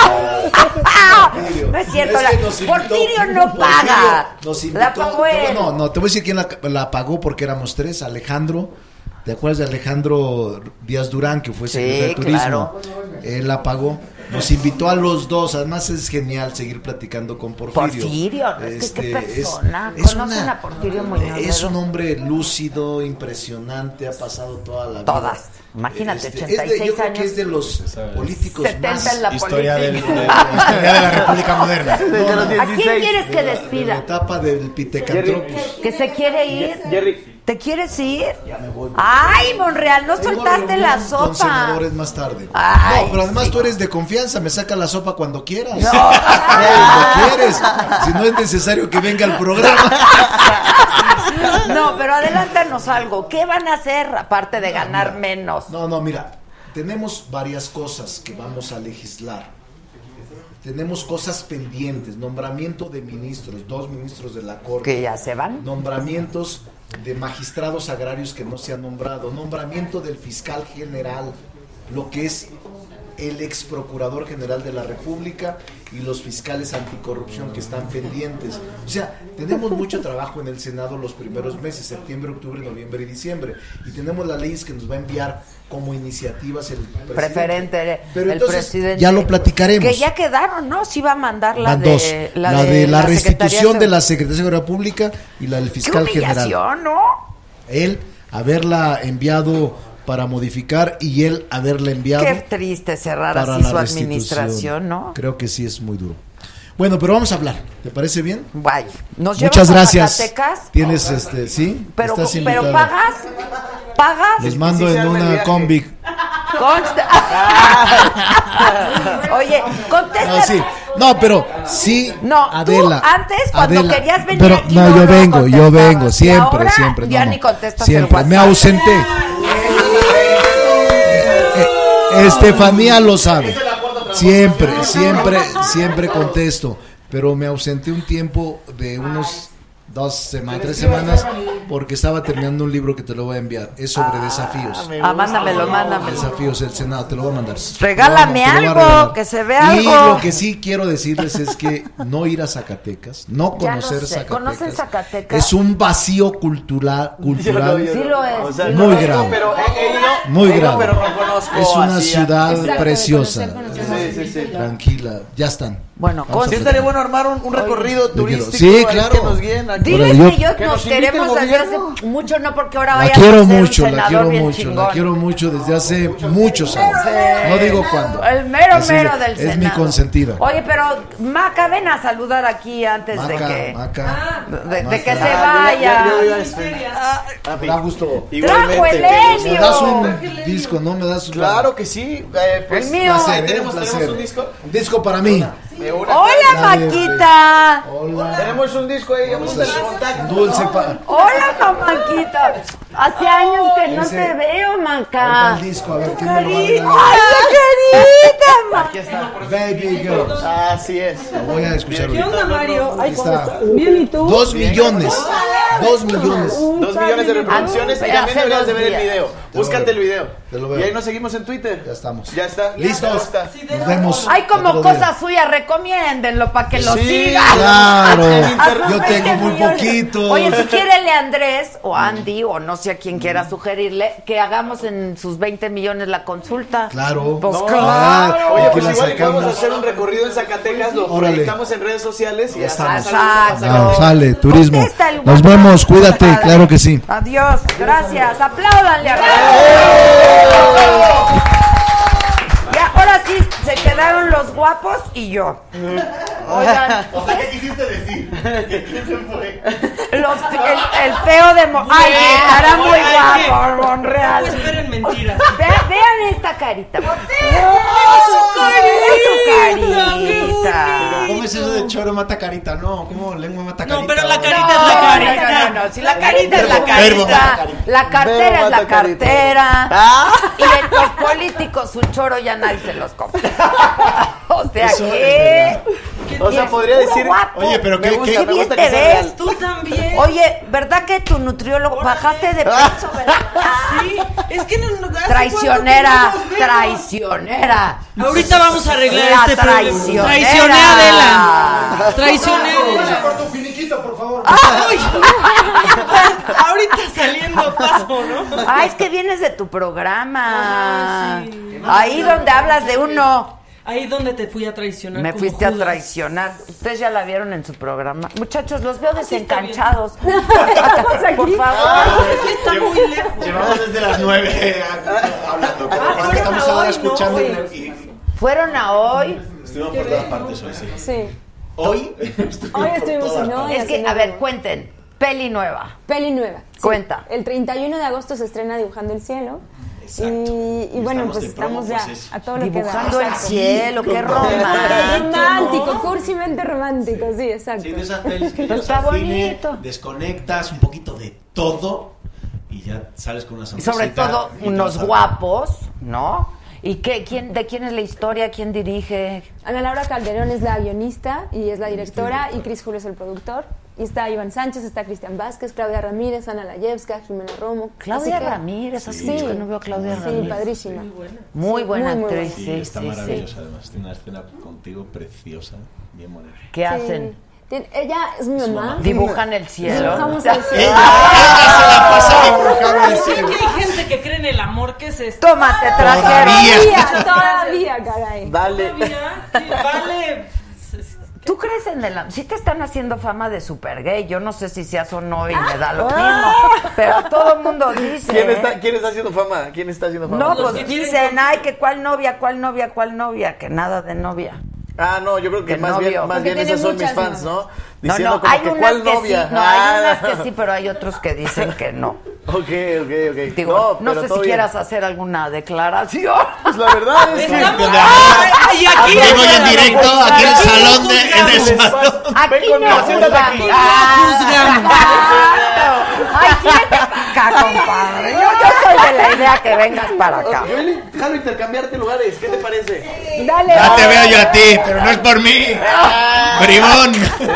¡Ah! No es cierto, Es que la- nos invitó- Porfirio no paga. Porfirio nos invitó- La pagó él. No, no, te voy a decir quién la, la pagó porque éramos tres, Alejandro, ¿Te acuerdas de Alejandro Díaz Durán, que fue secretario Sí, de Turismo? claro. Él la pagó. Nos invitó a los dos. Además es genial seguir platicando con Porfirio. Porfirio, es Este, que qué persona. es- es ¿Conocen una- a Porfirio Muñoz Es Ledo? un hombre lúcido, impresionante, ha pasado toda la vida. Todas. Imagínate, Este, ochenta y seis es de- yo creo años. que es de los políticos setenta más... en la historia política. del- de- historia de la República Moderna. Sí, de los ¿A quién quieres que De la- despida? de la etapa del Pitecantropus. ¿Que se quiere ir? Jerry. ¿Te quieres ir? Ay, Monreal, no soltaste la Con sopa. senadores más tarde. Ay, no, pero además tú eres de confianza, me saca la sopa cuando quieras. No. Cuando quieres. Si no es necesario que venga al programa. No, pero adelántanos algo. ¿Qué van a hacer aparte de ganar menos? No, no, mira, tenemos varias cosas que vamos a legislar. Tenemos cosas pendientes, nombramiento de ministros, dos ministros de la Corte. Que ya se van. Nombramientos de magistrados agrarios que no se han nombrado, nombramiento del fiscal general, lo que es el ex procurador general de la República y los fiscales anticorrupción que están pendientes. O sea, tenemos mucho trabajo en el Senado los primeros meses, septiembre, octubre, noviembre y diciembre. Y tenemos las leyes que nos va a enviar como iniciativas el presidente. Preferente, Pero el entonces, presidente. ya lo platicaremos. Que ya quedaron, ¿no? Sí va a mandar la Van de dos, la, de la, restitución Secretaría de la Secretaría de Seguridad Pública y la del fiscal ¡Qué general. humillación, ¿no? Él haberla enviado para modificar y él haberla enviado Qué triste cerrar para así la su restitución. administración, ¿no? Creo que sí es muy duro. Bueno, pero vamos a hablar. ¿Te parece bien? Vaya. ¿Nos llevas Muchas a gracias. Zacatecas? Tienes este, sí, Pero, estás pero invitada. pagas, pagas. Les mando en una combi. Consta. Oye, contesta. No, sí. No, pero sí, No, Adela. tú antes cuando Adela, querías venir pero, aquí no, no, yo no vengo, yo contestabas. vengo, Y siempre, ahora siempre. No, ya no. ni contestas Siempre, el me WhatsApp. ausenté. Eh, Estefanía lo sabe. Siempre, siempre, siempre contesto. Pero me ausenté un tiempo de unos dos semanas, tres semanas, porque estaba terminando un libro que te lo voy a enviar. Es sobre desafíos. Ah, mándamelo, mándamelo. Desafíos del Senado, te lo voy a mandar. Regálame Te lo voy a algo, regalar. que se vea Y algo. lo que sí quiero decirles es que no ir a Zacatecas, no Ya lo conocer sé. Zacatecas, ¿Conocen Zacatecas? es un vacío cultural, cultural Sí lo es. O sea, sí muy lo es. grave. Pero he, he ido, Muy he ido, grave. pero no conozco Es una así, ciudad Exacto, preciosa. Sí, sí, sí. Tranquila, ya están. Bueno, Vamos a Sí, platicar. estaría bueno armar un, un recorrido Yo quiero- turístico. sí, ahí claro. Que nos guíen aquí. Diles Órale, que yo- yo Que nos nos invite el queremos desde hace gobierno. mucho, no porque ahora La vayas quiero a ser mucho, un la senador quiero bien mucho, chingón. la quiero mucho desde hace muchos años. No digo cuándo. El mero Así mero de- del es Senado. mi consentida. Oye, pero Maca, ven a saludar aquí antes de Maca, que Maca, de, de Maca. que se Ah, vaya. yo- yo- yo iba a decir. Ah, Me da gusto. Trajo el Me Enio. das un disco, ¿no? Me das un... Claro que sí. Eh, pues, El mío. placer, ¿eh? ¿Tenemos, Un tenemos placer. un disco. Un disco para mí. De una- Hola, Nadie, Maquita. Hola. Tenemos un disco ahí. Vamos a hacer contacto. Dulce pa... Hola, Maquita. Hace años que no Ese- te veo, Ahí Maca. está el disco, a ver, ¿quién me lo va a ¡Ay, regalar? la carita, Maca! Aquí está. Baby Girls. Así es. Lo voy a escuchar ahorita. onda, Mario? Aquí está. Bien, ¿y tú? Dos millones. Dos millones. Dos millones de reproducciones y Hace también deberías dos de ver el días. video. Te lo Búscate veo. el video. Te lo veo. Y ahí nos seguimos en Twitter. Ya estamos. Ya está. ¿Listos? Ya está. Nos vemos. Hay como otro día. cosas suyas, recomiéndenlo para que lo Sí, sigan. Claro. A sus Yo veinte tengo muy millones. poquito. Oye, si quiere le Andrés o Andy o no sé a quién quiera sugerirle que hagamos en sus veinte millones la consulta. Claro. Pues No, claro. ah, Oye, aquí pues la igual y podemos sacamos. hacer un recorrido en Zacatecas, lo Órale. proyectamos en redes sociales y ya estamos. Exacto. No, sale, turismo. Contesta el Nos WhatsApp. vemos, cuídate, Dale. claro que sí. Adiós, gracias. Apláudanle a Ya, ahora sí, se quedaron los guapos y yo. Oigan, O sea, ¿qué quisiste decir? ¿Que quién se fue? los, el, el feo de... Mo Ay, estará muy guapo, Monreal. No esperen mentiras. Ve, vean esta carita. ¡Oh, su carita! ¿Cómo es eso de choro mata carita? No, ¿cómo lengua mata carita? No, pero la No, carita es la carita. no, no, no, si la carita es la Verbo mata carita, carita. la cartera Verbo es la mata carita. cartera, Ah. y de los políticos su choro ya nadie se los compra. O sea Eso es que... O sea, y podría es puro decir, guapo. Oye, pero me qué, gusta, qué, Qué me bien gusta te que sea ves. real. Tú también. Oye, ¿verdad que tu nutriólogo bajaste de peso, verdad? Sí, es que no, no, ¿hace Traicionera, cuánto que no nos vemos? traicionera. Ahorita vamos a arreglar La este problema. traicionera. Traicioné a Adela. Traicioné a Adela. Por tu finiquito, por favor. Ay, ahorita saliendo paso, ¿no? Ah, es que vienes de tu programa. Ajá, sí. Ahí donde hablas de uno. Ahí donde te fui a traicionar. Me como fuiste a Judas. traicionar. Ustedes ya la vieron en su programa. Muchachos, los veo Así está desencanchados. bien. Por favor. Ah, Es que está muy lejos. Llevamos desde las nueve hablando. Pero Ah, cuando estamos fueron ahora hoy, escuchando. no, y- güey. y- Fueron a hoy. Estuvimos por todas partes hoy, sí. Sí. Hoy estuvimos Hoy por estuvimos todas en hoy. partes. Es que, a ver, cuenten. Peli nueva. Peli nueva. Sí. Cuenta. El treinta y uno de agosto se estrena Dibujando el cielo. Exacto. Y, y bueno, Estamos pues de promo, estamos ya pues eso. a todo lo que da. Dibujando el Exacto. cielo, qué Romántico, romántico. cursimente romántico, sí, exacto. Sí, de esas pelis que Pues llegas está al cine, bonito. desconectas un poquito de todo y ya sales con una Y sonrisita. sobre todo y te unos vas a- guapos, ¿no? ¿Y qué, quién, de quién es la historia? ¿Quién dirige? Ana Laura Calderón es la guionista y es la directora, y Cris Julio es el productor. Y está Iván Sánchez, está Cristian Vázquez, Claudia Ramírez, Ana Layevska, Jimena Romo. Claudia Así que- Ramírez, hace Sí. mucho que no veo a Claudia Sí, Ramírez. padrísima. Muy buena Muy, muy actriz, Sí, sí, está sí, maravillosa sí. además. Tiene una escena contigo preciosa, bien bonita. ¿Qué hacen? Tien- Ella es mi mamá. ¿Dibujan el cielo? Dibujamos el cielo. Ella se la pasa dibujando el Es cielo. que hay gente que cree en el amor. ¿Qué es esto? Toma, te trajeron. Todavía, todavía, caray. Dale. Todavía, sí, vale. ¿Tú crees en el amor? Sí te están haciendo fama de super gay. Yo no sé si seas o no y me da lo mismo. Pero todo el mundo dice. ¿Quién está, ¿Quién está haciendo fama? ¿Quién está haciendo fama? No, Los pues que quieren dicen, ay, que cuál novia, cuál novia, cuál novia, que nada de novia. Ah, no, yo creo que Que más novio. bien, más Porque bien tiene esos son mis muchas fans, ¿no? No, Diciendo no, como hay que unas cuál que novia. sí, no, Ah. hay unas que sí, pero hay otros que dicen que no. Ok, ok, ok. Digo, no, pero sé todo si bien. quieras hacer alguna declaración. Pues la verdad es que... Estamos. Donde Ay, aquí Aquí voy en no, directo, no, aquí en el aquí no salón de, en el juzgamos. salón. Aquí Ven conmigo, no siéntate juzgan. aquí. Ah, exacto. Ay, siéntate para acá, compadre. Yo, yo soy de la idea que vengas para acá. Yo le jalo intercambiarte lugares, ¿qué te parece? Dale. Ya te veo yo a ti, pero no es por mí. Bribón.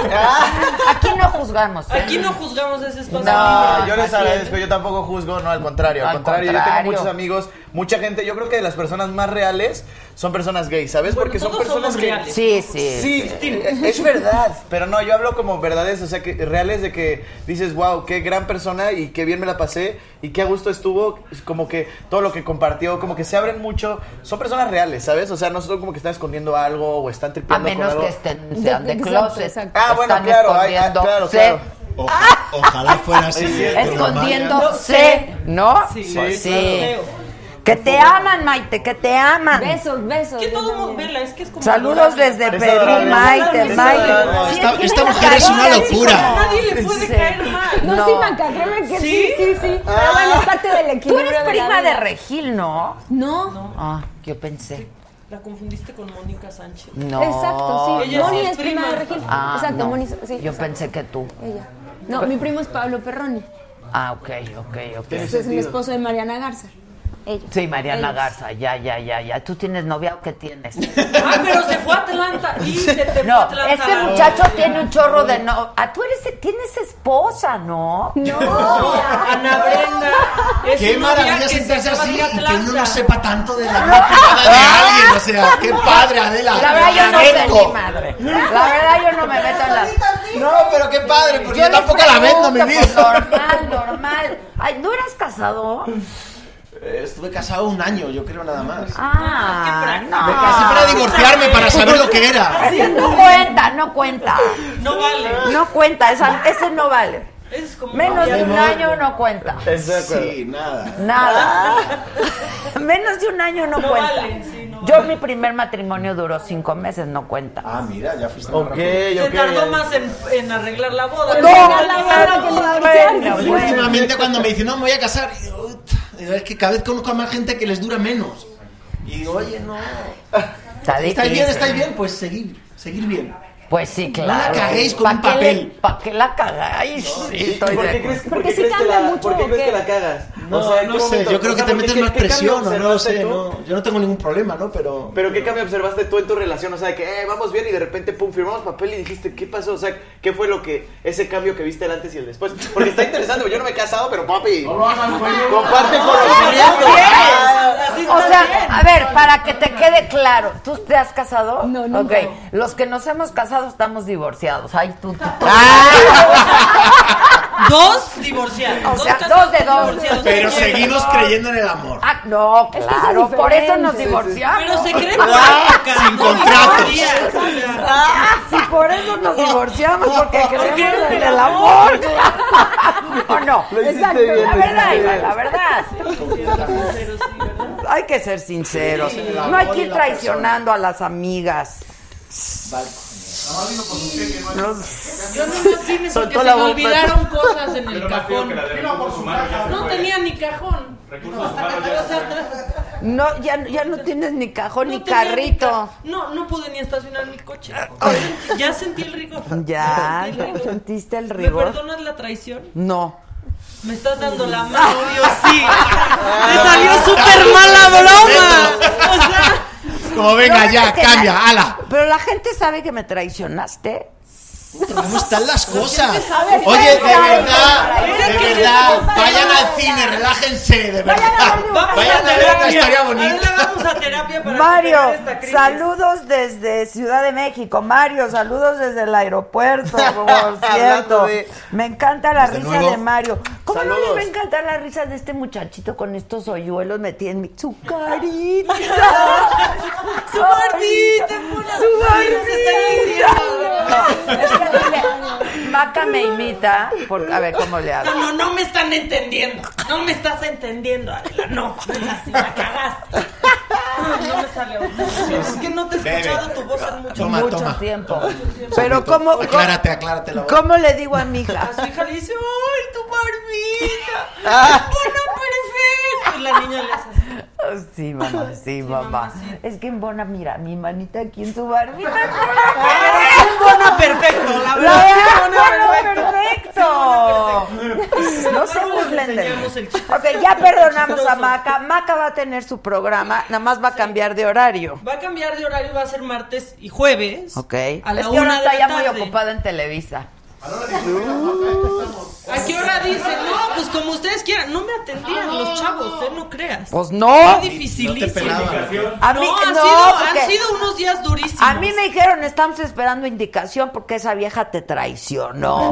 Aquí no juzgamos. ¿eh? Aquí no juzgamos ese espacio No, libre. Yo les agradezco, yo tampoco juzgo, no, al contrario, al, Al contrario, yo contrario. tengo muchos amigos, mucha gente, yo creo que de las personas más reales son personas gays, ¿sabes? Bueno, Porque son todos personas somos que... reales. Sí, sí. Sí, es verdad, pero no, yo hablo como verdades, o sea, que reales de que dices, wow, qué gran persona y qué bien me la pasé y qué a gusto estuvo, como que todo lo que compartió, como que se abren mucho, son personas reales, ¿sabes? O sea, no son como que están escondiendo algo o están A tripeando con menos algo. que estén, sean de Exacto, closet. exacto. Ah, bueno, Están claro, ay, ah, claro, escondiéndose. claro. Oja- ojalá fuera así. Escondiéndose, ¿no? Sí, Pues sí, sí. claro. Que te aman, Maite, que te aman. Besos, besos. Que yo todo mundo también. vela, es que es como. Saludos adorable. desde Es Perú, adorable. Maite, Es Maite. adorable. Sí, Esta- tiene esta una mujer es una carita locura. A nadie le puede Sí. caer mal. No, No. sí, Maca, créeme que sí, ¿Sí? sí, sí. Pero bueno, es parte del Tú equilibrio. eres de la prima de vida. Regil, ¿no? No. Ah, yo pensé. La confundiste con Mónica Sánchez. No. Exacto, sí. Ella Moni sí es es prima de prima. Regil. Ah, Exacto, no. Moni, sí. Yo pensé que tú. Ella. No, mi primo es Pablo Perroni. Ah, ok, ok, ok. Ese es el esposo de Mariana Garza. Ella. Sí, Mariana Ellos. Garza, ya, ya, ya, ya. ¿Tú tienes novia o qué tienes? Ah, pero se fue a Atlanta. Y se te fue No, a Atlanta. este muchacho tiene un chorro de no. Ah, tú eres, tienes esposa, ¿no? No. Ana Brenda. Es Qué su novia maravilla que se sentarse acaba así de ir a y que uno Atlanta. no sepa tanto de la vida privada de alguien. O sea, qué padre, Adela. La verdad yo no sé Agradezco. ni madre. La verdad yo no me meto en la. No, pero qué padre, porque yo, les tampoco la vendo, mi pregunto, vida. pues, normal, normal. Ay, ¿no eras casado? Eh, Estuve casado un año, yo creo, nada más. Ah, no. Me casé para divorciarme, para saber lo que era. No cuenta, no cuenta. No vale. No cuenta, esa- ese no vale. Es como. Menos de un no. año no cuenta. Estoy de acuerdo. Sí, nada. Nada. Menos de un año no, No cuenta. vale, sí, no Yo vale. mi primer matrimonio duró cinco meses, no cuenta. Ah, mira, ya fuiste. Ok, Se ok. tardó más en, en arreglar la boda. No, Arreglar la no, boda. no, Bueno, Y últimamente cuando me dicen, no, me voy a casar, y digo, "Ut", digo, es que cada vez conozco a más gente que les dura menos. Y digo, oye, no. Está ¿Estáis difícil. bien? ¿Estáis bien? Pues seguir, seguir bien. Pues sí, No claro. la caguéis con ¿Pa' un qué le- papel. ¿Para qué la cagáis? Sí, estoy ¿Por de qué acuerdo. crees, por Porque qué sí crees que cambia la, mucho, ¿por qué ¿o crees qué? que la cagas? No, O sea, ¿en no qué sé, momento? yo creo O que sea, te porque metes ¿qué- más qué cambio presión, o no lo observaste sé, tú? no, yo no tengo ningún problema, ¿no? Pero... Pero ¿qué cambio observaste tú en tu relación? O sea, de que eh, vamos bien y de repente, pum, firmamos papel y dijiste, ¿qué pasó? O sea, ¿qué fue lo que, ese cambio que viste el antes y el después? Porque está interesante, yo no me he casado, pero papi, comparte conocimiento. Ah, así O está sea, bien. a ver, para que te quede claro, ¿tú te has casado? No, nunca. Ok, los que nos hemos casado estamos divorciados. Ay, tú, tú, tú. Dos divorciados. O sea, casados, dos de dos. divorciados. Pero Sí, seguimos no. creyendo en el amor. Ah, no, que claro, es por eso nos diferente. divorciamos. Pero se cree Ah, por sin contratos. Ah, sí, por eso nos divorciamos, porque creemos creen en en el el amor. claro. ¿O no? Lo hiciste Exacto, bien, la lo verdad, hiciste Iván, bien. la verdad. Hay que ser sinceros. No hay que ir traicionando a las amigas. Los- Yo no nací ni porque Soltó se la me bomba. olvidaron cosas en el Pero más cajón. que la de recursos humanos ya se No fue. tenía ni cajón. Recursos humanos ya se fue. No, ya, ya no tienes ni cajón No ni tenía carrito. ca- No, no pude ni estacionar mi coche. Ya sentí el rigor. Ya, Sentí el rigor. ¿sentiste el ¿Me rigor? perdonas la traición? No. Me estás dando la mano, Dios, sí. Me salió súper mal la broma. O sea, Como venga No, ya, es que cambia, la- ala. Pero la gente sabe que me traicionaste. ¿Cómo están las cosas? sabe, Oye, de sabe, verdad, sabe. de verdad, vayan al cine, relájense, de verdad. vamos Vayan a a ver una terapia. historia Adela, bonita. vamos a terapia para Mario, superar esta crisis. saludos desde Ciudad de México. Mario, saludos desde el aeropuerto, por Hablando cierto. de- Me encanta la Desde risa luego. de Mario. ¿Cómo no Saludos. les va a encantar la risa de este muchachito con estos hoyuelos metidos en mi... ¡Su carita! Su barbita, ¡Su barbita! Maca me imita. Por... A ver, ¿cómo le hago? No, no, no me están entendiendo. No me estás entendiendo, Adela. No, no es así, la cagaste. No, no me sale aún. Es que no te he Bebe. escuchado tu voz en mucho Toma, Mucho toma. tiempo. Pero ¿cómo, cómo, Aclárate, aclárate la voz. ¿cómo le digo a mi hija? A su hija le dice, ¡ay, tu barbita! ¡Bueno, perfecto! Y la niña le hace así. Sí, mamá, sí, mamá. mamacita. Es que en Bona, mira, mi manita aquí en su barbita. Es un bono perfecto, la ¡La verdad. es un bono verdad, perfecto! No se Luego les burlen de mí. enseñamos el chiste. Ok, ya perdonamos a Maca. Maca va a tener su programa, nada más va a cambiar de horario. Va a cambiar de horario, va a ser martes y jueves. Ok. A la Es que ahora una de está la ya muy tarde. ocupada en Televisa. ¿A qué hora dicen? No, pues como ustedes quieran. No me atendían los chavos, ¿eh? No creas. Pues no. Fue dificilísimo. No te pelaban. A No, mí, han, no, sido, porque han sido unos días durísimos. a mí me dijeron, estamos esperando indicación porque esa vieja te traicionó.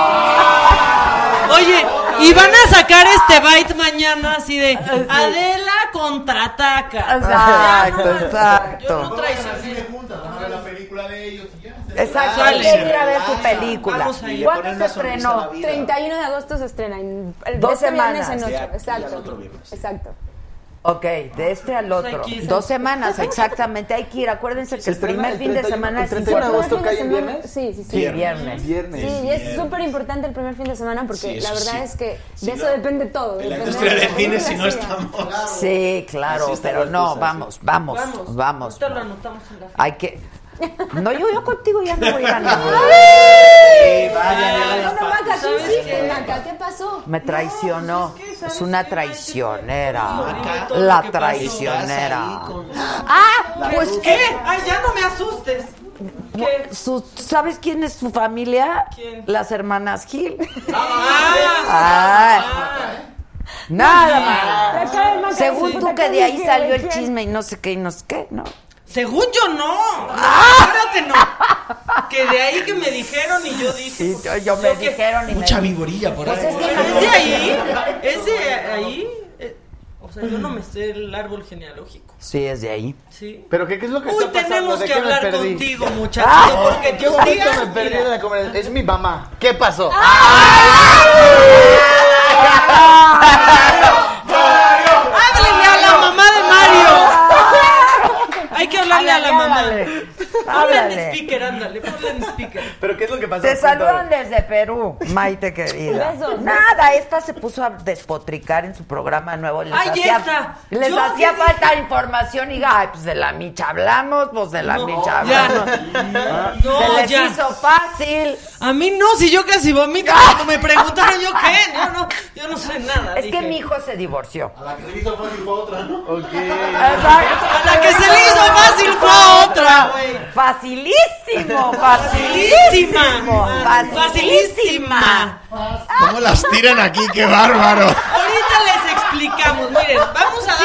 Oye, y van a sacar este byte mañana así de Adela contraataca. Exacto, Ya, no, exacto. Yo no traicioné. la película de ellos y ya. Exacto, Sale. hay que ir a ver tu película. Vamos a ir. ¿Cuándo ponen se una sonrisa a la estrenó? vida. treinta y uno de agosto se estrena. En, el, Dos este viernes semanas. en otro. Ya, Exacto. ya el otro viernes. Exacto. Ok, de este al otro. Hay que ir. Dos semanas, exactamente. Hay que ir. Acuérdense que ¿Se el primer estrena el fin de treinta y uno semana el es treinta y uno de importante. agosto cae en viernes? Sí, sí, sí. Sí, viernes. Viernes. Sí, y es súper importante el primer fin de semana porque Sí, la eso verdad sí. es que Sí, de eso no. depende todo. En la depende industria de del la cine, si no película siga. estamos. Sí, claro, Así está pero la no, cosa, vamos, vamos, Vamos, vamos. ahorita lo anotamos en la Hay que... No, yo, yo contigo ya no voy a ir a ningún lado. Sí, vayan, No, no, Maca, tú ¿Sabes sí, qué? Maca, ¿qué pasó? Me traicionó. pues es que, ¿sabes Es una qué? traicionera. Maca, La lo que pasó. traicionera. Ah, pues ¿Qué? Ay, ya no me asustes. ¿Qué? Su- ¿Sabes quién es su familia? ¿Quién? Las hermanas Gil. Ah, Ay. Nada La más. cara de Maca Según sí, tú la que cara de ahí de salió el ¿quién? chisme y no sé qué y no sé qué, ¿no? según yo no. Espérate, no. Que de ahí que me dijeron y yo dije. Y yo, yo me Yo que- dijeron y me... Mucha viborilla por Pues ahí. es que Pero ese ahí, ese ahí, eh, o sea, yo no me sé el árbol genealógico. Sí, es de ahí. ¿Sí? ¿Pero qué, qué es lo que Uy, está pasando? tenemos ¿De que qué me hablar perdí? contigo, muchachito, porque ¿Qué tus momento tías, me perdí mira, en la conversación? Es mi mamá. ¿Qué pasó? háblenle a la mamá de Mario. Hay que hablarle a la mamá. Háblale. Ponle en Háblale. speaker, ándale, ponle en speaker. ¿Pero qué es lo que pasó? Te saludan Cuéntame. desde Perú, Maite querida. Besos. Nada, esta se puso a despotricar en su programa nuevo. Les Ay, hacía, esta. les Yo hacía sí falta información y ay, pues de la micha hablamos, pues de la No, micha ya. hablamos. No, Se les ya. hizo fácil. A mí no, si yo casi vomito cuando me preguntaron yo qué, yo no, yo no sé nada. Es dije. que mi hijo se divorció. A la que le hizo fácil fue otra, ¿no? Ok. A la que se le hizo fácil fue a otra, güey. Facilísimo, Facilísima. facilísimo, Facilísima. ¿Cómo las tiran aquí? ¡Qué bárbaro! Ahorita les explicamos. Miren, vamos a darles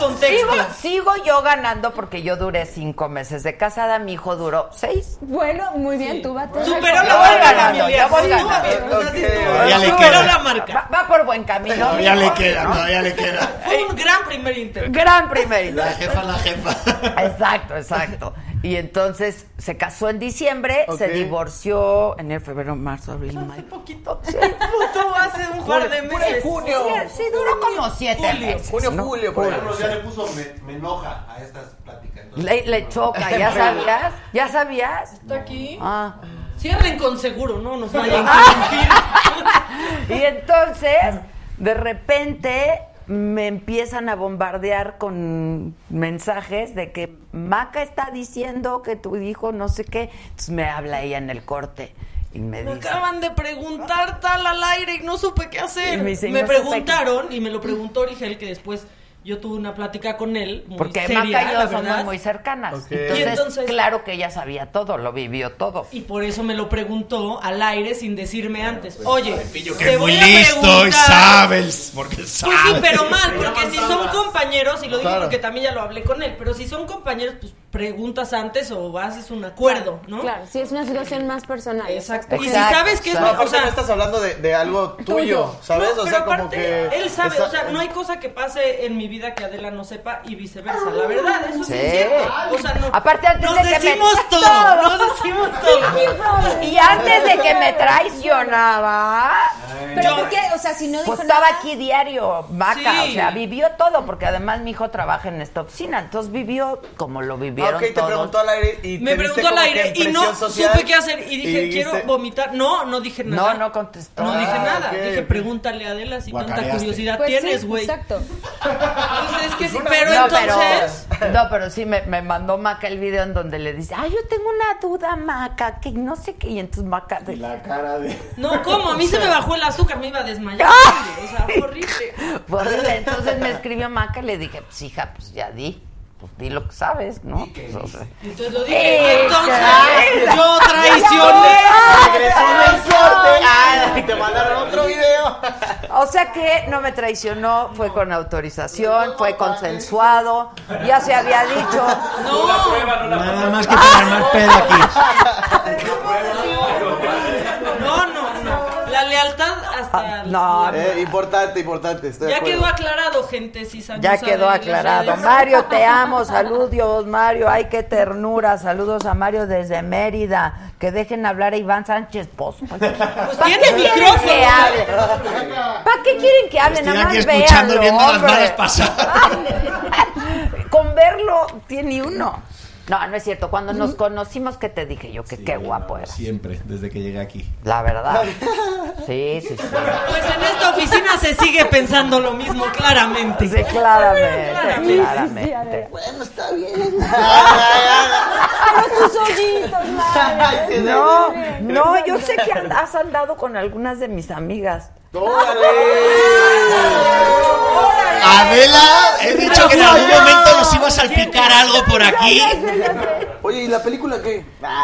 contexto. Sigo, sigo yo ganando porque yo duré cinco meses de casada, mi hijo duró seis. Bueno, muy bien, sí. Tú vas. Superó la marca, Emilia. Ya voy Sí, ganando. okay. Ya le Superó queda. la marca. Va, va por buen camino. Todavía le queda, todavía le queda. Fue un gran primer intento. Gran primer intento. La jefa, la jefa. Exacto, exacto. Y entonces se casó en diciembre, Ok. se divorció en el febrero, marzo, abril, mayo. Hace poquito. Sí. Tú hace un par de meses. Junio. Sí, sí, duró como siete Julio. meses. Junio, ¿no? julio, por ahí. Carlos ya le puso me, me enoja a estas pláticas. Entonces, Le, le choca, ¿ya sabías? ¿Ya sabías? Está aquí. Ah. Cierren con seguro, no nos vayan a interrumpir. Y entonces, de repente, me empiezan a bombardear con mensajes de que Maca está diciendo que tu hijo no sé qué. Entonces me habla ella en el corte y me Me dice... acaban de preguntar tal al aire y no supe qué hacer. Y me Me, dice, "No supe preguntaron y me lo preguntó Origel, que después yo tuve una plática con él muy Porque seria, Maca y yo la somos verdad. muy cercanas. Ok. Entonces, Y entonces- claro que ella sabía todo, lo vivió todo. Y por eso me lo preguntó al aire sin decirme antes. Oye, Pillo que te es muy voy a listo y preguntar- sabe, el- porque sabe. Pues sí, pero mal, porque si son compañeros, y lo digo Claro. porque también ya lo hablé con él, pero si son compañeros, pues preguntas antes o haces un acuerdo, ¿no? Claro, sí, es una situación más personal. Exacto. Y si Exacto, sabes que es, No, o aparte sea, no estás hablando de, de algo tuyo, ¿sabes? No, o pero sea, como aparte, que... él sabe, esa- o sea, no hay cosa que pase en mi vida que Adela no sepa y viceversa. La verdad, eso sí, Sí. es cierto. O sea, no. Aparte, antes nos de que me- decimos todo, todo. nos decimos todo. Y antes de que me traicionaba... Pero Yo- ¿por qué? O sea, si no dijo Pues estaba nada... aquí diario, Maca, Sí. o sea, vivió todo, porque además mi hijo trabaja en esta oficina, entonces vivió como lo Ah, vivieron ok, te todos. preguntó al aire y Me te viste preguntó al como aire que y en no presión social, supe qué hacer y dije, dijiste- quiero vomitar. No, no dije nada. No, no contestó. No dije Ah, nada. ok, Dije, ok. pregúntale a Adela si tanta Guacareaste. curiosidad Pues tienes, sí, güey. exacto. Pues es que sí, pero no, entonces... pero, no, pero sí me, me mandó Maca el video en donde le dice, ay, yo tengo una duda, Maca, que no sé qué, y entonces Maca... y la cara de... No, ¿cómo? A mí se me bajó el azúcar, me iba a desmayar. O sea, fue horrible. Horrible. Entonces me escribió Maca y le dije, pues hija, pues ya di, pues di lo que sabes, ¿no? Pues, o sea, Y entonces lo dije, y entonces Hija. yo traicioné. Regresó del corte. Ah, y te mandaron otro video. o sea que no me traicionó, fue con autorización, fue consensuado, ya se había dicho. No, Nada más que para armar pedo aquí. no, no, no. La lealtad hasta... el- No, Eh, importante, importante. Estoy de Ya acuerdo. quedó aclarado, gente, si Sancho ya sabe quedó las aclarado. redes. Mario, te amo. Saludos, Mario. Ay, qué ternura. Saludos a Mario desde Mérida. Que dejen hablar a Iván Sánchez. Pues, ¿para qué tiene quieren micrófono. que hable? ¿Para qué quieren que hable? Estoy Nada aquí más escuchando, véanlo, viendo las hombre. balas pasar. Con verlo, tiene uno. No, no es cierto. Cuando nos conocimos, ¿qué te dije yo? Que qué guapo era. Siempre, desde que llegué aquí. La verdad. Sí, sí, sí. Pues en esta oficina se sigue pensando lo mismo, claramente. Sí, claramente, Claramente. claramente. Bueno, está bien. Pero tus ojitos, madre. No, no, yo sé que and- has andado con algunas de mis amigas. ¡Órale! Adela, he dicho que en algún momento nos iba a salpicar algo por aquí. Oye, ¿y la película qué?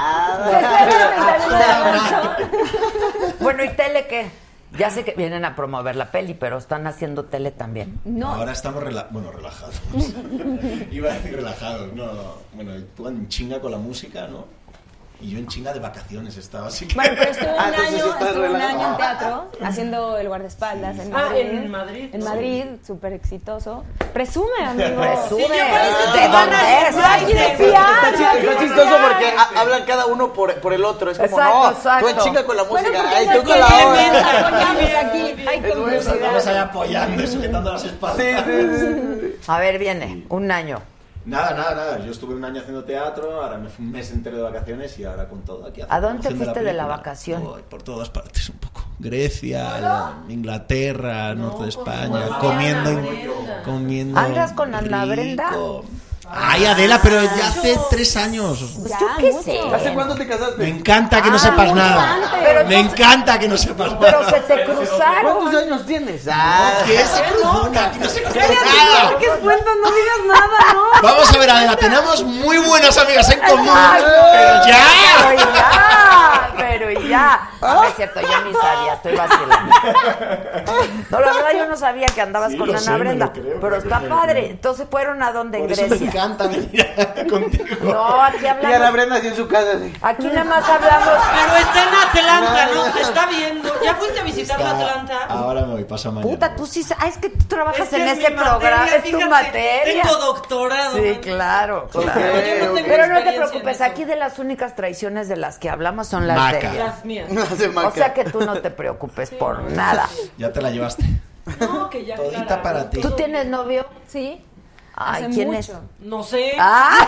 Bueno, ¿y tele qué? Ya sé que vienen a promover la peli, pero están haciendo tele también. No. Ahora estamos rela bueno, relajados. Iba a decir relajados, no, no. Bueno, tú en chinga con la música, ¿no? Y yo en chinga de vacaciones estaba, así que... Bueno, pero estuvo un Ah, entonces año, estás estuvo un relajado. año en teatro haciendo el guardaespaldas en Ah, Madrid. en Madrid. En Madrid, súper exitoso. Presume, amigo. Presume. Sí, ya parece ¿De que van dónde a- es? Ay, quiere de- fiar. Está, chi- está chistoso porque ha- hablan cada uno por, por el otro. Es como, Exacto, no, exacto. tú en chinga con la Bueno, música. porque Ay, esas tú con la complementos, otra. apoyamos aquí. Hay Es bueno, complicidad. Estamos ahí apoyando y sujetando las espaldas. Sí, sí, sí, sí. A ver, viene, un año. Nada, nada, nada. Yo estuve un año haciendo teatro, ahora me fui un mes entero de vacaciones y ahora con todo aquí. ¿A dónde te haciendo fuiste de la película. vacación? Voy por todas partes un poco. Grecia, la- Inglaterra, norte de España, comiendo, comiendo. ¿Andas con Ana rico. Brenda? Ay, Adela, pero ya hace tres años. Pues yo qué sé. ¿Hace cuánto te casaste? Me encanta que no Ah, sepas mucho nada. antes. Pero Me no- encanta que no sepas nada. Pero se te cruzaron. ¿Cuántos años tienes? Ah, ¿Qué se cruzona? Aquí no se cruzona Cállate, nada. ¿qué cuentas? No digas nada, ¿no? Vamos a ver, Adela, tenemos muy buenas amigas en común. Exacto. Pero ya. Pero ya. pero y ya. No, es cierto, yo ni sabía, estoy vacilando. No, la verdad yo no sabía que andabas Sí, con lo Ana sé, me Brenda, lo creo, pero está claro. padre. Entonces fueron a dónde, en Por eso Grecia. me encanta venir contigo. No, aquí Y Ana hablamos. Brenda así en su casa. Así. Aquí nada más hablamos. Pero está en Atlanta, ¿no? Te está viendo. ¿Ya fuiste a visitar Está- Atlanta? Ahora me voy, pasa mañana. Puta, tú sí sabes. Ah, es que tú trabajas Es que en es ese mi programa. materia, Es tu fíjate, materia. tengo doctorado. Sí, man. claro, claro. Yo no tengo Pero no te experiencia preocupes, en eso. aquí de las únicas traiciones de las que hablamos son las Maca. de ella. Las mías. O sea que tú no te preocupes por nada. Ya te la llevaste. No, que ya. Todita Clara, para ti. ¿Tú tienes novio? Sí. Ay, Hace ¿quién mucho. es? No sé. ¡Ah!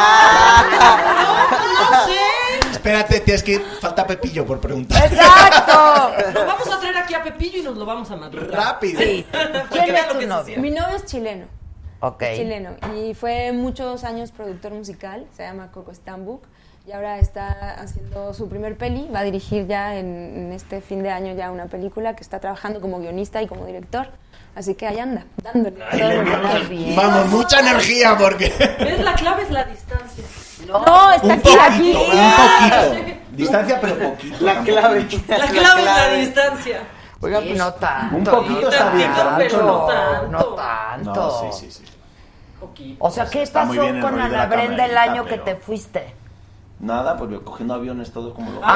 No sé. Espérate, tienes que falta Pepillo por preguntar. ¡Exacto! Nos vamos a traer aquí a Pepillo y nos lo vamos a matar. Rápido. Sí. ¿Quién es tu novio? Mi novio es chileno. Ok. Chileno. Y fue muchos años productor musical. Se llama Coco Stambuk. Y ahora está haciendo su primer peli. Va a dirigir ya en, en este fin de año ya una película que está trabajando como guionista y como director. Así que ahí anda, dándole. Ay, todo le lo que vamos, da. bien. vamos, mucha energía porque. ¿Ves? La clave es la distancia. No, está Un aquí, poquito, aquí. un poquito. Distancia, pero poquito. La clave. La clave es la distancia. Oigan, Sí, pues, no tanto. un poquito no está bien, tanto, pero no tanto. No tanto. No, sí, sí, sí. Poquito. O sea, ¿qué Está muy pasó bien el con rollo de Ana la Brenda el camarita, año que pero- te fuiste? Nada, pues cogiendo aviones todos como locos.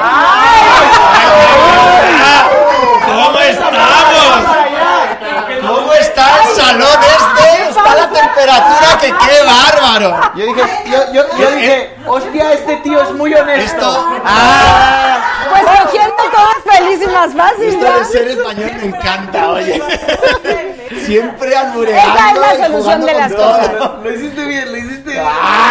¿Cómo estamos? ¿Cómo está el salón este? Está la temperatura que qué bárbaro. yo dije, yo, yo, yo dije, hostia, este tío es muy honesto. Esto, Pues cogiendo todo feliz y más fácil, esto ¿ya? de ser español me encanta, oye. Siempre Esa es albureando la y solución jugando de con las todo. cosas. Lo hiciste bien, lo hiciste bien.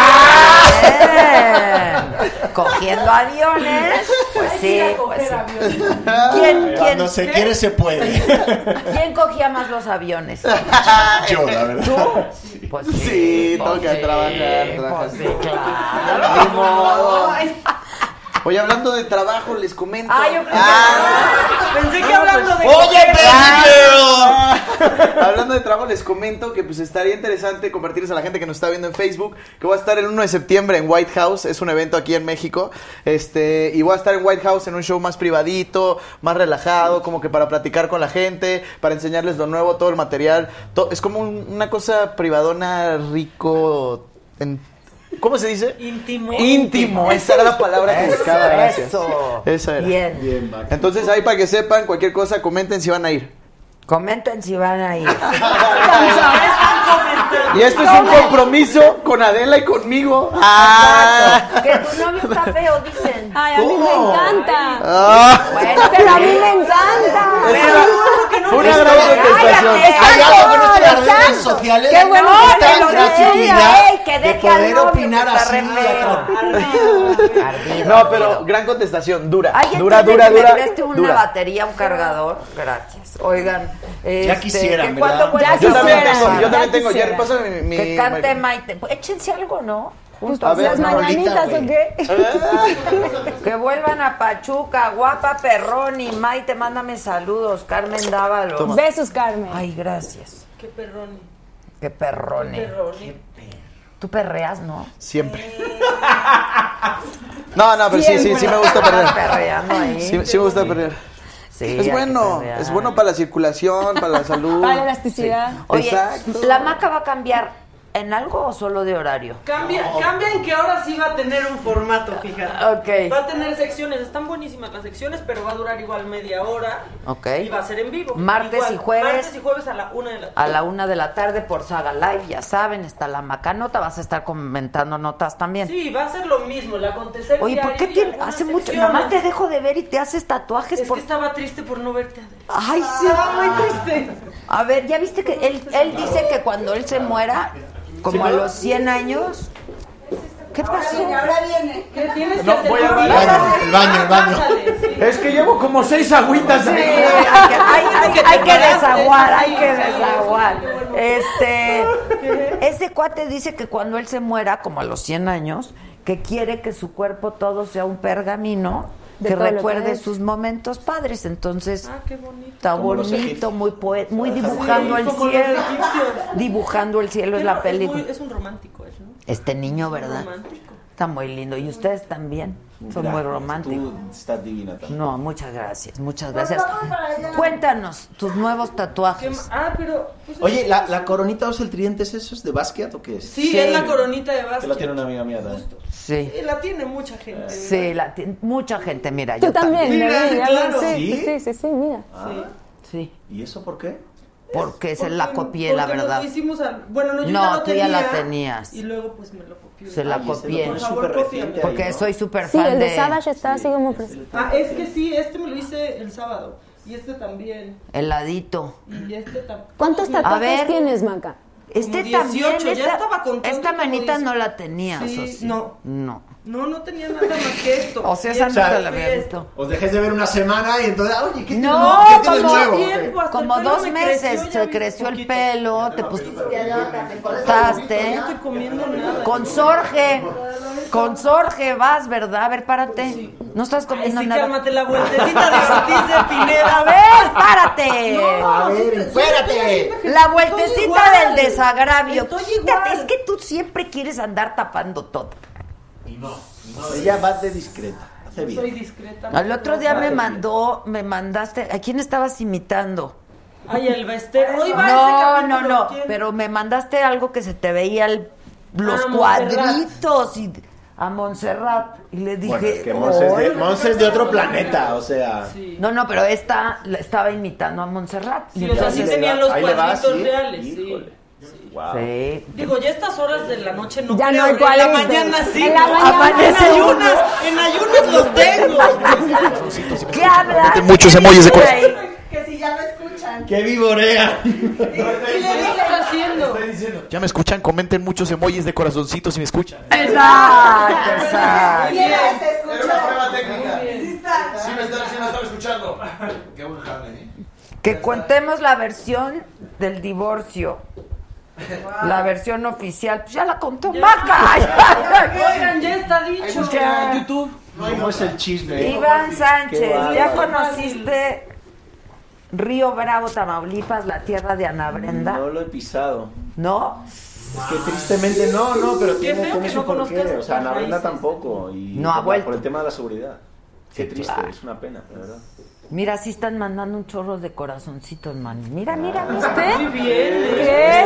Bien. Cogiendo aviones. Pues sí, pues sí. ¿Quién, Cuando quién, se quiere se puede. ¿Quién cogía más los aviones? Yo, la verdad. ¿Tú? Pues sí. Sí, pues toca sí, trabajar, trabajar. Pues sí, claro. Ni modo. Oye, hablando de trabajo, les comento. Ah, yo creo que- Ah. Pensé que hablando de. ¡Oye, Pepillo! Hablando de trabajo, les comento que pues estaría interesante compartirles a la gente que nos está viendo en Facebook que voy a estar el uno de septiembre en White House, es un evento aquí en México, este, y voy a estar en White House en un show más privadito, más relajado, como que para platicar con la gente, para enseñarles lo nuevo, todo el material, to- es como un- una cosa privadona, rico, en- ¿cómo se dice? Íntimo. Íntimo, esa era la palabra que Eso, buscaba, gracias. eso. Esa era. Bien. Bien, Mac. Entonces ahí para que sepan, cualquier cosa, comenten si van a ir. Comenten si van a ir. Y esto es un compromiso con Adela y conmigo. Ah. Que tu novio está feo, dicen. Ay, a mí me encanta. Ah. Bueno, Pero a mí me encanta. Fue una gran contestación. Cállate. Hay algo con esto de las Exacto. redes sociales. Qué bueno No, que te te lo lo gratuidad decía, ey, que de deje al poder novio, opinar que está así re y feo. Ardido, No, pero ardido. gran contestación, dura. ¿Alguien Dura, tiene dura, que me dura. preste una dura. batería, un cargador? Gracias. Oigan, este, quisieran, ¿que ¿verdad? cuándo vuelve Ya a Yo también quisiera, tengo, yo ya también tengo. quisiera. Jerry, pásame mi, mi- Que cante mi- Maite. Pues échense algo, ¿no? Juntos. A ver, ¿Las una mañanitas rolita, o qué? Que vuelvan a Pachuca, guapa Perroni. Maite, mándame saludos. Carmen Dávalos. Toma. Besos, Carmen. Ay, gracias. Qué perrón. Qué perrone. Perrón. Tú perreas, ¿no? Siempre. No, no, pero sí, sí, sí me gusta Estás perder. perreando ahí. Sí, sí me gusta perder. Sí, hay Es que bueno, perrear. es bueno para la circulación, para la salud. Para la elasticidad. Oye, Exacto. ¿la maca va a cambiar en algo o solo de horario? Cambia, cambia en que ahora sí va a tener un formato, fíjate. Ok. Va a tener secciones, están buenísimas las secciones, pero va a durar igual media hora. Ok. Y va a ser en vivo. Martes Igual, y jueves. Martes y jueves a la una de la tarde. A la una de la tarde por Saga Live, ya saben, está la macanota, vas a estar comentando notas también. Sí, va a ser lo mismo, el acontecer Oye, ¿por diario qué y tiene, algunas hace mucho, secciones. nomás te dejo de ver y te haces tatuajes Es por... que estaba triste por no verte. Adela. Ay, sí. Estaba muy triste. A ver, ¿ya viste que él, él dice que cuando él se muera, como a los cien años... ¿Qué pasó? ¿Qué tienes que No, hacer? voy al Vas baño. a hacer- El baño, el baño. Pásale, sí. Es que llevo como seis agüitas Sí, ahí. hay que, hay- hay- Que te hay que paraste, desaguar, sí, hay que sí. desaguar. Este, ese cuate dice que cuando él se muera, como a los cien años, que quiere que su cuerpo todo sea un pergamino De que todo lo que recuerde es. sus momentos padres. Entonces, Ah, qué bonito. está Como los bonito, egipcios. muy poe- muy dibujando Sí, el como los cielo. egipcios. Dibujando el cielo es Qué la ro- película. muy- Es un romántico, ¿es, no? Este niño, Es ¿verdad? romántico. Está muy lindo. ¿Y ustedes también? Son muy románticos. Tú estás divina también. No, muchas gracias, muchas gracias. Cuéntanos tus nuevos tatuajes. Ah, pero... Pues, Oye, ¿la, ¿la coronita o el tridente es eso? ¿Es de Basquiat o qué es? Sí, sí, es la coronita de Basquiat. Que la tiene una amiga mía también. Sí. Sí, la tiene mucha gente. Sí, la tiene mucha gente, mira. Tú yo también, también. mira, claro. sí, ¿Sí? sí, sí, sí, mira. Ah, Sí. ¿Y eso por qué? Porque se Porque- la copié, la porque verdad. Lo hicimos al- bueno, no, yo No, ya lo tú ya tenía, la tenías. Y luego pues me lo copió. Se la Ay, ese lo copié. pones Por favor, súper cópiame. reciente Porque ahí, ¿no? soy súper Sí, fan el de de Savage está así como fresco. Ah, es que sí, este me lo hice el sábado. Y este también. heladito. Y este también. ¿Cuántos A tatuajes ver. tienes, Maca? Este dieciocho, también, ya esta, estaba contando esta como manita diez. no la tenías, Sí, ¿o sí? no. No. No, no tenía nada más que esto. O sea, Y esa no esto te fue la había esto. visto. Os dejéis de ver una semana y entonces, ah, oye, ¿qué tienes No, ¿qué tienes como, nuevo? tiempo, hasta como el pelo dos me meses creció, ya se vi creció el poquito. pelo, te No pusiste. estoy comiendo nada. Con Sorge, con Sorge vas, ¿verdad? A ver, párate. No estás Ay, comiendo sí, nada. cálmate la vueltecita de Ortiz de Pineda. A ver, párate. A ver, espérate. La vueltecita igual. del desagravio. Estoy Quítate, igual. es que tú siempre quieres andar tapando todo. Y no, no, ella va de discreta. Hace bien. Soy discreta. Al otro día me Hace mandó, me mandaste, ¿a quién estabas imitando? Ay, el Bester. Hoy va No, ese capítulo. no, no, ¿Quién? pero me mandaste algo que se te veía el- los Ah, Montserrat. cuadritos y a Montserrat y le dije, Bueno, es que Monse es de, "Oye". Monse es de otro planeta, o sea. Sí. No, no, pero esta la estaba imitando a Montserrat. Sí, Y o sea, sí entonces- tenía los Ahí le va, cuadritos ¿sí? reales, Híjole. sí. Wow. Sí. Digo, ya estas horas de la noche no Ya creo. no hay en la cuadritos. mañana sí. En la ¿no? mañana Amanece en uno. ayunas, en ayunas los tengo. ¿Qué hablas? Muchos ¿Qué emojis de dices corazón. ahí? Que si ya lo escuchan. ¡Qué viborea! ¿Qué le estás haciendo? Ya me escuchan, comenten muchos emojis de corazoncitos si me escuchan. Exacto, exacto. Mira, se escucha. técnica. Sí está. Sí me están, sí me están escuchando. Qué buen jale, ¿eh? Que contemos la versión del divorcio. La versión oficial. Pues ya la contó Maca. Oigan, ya está dicho. Ya. YouTube. ¿Cómo es el chisme? Iván Qué Sánchez, bárbaro. ¿ya conociste Río Bravo, Tamaulipas, la tierra de Ana Brenda? No lo he pisado. ¿No? Que tristemente no, no, pero Qué tiene, feo tiene que su no porqué. conozcas O sea, las Ana Brenda raíces. tampoco. Y No ha por- vuelto. Por el tema de la seguridad. Qué Sí, triste, claro. es una pena, la verdad. Mira, sí están mandando un chorro de corazoncitos, man. Mira, mira, ¿viste? Muy bien. ¡Qué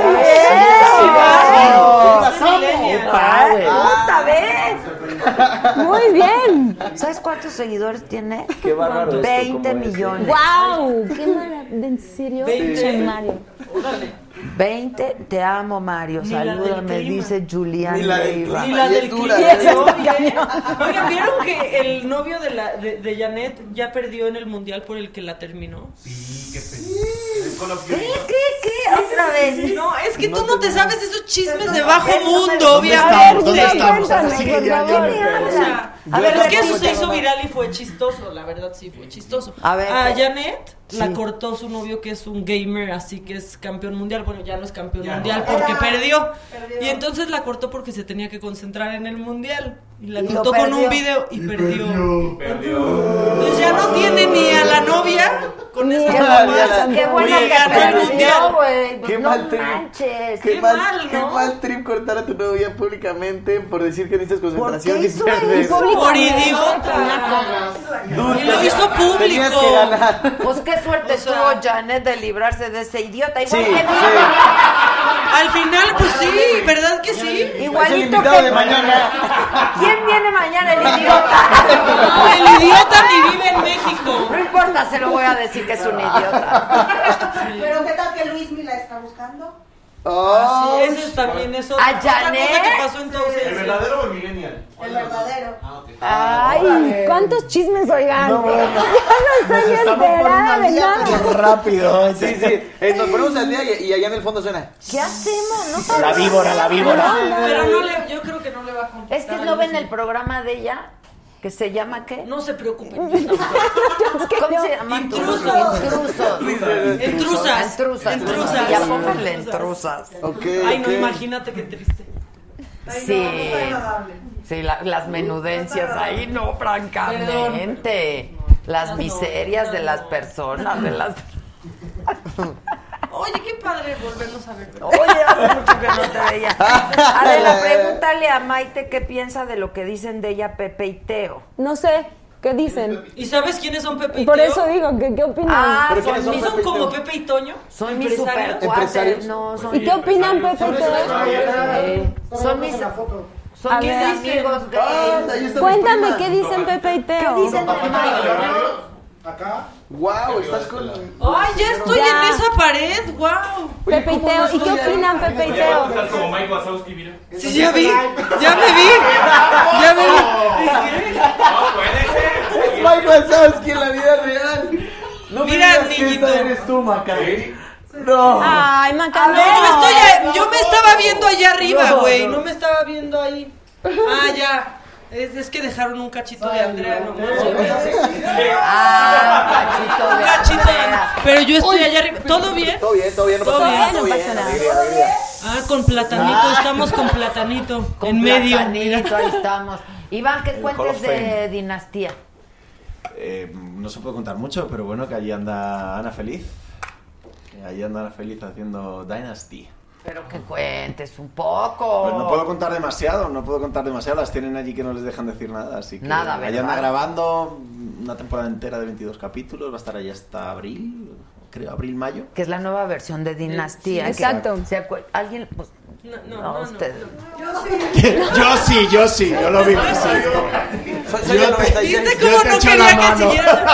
bien! ¡Puta vez! Muy bien. ¿Sabes cuántos seguidores tiene? Qué bárbaro esto, veinte ¿cómo es? millones. ¡Wow! ¡Qué maravilla! ¿En serio? veinte. Che, Mario. veinte, te amo, Mario. Ni la del Salúdame, clima. dice Julián Ni la del Leiva. Y la Y del es dura, cliente, es oye. Oigan, ¿vieron que el novio de, la, de, de Janet ya perdió en el mundial por el que la terminó? Sí, qué pena. ¿Qué, qué, qué? ¿Otra vez? No, es que tú no te sabes esos chismes de bajo Eso me- mundo, ¿Dónde obviamente. ¿Dónde estamos? Cuéntame, Así que por ya- ya favor. me perdí. O sea, A a ver, ver, es que eso repite. se hizo viral y fue chistoso, la verdad sí fue chistoso. A ver, a ¿qué? Janet la Sí. cortó su novio que es un gamer, así que es campeón mundial. Bueno, ya no es campeón mundial porque perdió. Y entonces la cortó porque se tenía que concentrar en el mundial. Y la Y lo cortó con perdió. un video y, perdió. Entonces ya no tiene ni a la novia con esa Qué mamá. bueno, qué bueno Oye, que ganó el perdió, mundial. güey. Qué No mal trip. manches. Qué, Qué mal, mal, qué ¿no? mal trip cortar a tu novia públicamente por decir que necesitas ¿Por concentración qué y hizo perder. eso? Por idiota. Dude, Y lo hizo tenías público. que ganar. Pues qué suerte O sea- tuvo Janet de librarse de ese idiota. Igual Sí, que sí. Al final, pues sí, ¿verdad que sí? Es el Igualito invitado que de mañana. ¿Quién viene mañana? El idiota. No, el idiota ni vive en México. No importa, se lo voy a decir que es un idiota. Pero ¿qué tal que Luis me la está buscando? Oh, Sí, eso también es otra, ¿A otra Janet? cosa que pasó entonces. ¿El verdadero o el millennial? El verdadero. Ay, ¿cuántos chismes, oigan? No, bueno. Ya no estoy enterada de nada. Rápido. sí, sí. Eh, nos ponemos al día y, y allá en el fondo suena. ¿Qué hacemos? No La sabemos. víbora, la víbora. Pero no le, yo creo que no le va a contestar. Es que no ven el programa de ella, que se llama ¿qué? No se preocupen. ¿Cómo se llama? Intrusos. Intrusos. Entrusas. Entrusas. Entrusas. Ya pónganle entrusas. Ok. Ay, no, ok. imagínate qué triste. Sí. Sí, la- las menudencias ahí, no, francamente. Las miserias de las personas, de las... Oye, qué padre volvernos a ver. ¿verdad? Oye, hace mucho que no te veía. Adela, pregúntale a Maite qué piensa de lo que dicen de ella Pepe y Teo. No sé, ¿qué dicen? ¿Y sabes quiénes son Pepe y Por Teo? eso digo, ¿qué, qué opinan? Ah, ¿Pero son, quiénes son, mis, son como Pepe y Toño? Son mis ¿Empresarios? super cuates. No, son ¿Y qué opinan Pepe y Teo? Eh, son mis, son A mis ver, amigos gays. Cuéntame, ¿qué dicen Pepe y Teo? ¿Qué dicen de Maite? Acá. Wow, estás con. Ay, ya estoy Ya. en esa pared, wow. Pepe y Teo. ¿Y qué opinan Pepe y Teo? Estás como Mike Wazowski, mira. Sí, ya vi, ya me vi, ya me vi. No puede ser. Es Mike Wazowski en la vida real. No me Mira, digas que niñito. esta eres tú, Maca. No. Ay, Maca, No, yo estoy, a- yo me estaba viendo allá arriba, güey, no me estaba viendo ahí. Ah, ya. Es, es que dejaron un cachito de Andrea nomás. Ah, cachito de Un cachito de Andrea. Pero yo estoy allá arriba. ¿Todo bien? Todo bien, todo bien, no Todo pasa nada. bien, Todo no bien, pasa nada. alegría, alegría. Ah, con platanito, estamos con platanito. Con en medio. platanito, ahí estamos. Iván, ¿qué El Hall cuentes of de Fame. Dinastía? Eh, no se puede contar mucho, pero bueno, que allí anda Ana Feliz. Que allí anda Ana Feliz haciendo Dynasty. Pero que cuentes un poco. Pues no puedo contar demasiado, no puedo contar demasiado. Las tienen allí que no les dejan decir nada, así que Nada, allí ¿verdad? anda grabando una temporada entera de veintidós capítulos. Va a estar allí hasta abril, creo, abril-mayo. Que es la nueva versión de Dinastía. Sí, que- exacto. ¿se acu- ¿Alguien? Pues, No, no, no, no, usted. Yo sí, yo sí, yo lo vi. Sí. Soy, soy el noventa y seis. ¿Viste Yo cómo te no echo quería la que mano.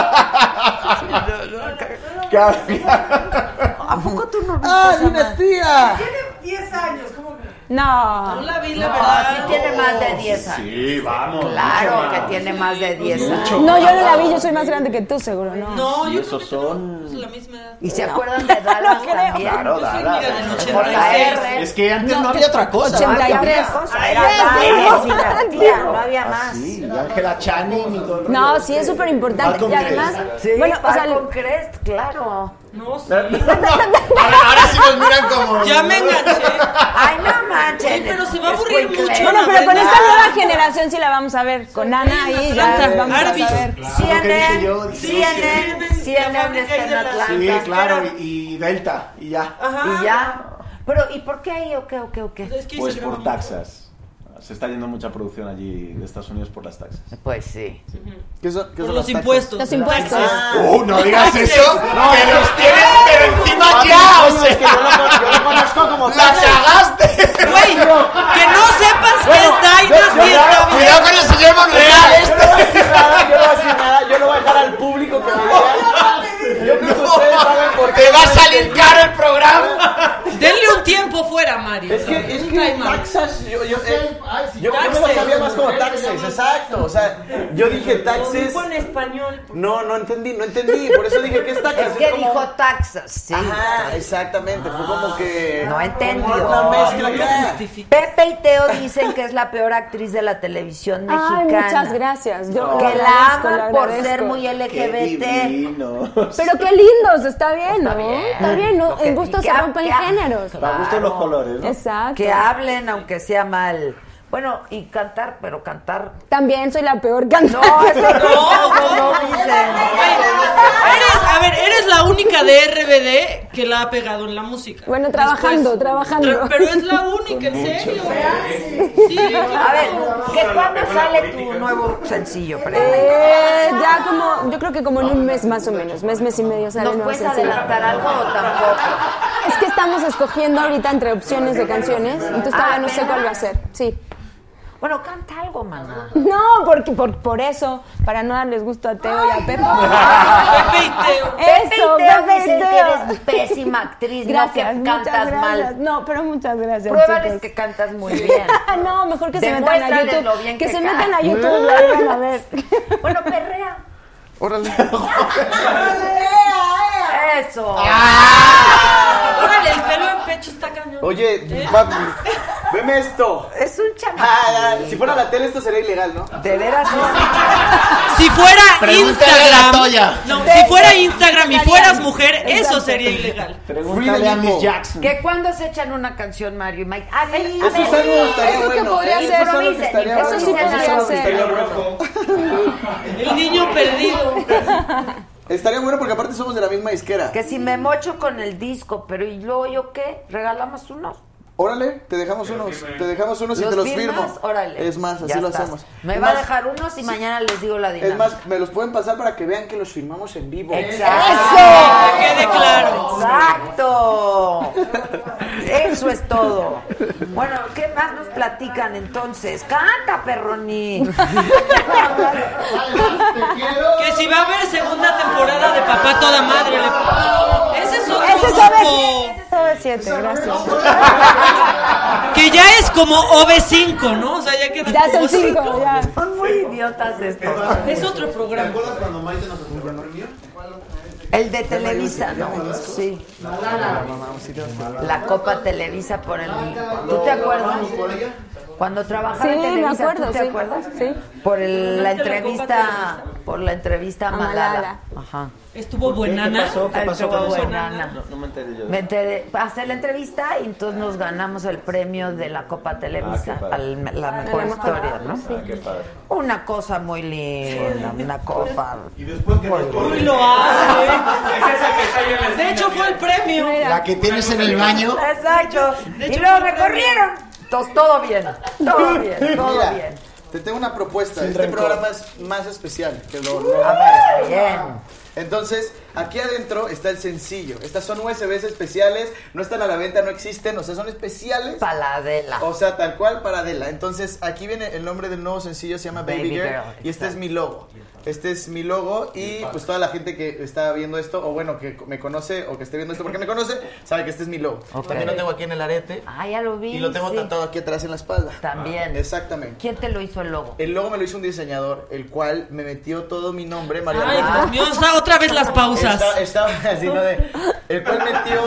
siguiera? ¿A poco tú no viste ¡Ah, esa madre? Dinastía! diez años, ¿cómo que? No. No la vi, la No, verdad. sí tiene más de diez años. Sí, vamos. Claro que tiene más de diez años. No, yo no la vi, yo soy más grande que tú, seguro, ¿no? No, Y yo esos creo que no, son- es la misma edad. ¿Y se acuerdan de Dallas No creo. también? Claro, Yo soy, Dallas. mira, del Por la ochenta y seis. R. Es que antes no, había otra cosa. No había ochenta y tres. otra cosa, era Dallas, Dinastía, no había más. Sí, y Ángela Channing y todo el No, rollo. sí, es súper importante. Falcon Y además, Crest. Sí, bueno, o sea, Falcon Crest, claro. No, sí. Ahora, ahora sí nos miran como... Ya me enganché. Ay, no manches. Sí, pero se va a aburrir Escuincle. mucho. bueno, pero con ¿verdad? esta nueva generación sí la vamos a ver. Con Ana ahí ya Atlanta, vamos a Arby's. saber. Claro, lo que dije C yo, N N, dije, C N N, sí, C N N la fábrica está en de la- Atlanta. Sí, claro, y, y Delta, y ya. Ajá. Y ya. Pero, ¿y por qué ahí? ¿O qué, o qué, o qué? Es que ahí Pues se por graba taxas. Se está yendo mucha producción allí de Estados Unidos por las taxas. Pues sí. ¿Qué son, qué Por son los las impuestos. Los impuestos. ¡Uh, no digas eso! No, ¡Que los tienes pero encima No, ya! no, ¡O es sea, que yo lo, yo lo conozco como ¡la taxi. cagaste! Güey, que no sepas Bueno, que es Dynasty yo- yo- está bien. ¡Cuidado con el señor Monreal! Yo no voy a decir nada, yo no voy a decir nada, yo lo voy a dejar al público que me diga. Yo creo que ustedes saben por qué. ¡Te va a salir caro el programa! Denle un tiempo fuera, Mario. Es que, es Un que time out. taxas, yo, yo, eh, Ay, sí. yo, yo me lo sabía más como taxes, exacto. O sea, yo dije Lo taxes. dijo en español. No, no entendí, no entendí. Por eso dije que es taxes. Es que como- dijo taxas, sí. Ajá, exactamente. Fue como que. No entendió. Una mezcla acá. Pepe y Teo dicen que es la peor actriz de la televisión Ay, mexicana. muchas gracias. Yo No. lo Que la agradezco, lo aman por agradezco. ser muy L G B ¡Qué T. divino! Pero qué lindos, está bien, ¿no? Está bien. Está bien, ¿no? Lo que- En gusto y se que- rompen que- géneros. Para gusto los colores, ¿no? Exacto. Que hablen aunque sea mal. Bueno, y cantar, pero cantar. También soy la peor cantante. No, eso no, No, no, no. dicen. Eres, a ver, eres la única de R B D que la ha pegado en la música. Bueno, trabajando, trabajando. Tra- pero es la única, en serio. Sí. A ver, ¿que ¿cuándo sale tu nuevo sencillo? Eh, ya como, yo creo que como en un mes más o menos, mes, mes y medio sale ¿Nos el nuevo puedes sencillo. adelantar algo o tampoco? Es que estamos escogiendo ahorita entre opciones de canciones, entonces todavía Ah, no sé ¿verdad? cuál va a ser. Sí. Bueno, canta algo, maná. No, porque por, por eso, para no darles gusto a Teo y a Pepe. Pepe y Teo. Pepe Eso, y Teo Pepe y dicen que Teo. eres pésima actriz, Gracias, no que muchas cantas gracias. mal. No, pero muchas gracias. Pruébales chicos. que cantas muy bien. No, mejor que se metan a Demuéstrales YouTube. lo bien que que se cantas. metan a YouTube, lo van a ver. Bueno, perrea. Órale. Eso. Órale, el pelo en pecho está cañón. Oye, ¿Eh? papi, veme esto. Es un chamaco. Ah, si fuera la tele esto sería ilegal, ¿no? De veras. Si fuera Pregúntale a la Instagram, Toya. no, si fuera Instagram y fueras mujer, eso sería ilegal. Pregúntale a Miss Jackson. Que cuando se echan una canción Mario y Mike. A ver, a Eso es ver. algo estaría Eso que bueno. podría ¿eh? ser, Eso es algo que improvisen, estaría eso sí bueno. podría es algo que ser. estaría Pelo bueno. rojo. El niño perdido. Estaría bueno porque aparte somos de la misma disquera. Que si me mocho con el disco, pero ¿y luego yo qué? ¿Regalamos unos? Órale, te dejamos unos, te dejamos unos y te los firmo. Órale. Es más, así Ya lo estás. hacemos. Me Es va a más, dejar unos y sí. mañana les digo la dinámica. Es más, me los pueden pasar para que vean que los firmamos en vivo. ¡Exacto! ¡Eso! Que quede claro. ¡Exacto! Eso es todo. Bueno, ¿qué más nos platican entonces? ¡Canta, perroni! Que si va a haber segunda temporada de Papá Toda Madre. Le... Ese es otro Ese es grupo. O B siete, gracias. Que ya es como O B cinco, ¿no? O sea, ya queda Ya como son cinco, ya. Son muy idiotas estos. Es otro programa. ¿Te acuerdas cuando Maite nos puso el premio? El de Televisa, ¿no? Sí. La Copa Televisa por el... ¿Tú te acuerdas? Cuando trabajaba Sí, en Televisa, me acuerdo, ¿tú te sí. acuerdas? Sí. Por el- la ¿Ganaste la entrevista, por la entrevista a A Malala. Malala. Ajá. Estuvo buenana. ¿Qué pasó? ¿Qué Estuvo pasó con eso? buenana. No, no me enteré yo. Me enteré, pasé la entrevista y entonces nos ganamos el premio de la Copa Televisa, Ah, qué padre. al- la mejor historia, ¿no? Ah, qué padre. Una cosa muy linda, una copa. Y después que nos Uy, lo hace. De hecho, fue el premio. La que tienes en el baño. Exacto. De Y hecho, luego fue me el premio. corrieron. Entonces todo bien, todo bien, todo Mira, bien. te tengo una propuesta. Sin Este rencor. programa es más especial que lo A ver, bien. Entonces, aquí adentro está el sencillo. Estas son U S Bs especiales, no están a la venta, no existen, o sea, son especiales. Paladela. O sea, tal cual para Adela. Entonces, aquí viene el nombre del nuevo sencillo, se llama Baby, Baby Girl, Girl, y este exacto. es mi logo. Este es mi logo y pues toda la gente que está viendo esto, o bueno, que me conoce o que esté viendo esto porque me conoce, sabe que este es mi logo. Ok. También lo tengo aquí en el arete Ah, ya lo vi. y lo tengo sí. tatuado aquí atrás en la espalda. También. Exactamente. ¿Quién te lo hizo el logo? El logo me lo hizo un diseñador, el cual me metió todo mi nombre, María Ay, Alberto. Dios mío, está otra vez las pausas. Está- Estaba así, ¿no? De, el cual metió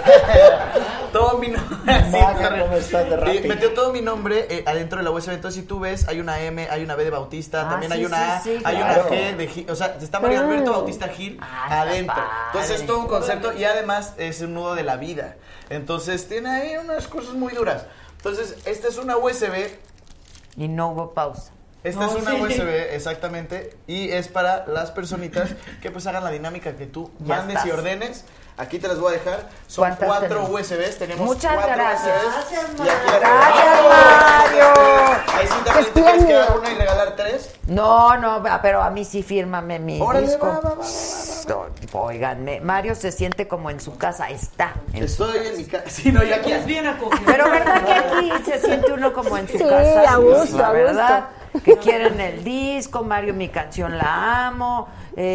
todo mi nombre. así, Maca, corre- ¿cómo estás de y Rappi? metió todo mi nombre eh, adentro de la U S B. Entonces, si tú ves, hay una M, hay una B de Bautista, Ah, también sí, hay una A, sí, sí, hay claro. una G de Gil. O sea, está María Alberto Bautista Gil Ah, está adentro. padre. Entonces, es todo un concepto y además es un nudo de la vida. Entonces, tiene ahí unas cosas muy duras. Entonces, esta es una U S B. Y no hubo pausa. Esta No, es una sí. U S B, exactamente, y es para las personitas que pues hagan la dinámica que tú Ya mandes estás. y ordenes. Aquí te las voy a dejar. Son ¿Cuántas cuatro tenemos? U S Bs. Tenemos Muchas cuatro gracias. U S Bs. Gracias, Y aquí las Gracias, tenemos. Mario. Ahí sí también te quieres quedar una y regalar tres. No, no, va, pero a mí sí fírmame mi Órale, disco. va, va, va, va, va, Óiganme, Mario se siente como en su casa, está. En su- Estoy en mi casa. Sí, no, ya aquí. Es bien acogedor. Pero verdad que aquí se siente uno como en su Sí, casa. a gusto, la a verdad. Que quieren el disco, Mario, mi canción la amo.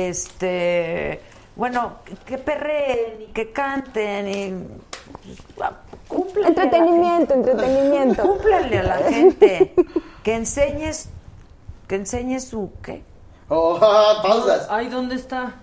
Este, bueno, que perreen y que canten y cúmplanle Entretenimiento, a la gente. entretenimiento. Cúmplanle a la gente. Que enseñes, que enseñes su ¿qué? Oh, pausas. Ay, ¿dónde está?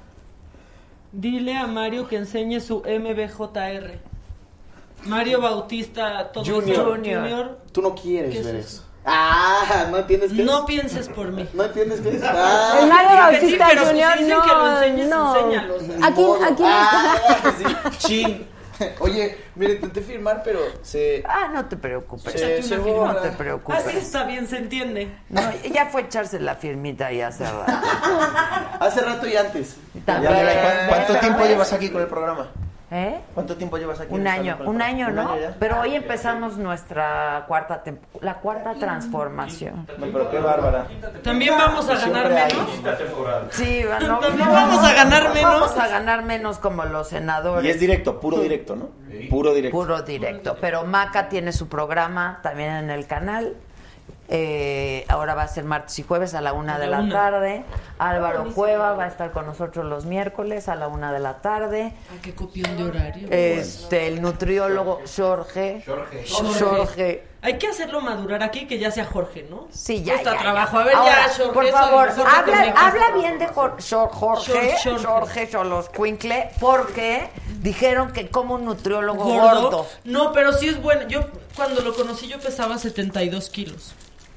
Dile a Mario que enseñe su M B J R. Mario Bautista todo Junior. eso, Junior. Junior. Tú no quieres ¿Qué es ver eso? eso. Ah, no entiendes qué No es. pienses por mí. No entiendes qué es. Ah, El Mario que sí, Bautista pero pues Junior, si dicen no, que lo enseñes, no. enséñalo. Aquí, modo. aquí Ah, sí, chin. Oye, mire, intenté firmar, pero se. Ah, no te preocupes. Se- se borra. no te Así preocupes. está bien, se entiende. No, ya fue echarse la firmita ahí hace rato. Hace rato y antes. También. ¿Cuánto, cuánto tiempo llevas aquí con el programa? ¿Eh? ¿Cuánto tiempo llevas aquí? Un en el año, salón con el un año, programa? ¿no? ¿Un año ya? Pero hoy empezamos nuestra cuarta temp- la cuarta transformación. No, pero qué bárbara. También vamos a ganar Siempre hay. menos. Sí, no, También no, vamos a ganar no menos. Vamos a ganar menos como los senadores. Y es directo, puro directo, ¿no? Puro directo. Puro directo. Pero Maca tiene su programa también en el canal. Eh, ahora va a ser martes y jueves a la una A de la la una. tarde. Álvaro buenísimo. Cueva va a estar con nosotros los miércoles a la una de la tarde. Ay, qué copión de horario. Este, el nutriólogo Jorge. Jorge. Jorge. Hay que hacerlo madurar aquí, que ya sea Jorge, ¿no? Sí, ya, Cuesta ya, trabajo. ya. A ver, Ahora, ya, Jorge. por soy favor, Jorge habla, Conecas. habla bien de Jor- Jor- Jorge, Jor- Jorge. Jorge Xoloscuincle, porque dijeron que como un nutriólogo Gordo. gordo. No, pero sí es bueno. Yo cuando lo conocí yo pesaba setenta y dos kilos.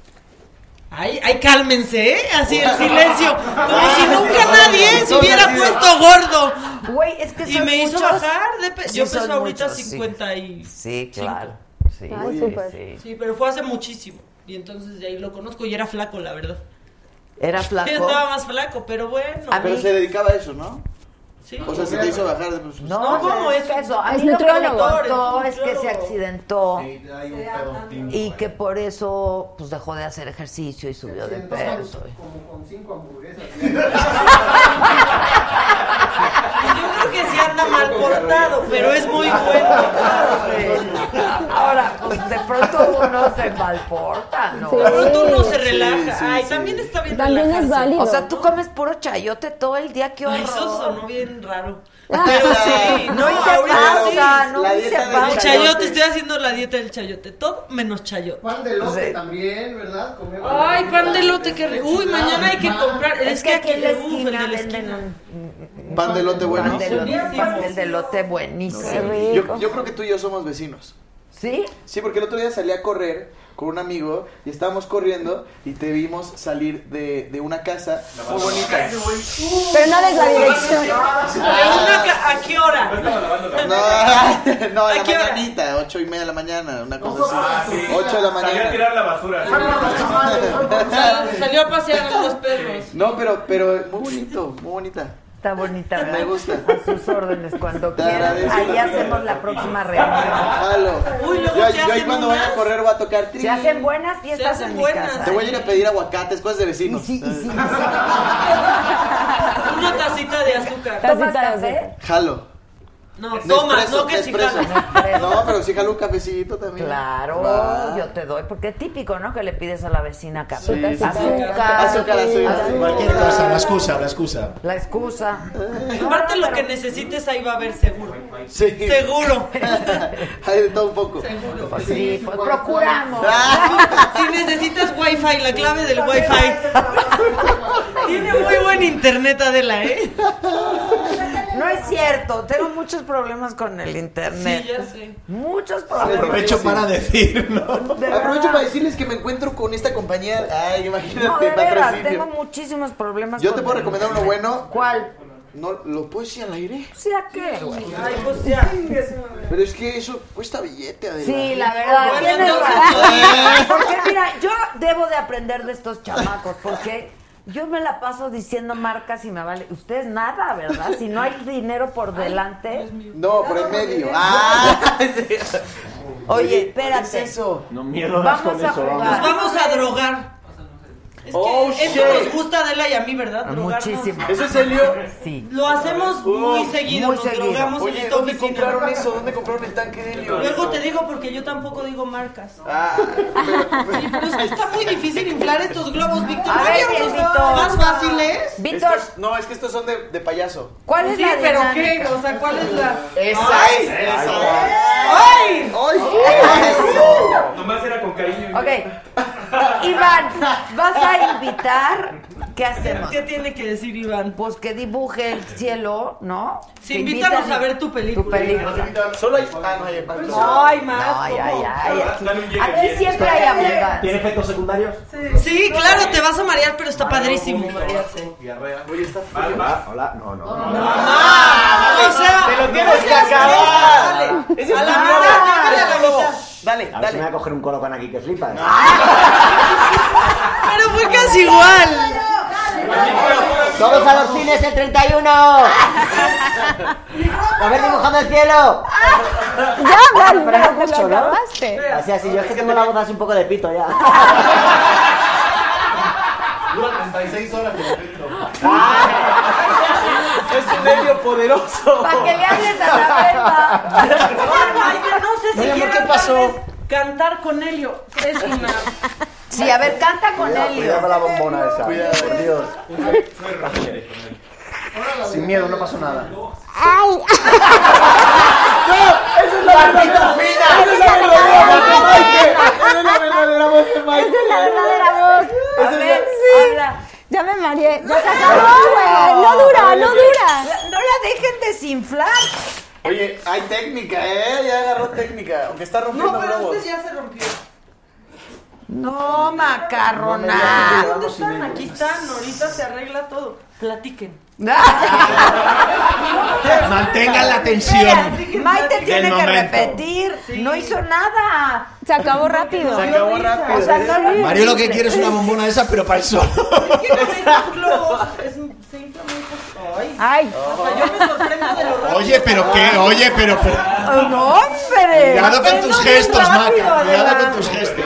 Ay, ay, cálmense, ¿eh? Así el silencio. Como si nunca nadie se hubiera puesto gordo. Güey, es que Y son me hizo muchos. bajar de peso. Sí, Yo son peso ahorita muchos, sí. cincuenta y Sí, cinco. claro. Sí, Ay, sí, súper. sí. Sí, pero fue hace muchísimo. Y entonces de ahí lo conozco y era flaco, la verdad. Era flaco. Estaba más flaco, pero bueno. A Pero mí- se dedicaba a eso, ¿no? Sí. O sea, se te hizo bajar de... Pues, No, No, ¿cómo es es? eso. A Es mí lo que me nutriólogo. contó Es es que se nutriólogo. accidentó Sí, hay un pedo tímido y ahí. que por eso pues dejó de hacer ejercicio y subió de peso. Como con cinco hamburguesas. Yo creo que sí anda mal cortado, pero es muy bueno. Ahora, pues de pronto uno se malporta, ¿no? Sí. De pronto uno se Sí, relaja. sí, Ay, sí. también está bien También es relajarse. válido. O sea, tú comes puro chayote todo el día, qué horror. Ay, eso sonó bien raro. Pero sí, no, No hice ahorita pausa, sí. no La hice dieta del El pausa. chayote, estoy haciendo la dieta del chayote. Todo menos chayote. Pan de lote Sí. también, ¿verdad? Comemos Ay, pan de lote, qué rico. Uy, mañana hay que comprar. Es que aquí en la uf, el esquina de la venden esquina. un Pan de lote bueno. pan de lote, un Buenísimo. pastel de lote buenísimo. Yo, yo creo que tú y yo somos vecinos. ¿Sí? Sí, porque el otro día salí a correr con un amigo y estábamos corriendo y te vimos salir de, de una casa muy bonita. Pero no des la dirección. ¿De una ca- ¿A qué hora? No, no, ¿A en la qué hora? mañanita, ocho y media de la mañana, una cosa así. Ocho de la Salió a mañana. tirar la basura. Sal- Salió a pasear a los perros. No, pero, pero muy bonito, muy bonita. Está bonita, ¿verdad? Me gusta. A sus órdenes, cuando Te quieran. agradezco. Ahí hacemos la próxima reunión. Jalo. Uy, luego Yo, se yo ahí hacen cuando vaya a unas- correr voy a tocar tri. Se hacen buenas fiestas hacen en mi buenas. casa. Te voy a ir a pedir aguacates, cosas de Y vecinos. sí, y sí, y sí. Una tacita de azúcar. ¿Tomas Tacita de café? Jalo. No, tomas, no que si Nespresso. jalas. No, pero sí jalo un cafecito también. Claro, Va. yo te doy, porque es típico, ¿no? Que le pides a la vecina café. Sí, sí, sí. azúcar, Azúcar, azúcar. Cualquier cosa, la excusa, la excusa. La excusa. Aparte lo pero- que necesites ahí va a haber seguro. Sí. Seguro. Hay de todo un poco. Seguro. Pues sí, pues procuramos. Si necesitas wifi, la clave del wifi. Tiene muy buen internet, Adela, ¿eh? No es cierto, tengo muchos problemas con el internet. Sí, ya sé. Muchos problemas. Aprovecho para decir, ¿no? De Aprovecho verdad. para decirles que me encuentro con esta compañía. Ay, imagínate, No, de veras, patrocinio. tengo muchísimos problemas Yo con te puedo el recomendar uno internet. bueno. ¿Cuál? No, ¿lo puedo decir al aire? Sí, ¿a qué, güey? Ay, pues ya. Pero es que eso cuesta billete, Adela. Sí, la verdad, Bueno, tienes entonces- razón. Porque mira, yo debo de aprender de estos chamacos, porque yo me la paso diciendo marcas y me vale. Ustedes nada, ¿verdad? Si no hay dinero por delante. No, por el medio. Ah, sí. Oye, espérate. ¿Qué es eso? No miedo Vamos con a eso, jugar. Nos vamos a drogar. Es que Oh, eso shit. nos gusta a Adela y a mí, ¿verdad? Drogarnos. Muchísimo. ¿Eso es Helio? Sí. Lo hacemos muy Uf, seguido, muy nos seguido. drogamos en Oye, esta ¿dónde oficina. compraron eso? ¿Dónde compraron el tanque de Helio? Luego te digo porque yo tampoco digo marcas. Ah, Sí, pero es que está muy difícil inflar estos globos, Víctor. A ¿No ver, había unos Víctor. más fáciles? Víctor, estos- no, es que estos son de, de payaso. ¿cuál es Sí, la pero dinámica? ¿qué? O sea, ¿cuál es la...? Esa es. Esa. ¡Ay! ¡Ay! Nomás era con cariño. Ok. Iván, vas a invitar. ¿Qué hacemos? ¿Qué tiene que decir Iván? Pues que dibuje el cielo, ¿no? Sí, Que invítanos inviten- a ver tu película. Tu película. Solo hay. Ah, no hay más. No hay más. No, ay, ay, ay. Dale un llegue Aquí bien. siempre hay abundancia. ¿Tiene efectos secundarios? Sí, claro, te vas a marear, pero está padrísimo. Diarrea. Oye, está frío. Hola, hola. No, no. no. Ah, o sea, ¡Te lo tienes que seas acabar! feliz. Ese es A tu la globo. mitad, llévale a la Ese es tu globo. mitad. Dale, A ver si dale. me voy a coger un colocón aquí que flipas. Pero fue casi igual. ¡Todos a los cines el treinta y uno! ¡A ver dibujando el cielo! Ya, vale, Pero no te mucho, lo ¿no? acabaste. Así, así, yo es que tengo la voz así un poco de pito ya. Dura treinta y seis horas de efecto. Es un Helio poderoso. Para que le hables a la verba. Ay, yo no sé si Oye, amor, quieras ¿qué pasó? tal vez cantar con Helio. Es una... Sí, a ver, canta con Cuidado, cuidado Helio. con la bombona esa. Cuidado. Por Dios. Sin miedo, no pasó nada. Ay, ¡Esa es la verdadera fina! ¡Esa es la verdadera voz de Maite! ¡Esa es la verdadera voz de Maite! esa es la verdadera voz. A ver, habla. Ya me mareé. Ya se acabó, güey. No dura, no dura. No la dejen desinflar. Oye, hay técnica, ¿eh? Ya agarró técnica. Aunque está rompiendo No, pero globos. este ya se rompió. No, macarrona. ¿Dónde están? Aquí están. Ahorita se arregla todo. Platiquen. Mantengan la tensión. Maite tiene Del que momento. repetir. No hizo nada. Se acabó rápido. Se acabó rápido. O sea, no lo Mario lo que hizo. quiere es una bombona esa, pero para el sol. Es que con estos globos es, se infla muy poco. Ay, Ay. Hasta yo me sorprendo de lo rápido. Oye, pero qué, oye, pero... pero... No, hombre. Cuidado con tus gestos, Maca. Cuidado Adela. con tus gestos.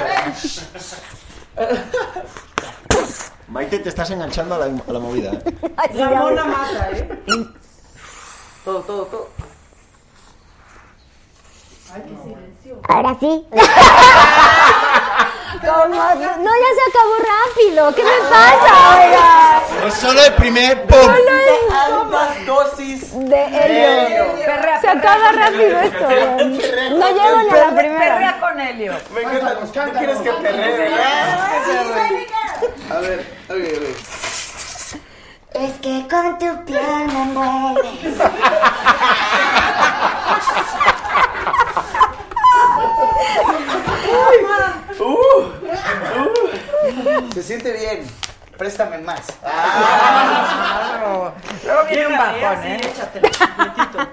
Maite, te estás enganchando a la, a la movida. ¿eh? La mona mata, ¿eh? Todo, todo, todo. Ay, qué silencio. Ahora sí. ¿Cómo? No, ya se acabó rápido. ¿Qué me pasa, oiga? Es solo el primer pum. Altas dosis De helio. Perrea, Se acaba rápido esto. No llego ni a la primera. Perrea con Helio. Venga, ¿tú quieres que perree? A ver, ok, ok. Es que con tu piel me envuelves. Uh, uh, se siente bien. Préstame más. Claro. Luego viene un bajón, ¿eh? Échatelo, completito.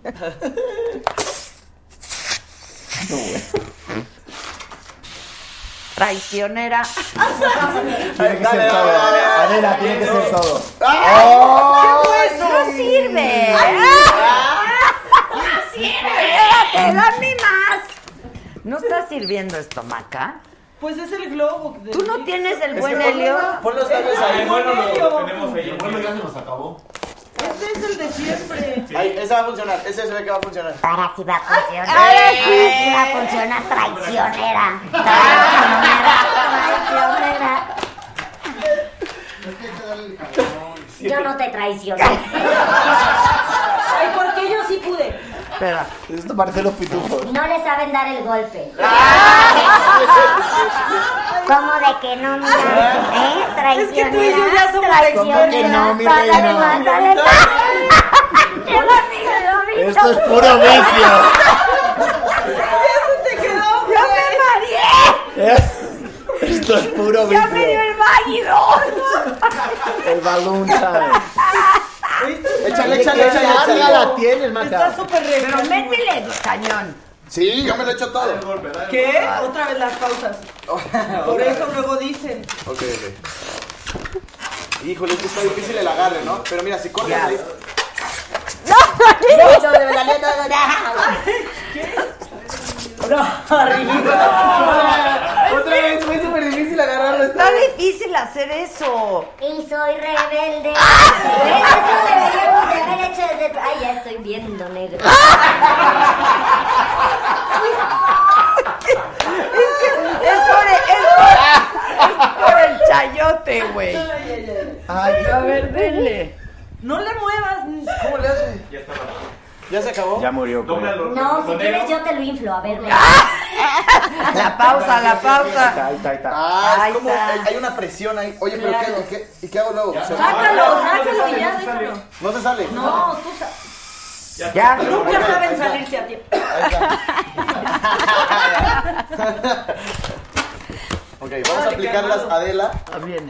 Traicionera. Tiene que ser todo. Adela, tiene que ser todo. ¿Qué fue eso? No sirve. No sirve. Espérate, dame más. ¿No está sirviendo esto, Maca? Pues es el globo. ¿Tú no tienes el Es buen que pon- Helio? Pon los labios ahí. Bueno, lo tenemos ahí. El bueno ya se nos acabó. Este es el de siempre. Ahí, ese va a funcionar. Ese se ve que va a funcionar. Ahora sí va a funcionar. Ahora sí va a funcionar, traicionera. Traicionera. Yo no te traicioné. Ay, porque yo sí pude. Espera. Esto parece los pitufos. No le saben dar el golpe. ¿Cómo de que no, mira? ¿Eh? Traicionera. Es que tú y yo ya somos traicionera. ¿Cómo que no, mi Dale reina? más, dale más. Qué bonito, bonito. Esto es puro vicio. Eso te quedó. ¡Ya me mareé! Esto es puro ¡Ya me dio vicio. el válido! El balloon time. Échale, échale, échale. Ya échale. la tienes, Maca. Está súper Pero recreativo. métele cañón. Sí, yo me lo he hecho todo. ¿Qué? Otra vez las pausas. Por eso luego dicen. Ok, ok. Híjole, es que está difícil el agarre, ¿no? Pero mira, si cortas Ya. ahí. No, ¿qué es eso? Otra vez, fue súper difícil agarrarlo. Está difícil hacer eso. Y soy rebelde. Eso deberíamos de haber hecho desde... Ay, ya estoy viendo negro. Es por el, es por, es por el chayote, güey. Ay, A ver, denle. No le muevas. ¿Cómo le hace? Ya está mal. ¿Ya se acabó? ya murió. No, si quieres yo te lo inflo. A ver, ven. La pausa, la pausa. Ahí está, ahí está. Ah, Ahí es como está. hay, hay una presión ahí. Oye, pero Claro. ¿qué, qué, ¿y qué hago luego? ¿Se- Sácalo, sácalo y ya, déjalo. ¿No se sale? No, tú sa- Ya. Nunca saben salirse a tiempo. Ok, vamos a aplicarlas a Adela. Ah, viene.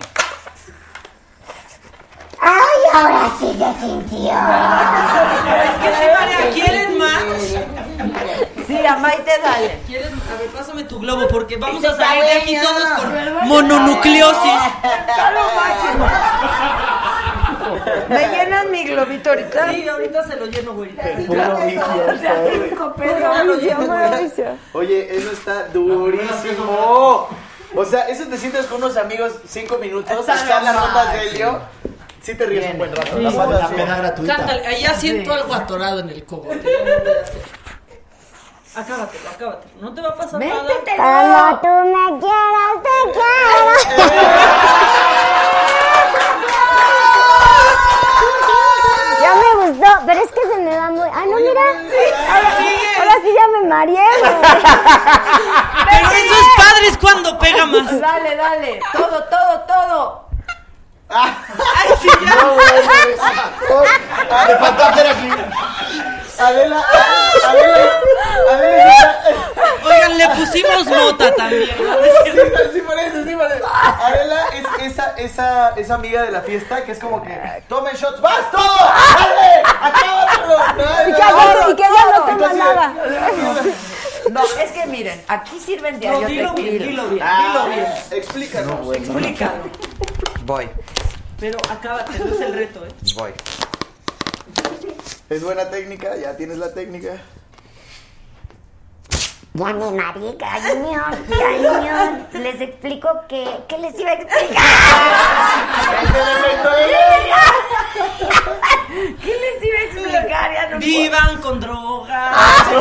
Ay, ahora sí se sintió. Es que sí, María, ¿quieres más? Sí, a Maite dale. ¿Quieres? A ver, pásame tu globo porque vamos a salir de aquí todos con mononucleosis. ¿Me llenas mi globito ahorita? Sí, ahorita se lo lleno, güey. Puro vicio. Puro vicio, puro vicio. Oye, eso está durísimo. O sea, eso te sientes con unos amigos cinco minutos, Está están las normal. rondas de helio. Sí te ríes un buen rato. La pasas La bien. pena gratuita. Cántale, allá siento algo atorado en el cogote. Acábatelo, acábatelo. No te va a pasar nada. Como tú me quieras, te quiero. Ya me gustó, pero es que se me va muy... Ah, no, mira. Ahora, ahora sí ya me mareé, güey. Pero eso es padre, es cuando pega más. Dale, dale. Todo, todo, todo. Ay, sí, ya. No, güey, no, le faltó hacer así. Adela, Adela, Adela. Oigan, le pusimos nota también. Sí, por eso, sí, por eso. Adela es esa, esa, esa amiga de la fiesta que es como que tomen shots, ¡vas todo! ¡Dale! ¡Acábatelo! Y que ella, y que ella no toma Entonces, nada. No, es que miren, aquí sirven No, diario dilo bien, tequila. dilo bien, Ah, dilo bien. explícanos. Explícalo. Voy, Pero acábatelo, es el reto, ¿eh? voy. Es buena técnica, ya tienes la técnica. Ya mi marica, Junior, Junior. Les explico que... ¿Qué les iba a explicar? ¿Qué les iba a explicar? Ya no Vivan puedo. Con drogas.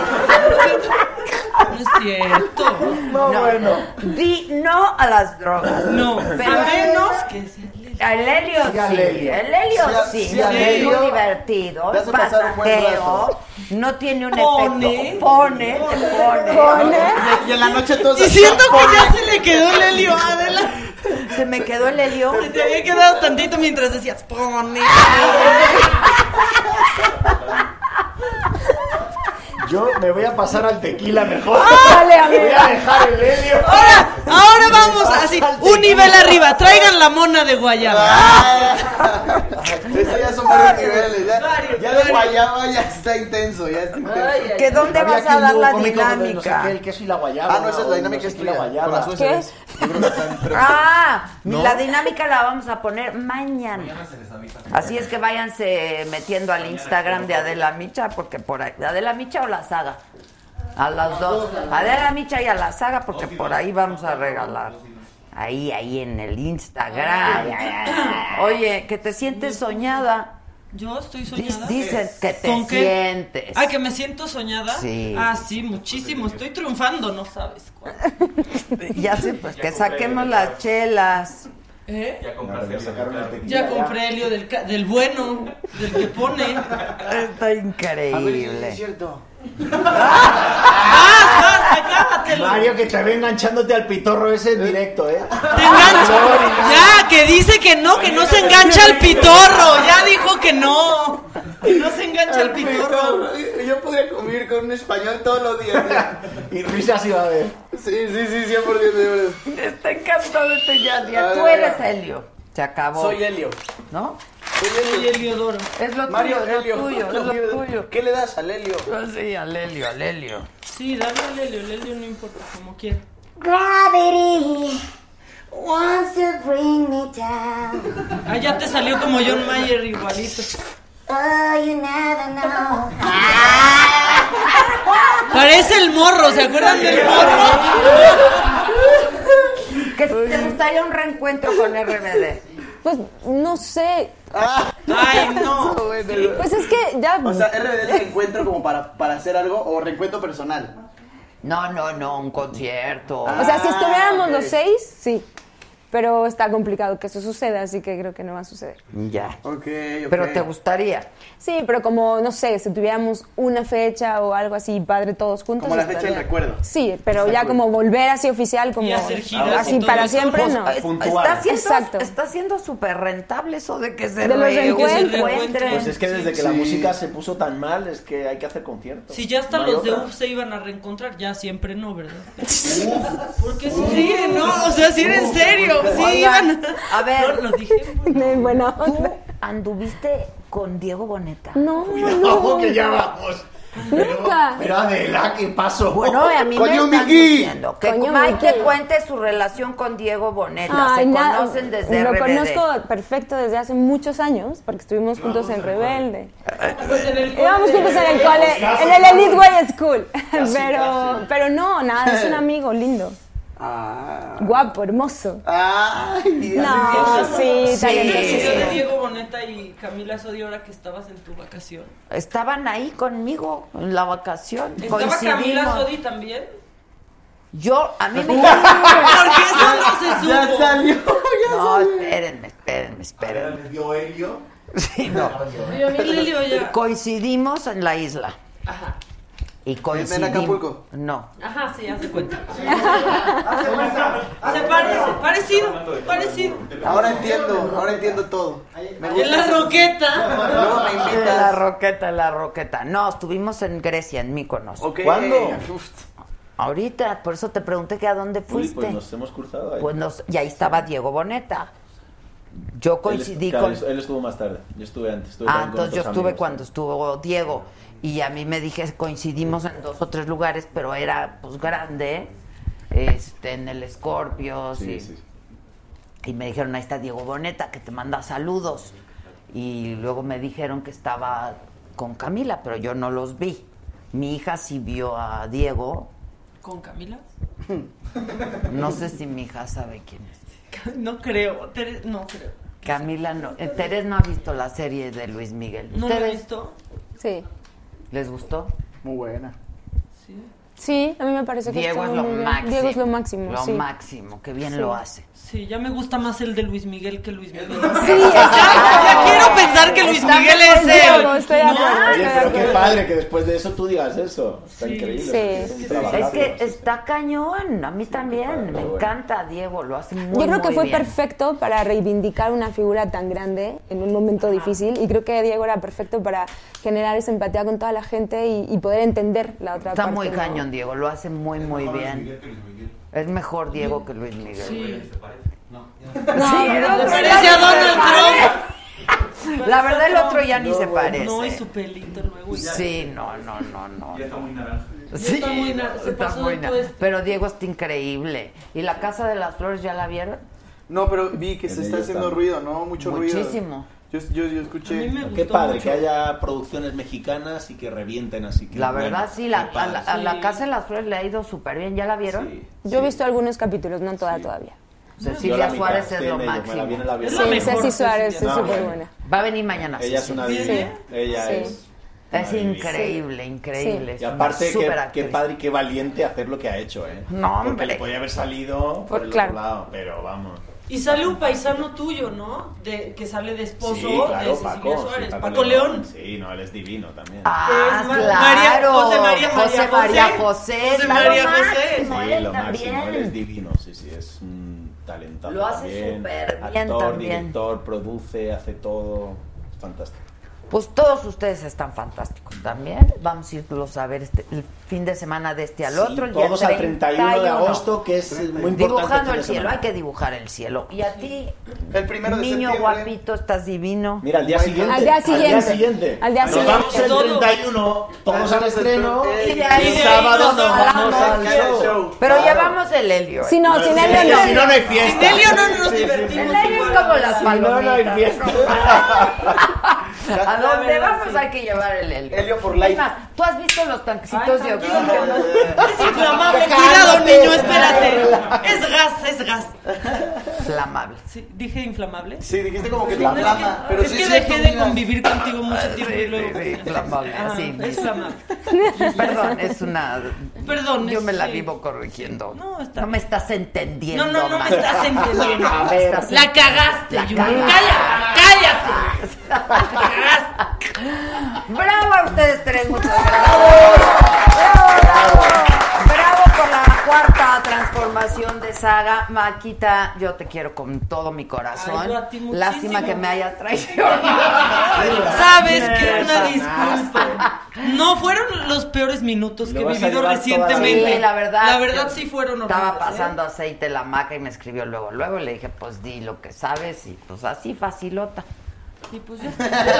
No es cierto. No, no, bueno. Di no a las drogas. No, pero a menos que sea el helio sí, sí. El helio sí, sí, sí, es muy divertido, es pasajero, no tiene un pone, efecto, pone, pone, te pone, pone. Y, y en la noche todos y siento que ya se le quedó el helio, Adela. Se me quedó el helio. Se te había quedado tantito mientras decías pone. Yo me voy a pasar al tequila mejor. Dale, a voy a dejar el helio. Ahora, ahora vamos así, un nivel arriba. Traigan la mona de guayaba. Eso ya son varios niveles. Ya, varios, ya de guayaba ya está intenso. Ya está intenso. Ay, ¿que dónde Había vas a dar la dinámica? No sé qué, el queso y la guayaba. Ah, no, esa es la dinámica no es la guayaba. ¿Qué? Ah, ¿no? La dinámica la vamos a poner mañana. Así es que váyanse metiendo al Instagram de Adela Micha, porque por ahí, ¿de Adela Micha o la saga? A las dos. Adela Micha y a la saga, porque por ahí vamos a regalar. Ahí, ahí en el Instagram. Oye, que te sientes soñada. Yo estoy soñada. Dicen que te ¿Con qué? sientes. Ah, que me siento soñada. Sí. Ah, sí, muchísimo. Estoy triunfando, no sabes cuál. Ya sé, pues que saquemos las chelas. ¿Eh? Ya compraste, sacaron el tequila. Ya compré helio del, del bueno, del que pone. Está increíble. A ver si es cierto. Mario, que te ve enganchándote al pitorro ese en directo, ¿eh? Te engancha. Ya, que dice que no, que no se engancha al pitorro. Ya dijo que no. Que no se engancha al pitorro. Yo podría convivir con un español todos los días. Y risas iba a ver. Sí, sí, sí, cien por ciento. Está encantado este ya. ya. Tú eres Helio. Se acabó. Soy Helio. ¿No? Soy Heliodoro. Es lo Mario, tuyo, Helio. es lo tuyo, es lo tuyo. ¿Qué le das al Helio? Sí, al Helio, al Helio. Sí, dale al helio, el helio no importa, como quiera. Gravity wants to bring me down. Ah, ya te salió como John Mayer igualito. Oh, you never know. Parece el morro, ¿se acuerdan del morro? ¿Que te gustaría un reencuentro con R B D? Pues no sé. Ay, no. Pues es que ya. O sea, R B D es reencuentro como para, para hacer algo o reencuentro personal. No, no, no, un concierto. O sea, si estuviéramos ok. los seis, sí. Pero está complicado que eso suceda, así que creo que no va a suceder. Ya. Ok, ok. Pero te gustaría. Sí, pero como, no sé, si tuviéramos una fecha o algo así, padre, todos juntos. Como la fecha estaría- del recuerdo. Sí, pero Está ya cool. como volver así oficial, como Y hacer giras así y todo para eso. siempre, Pues, no. es- puntual. está siendo, Exacto. está siendo súper rentable eso de que se De los reencuentren. reencuentros. Pues es que desde que la Sí. música se puso tan mal, es que hay que hacer conciertos. Si ya hasta No hay los de otra. U F se iban a reencontrar, ya siempre no, ¿verdad? Porque sí, no, o sea, si era en serio, sí Oigan, iban a ver, No, lo dije. De buena ¿tú onda. anduviste con Diego Boneta? No, Cuidado, no. que ya vamos. Pero, Nunca. pero Adela, ¿qué pasó? Bueno, a mí Coño, me están Miki. diciendo que Coño, Mike te Miki. cuente su relación con Diego Boneta. Ay, Se nada, conocen desde Lo R B D. conozco perfecto desde hace muchos años, porque estuvimos juntos en Rebelde. Pues en el Íbamos juntos en el cole, en el Elite Way School. Pero, pero no, nada, es un amigo lindo. Ah. Guapo, hermoso. Ay, No, sí, Sí. también. el video de Sí. Diego Boneta y Camila Sodi ahora que estabas en tu vacación. Estaban ahí conmigo en la vacación. ¿Estaba Camila Coincidimos. Sodi también? Yo, a mí me... ¿Por qué eso no se supo? Ya salió, ya No, salió. espérenme, espérenme, espérenme. ¿Le dio helio? Sí, no. Yo, mi Lelio, ya. Coincidimos en la isla. Ajá. Y coincidimos... Acapulco? No. Ajá, sí, hace cuenta. Se parece, parecido, parecido. Ahora entiendo, ahora entiendo todo. Me En la roqueta. Luego me En la invitas. roqueta, en la roqueta. No, estuvimos en Grecia, en Mykonos. Ok. ¿Cuándo? Uf. Ahorita, por eso te pregunté que a dónde Uy, fuiste. pues nos hemos cruzado ahí. Pues nos, y ahí estaba Diego Boneta. Yo coincidí él, claro, con... él estuvo más tarde, yo estuve antes. Estuve Ah, también con entonces yo otros estuve amigos. cuando estuvo Diego. Y a mí me dije, coincidimos en dos o tres lugares, pero era pues grande, este, en el Scorpios. Sí, y, sí. y me dijeron, ahí está Diego Boneta, que te manda saludos. y luego me dijeron que estaba con Camila, pero yo no los vi. Mi hija sí vio a Diego. ¿Con Camila? No sé si mi hija sabe quién es. No creo, Tere, no creo. Camila no. Eh, Terés no ha visto la serie de Luis Miguel. ¿No la he visto? Sí. ¿Les gustó? Muy buena. Sí. Sí, a mí me parece que Diego estuvo es lo muy bien. máximo. Diego es lo máximo, Lo sí. máximo, que bien Sí. lo hace. Sí, ya me gusta más el de Luis Miguel que Luis Miguel. Sí, ya, ya quiero pensar que Luis Está Miguel mejor es Diego, él. estoy de acuerdo. Oye, pero qué padre que después de eso tú digas eso. Está Sí, increíble. sí, es un sí, trabajazo. Es que está cañón. A mí también. Me encanta Diego. Lo hace muy, Yo creo que muy fue bien. perfecto para reivindicar una figura tan grande en un momento difícil y creo que Diego era perfecto para generar esa empatía con toda la gente y, y poder entender la otra Está parte. muy ¿no? cañón, Diego. Lo hace muy, muy bien. Es mejor Diego que Luis Miguel. Sí. No, se parece a Donald Trump. La verdad, el otro ya ni No, se parece. No, y su pelito luego. Sí, no, no, no, no. Ya está muy naranja. Sí, está muy na- se está pasó muy de na- tueste. Pero Diego está increíble. ¿Y la Casa de las Flores ya la vieron? No, pero vi que En se ella está haciendo está. ruido, ¿no? Mucho ruido. Muchísimo. Yo, yo, yo escuché. Qué padre que haya producciones mexicanas y que revienten así. Que La bueno, verdad, sí, qué la, a, padre. la, a la Casa de las Flores le ha ido súper bien. ¿Ya la vieron? Yo he visto algunos capítulos, no toda todavía. Cecilia Yo la Suárez mitad, es sí, lo me- me la máximo. vi en el avión. Sí, Ceci Suárez es No, súper bueno. buena. Va a venir mañana. Ella es Ceci. una Sí. divina. Ella Sí. es. Es una divina. increíble, increíble. Y Es una aparte, qué, superactriz. qué padre y qué valiente hacer lo que ha hecho, ¿eh? No, Porque hombre. le podía haber salido por, Por- el claro. otro lado, pero vamos. Y sale un paisano tuyo, ¿no? De, que sale de esposo Sí, claro, de Cecilia Paco. Suárez. sí, Paco, León. Sí, no, él es divino también. Ah, Es Ma- claro. María- José María- José María María José. José. José está María lo José. máximo, Sí, él lo también. máximo, él es divino, sí, sí, es un talentazo Lo hace también. súper bien Actor, también. director, produce, hace todo. Es fantástico. Pues todos ustedes están fantásticos también. Vamos a irlos a ver este, el fin de semana de este al Sí, otro. el día todos al treinta y uno de agosto, que es muy importante Dibujando fin de el cielo, semana. hay que dibujar el cielo. Y a ti, El primero de niño septiembre. guapito, estás divino. Mira, al día siguiente. Al día siguiente. Al día Nos siguiente. vamos el treinta y uno, todos al estreno. Y de Y ahí el sábado nos vamos al al show. Pero Claro. llevamos el helio. ¿eh? Sí, no, sin Sí, Helio no. Si no, no hay fiesta. Sin Helio no nos Sí, sí, divertimos. El helio es igual. como las Si no, no hay palomitas. fiesta. A donde verdad, vamos sí. hay que llevar el helio. Helio for Es life. más, ¿tú has visto los tanquecitos de Ay, oxígeno? Es inflamable, cuidado niño, espérate. Es gas, es gas. Inflamable. Sí, dije inflamable. Sí, dijiste como que te No, es inflama. que, Pero es sí que es dejé cierto, de mira. convivir contigo mucho tiempo y luego. Sí, inflamable, Ajá, así. es inflamable. Perdón, es una... Perdón, Yo es- me la sí. vivo corrigiendo. No, está No me estás entendiendo. No, no, no me Magda. estás entendiendo. A ver, estás La ent- cagaste, La Yuri. cagaste. Cállate, cállate. La cagaste. Bravo a ustedes tres, muchas gracias. Bravo, bravo. Bravo por la cuarta transformación de Saga. Maquita, yo te quiero con todo mi corazón. Ay, yo a ti muchísimo. Lástima que me haya traicionado. Sabes que una disculpa. No fueron los peores minutos que Lo he vas a vivido llevar recientemente. Sí, la verdad. La verdad sí fueron horribles. Estaba ¿eh? pasando aceite en la maca y me escribió luego. Luego le dije, pues di lo que sabes y pues así facilota. Y pues ya.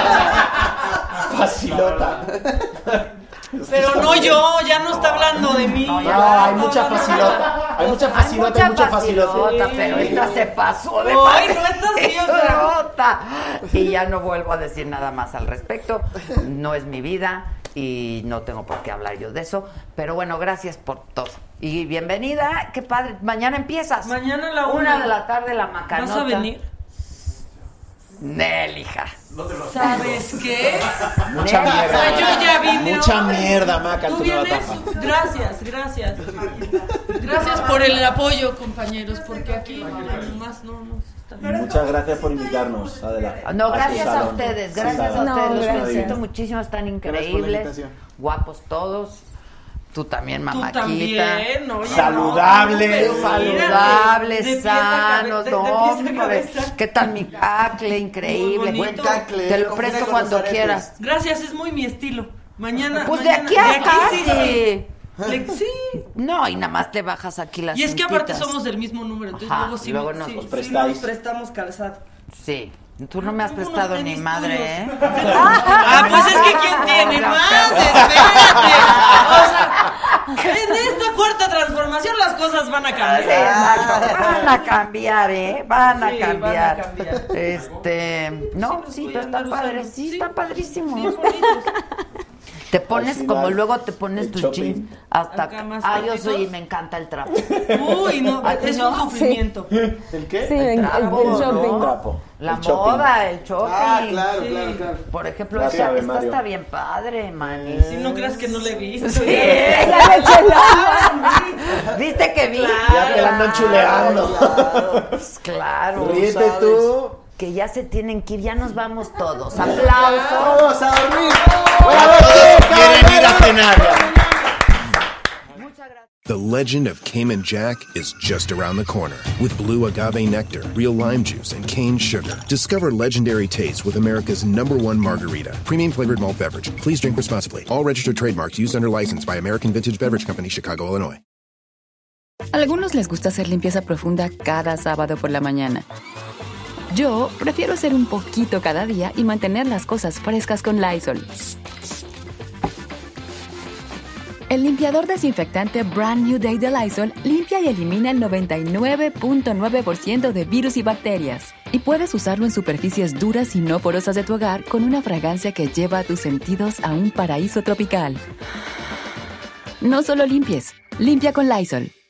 Facilota. Pero no yo, ya no está hablando de mí. No, No, ya hay mucha facilota. Hay mucha facilota, hay mucha facilota. pero esta se pasó de Ay, no estás así, o sea. facilota. Y ya no vuelvo a decir nada más al respecto. No es mi vida y no tengo por qué hablar yo de eso. Pero bueno, gracias por todo. Y bienvenida, qué padre. Mañana empiezas. Mañana a la una. una. de la tarde la macanota. ¿Vas a venir? Nel, hija. ¿Sabes qué? Mucha O sea, mierda. yo ya vine. Mucha hoy. mierda, Maca, en ¿Tú tu nueva vienes? etapa. Gracias, gracias. Gracias por el apoyo, compañeros, porque aquí más no nos está. Muchas gracias por invitarnos, Adela. No, tu gracias a salón. ustedes, Sí, gracias a salón. ustedes, No, los gracias. felicito muchísimo, están Gracias por la increíbles, invitación. guapos todos, tú también, Tú mamáquita. también, oye, Saludables, no, Saludables, de pies a sanos, cabe- de- de no, pies a hombre. cabeza. ¿Qué tal mi cacle? Increíble. Muy bonito. Buen cacle. Te lo combina presto con cuando los aretes. quieras. Gracias, es muy mi estilo. Mañana. Pues de mañana- aquí a de casi. sí, sí. Le- sí. No, y nada más te bajas aquí las Y es que aparte cintitas. somos del mismo número, entonces Ajá, luego sí, luego sí, nos- sí os nos prestáis. prestamos calzado. Sí, tú no me has Unos prestado ni tenis madre, tuyos. ¿eh? Ah, pues es que ¿quién tiene más? Espérate. O sea, En esta cuarta transformación las cosas van a cambiar. Exacto, van a cambiar, ¿eh? Van a Sí, cambiar. van a cambiar. Este, no, Sí, sí, los pero voy a están andar padres, usando. sí, Sí. están padrísimos. Bien bonitos. Te pones Al como final, luego te pones el tu shopping. jean hasta Acá más ah, yo cortitos. soy y me encanta el trapo. Uy, no, ¿A ti es no? un sufrimiento. ¿El qué? Sí, el, el, trapo, el ¿no? shopping. Trapo. La El shopping. moda, el shopping. Ah, claro, Sí. claro, claro. Por ejemplo, Gracias, esta, Ave esta Mario. está bien padre, mani. Si no creas que no le he visto. Sí. Ya le chulaban. ¿Viste que vi? Ya te la andan chuleando. Claro, pues claro. Ríete ¿sabes? tú. Que ya se tienen que ir, ya nos vamos todos. ¡Aplausos! Todos a dormir. Quieren ir a cenar. The legend of Cayman Jack is just around the corner. With blue agave nectar, real lime juice, and cane sugar. Discover legendary taste with America's number one margarita. Premium flavored malt beverage. Please drink responsibly. All registered trademarks used under license by American Vintage Beverage Company, Chicago, Illinois. A algunos les gusta hacer limpieza profunda cada sábado por la mañana. Yo prefiero hacer un poquito cada día y mantener las cosas frescas con Lysol. El limpiador desinfectante Brand New Day de Lysol limpia y elimina el noventa y nueve punto nueve por ciento de virus y bacterias. Y puedes usarlo en superficies duras y no porosas de tu hogar con una fragancia que lleva a tus sentidos a un paraíso tropical. No solo limpies, limpia con Lysol.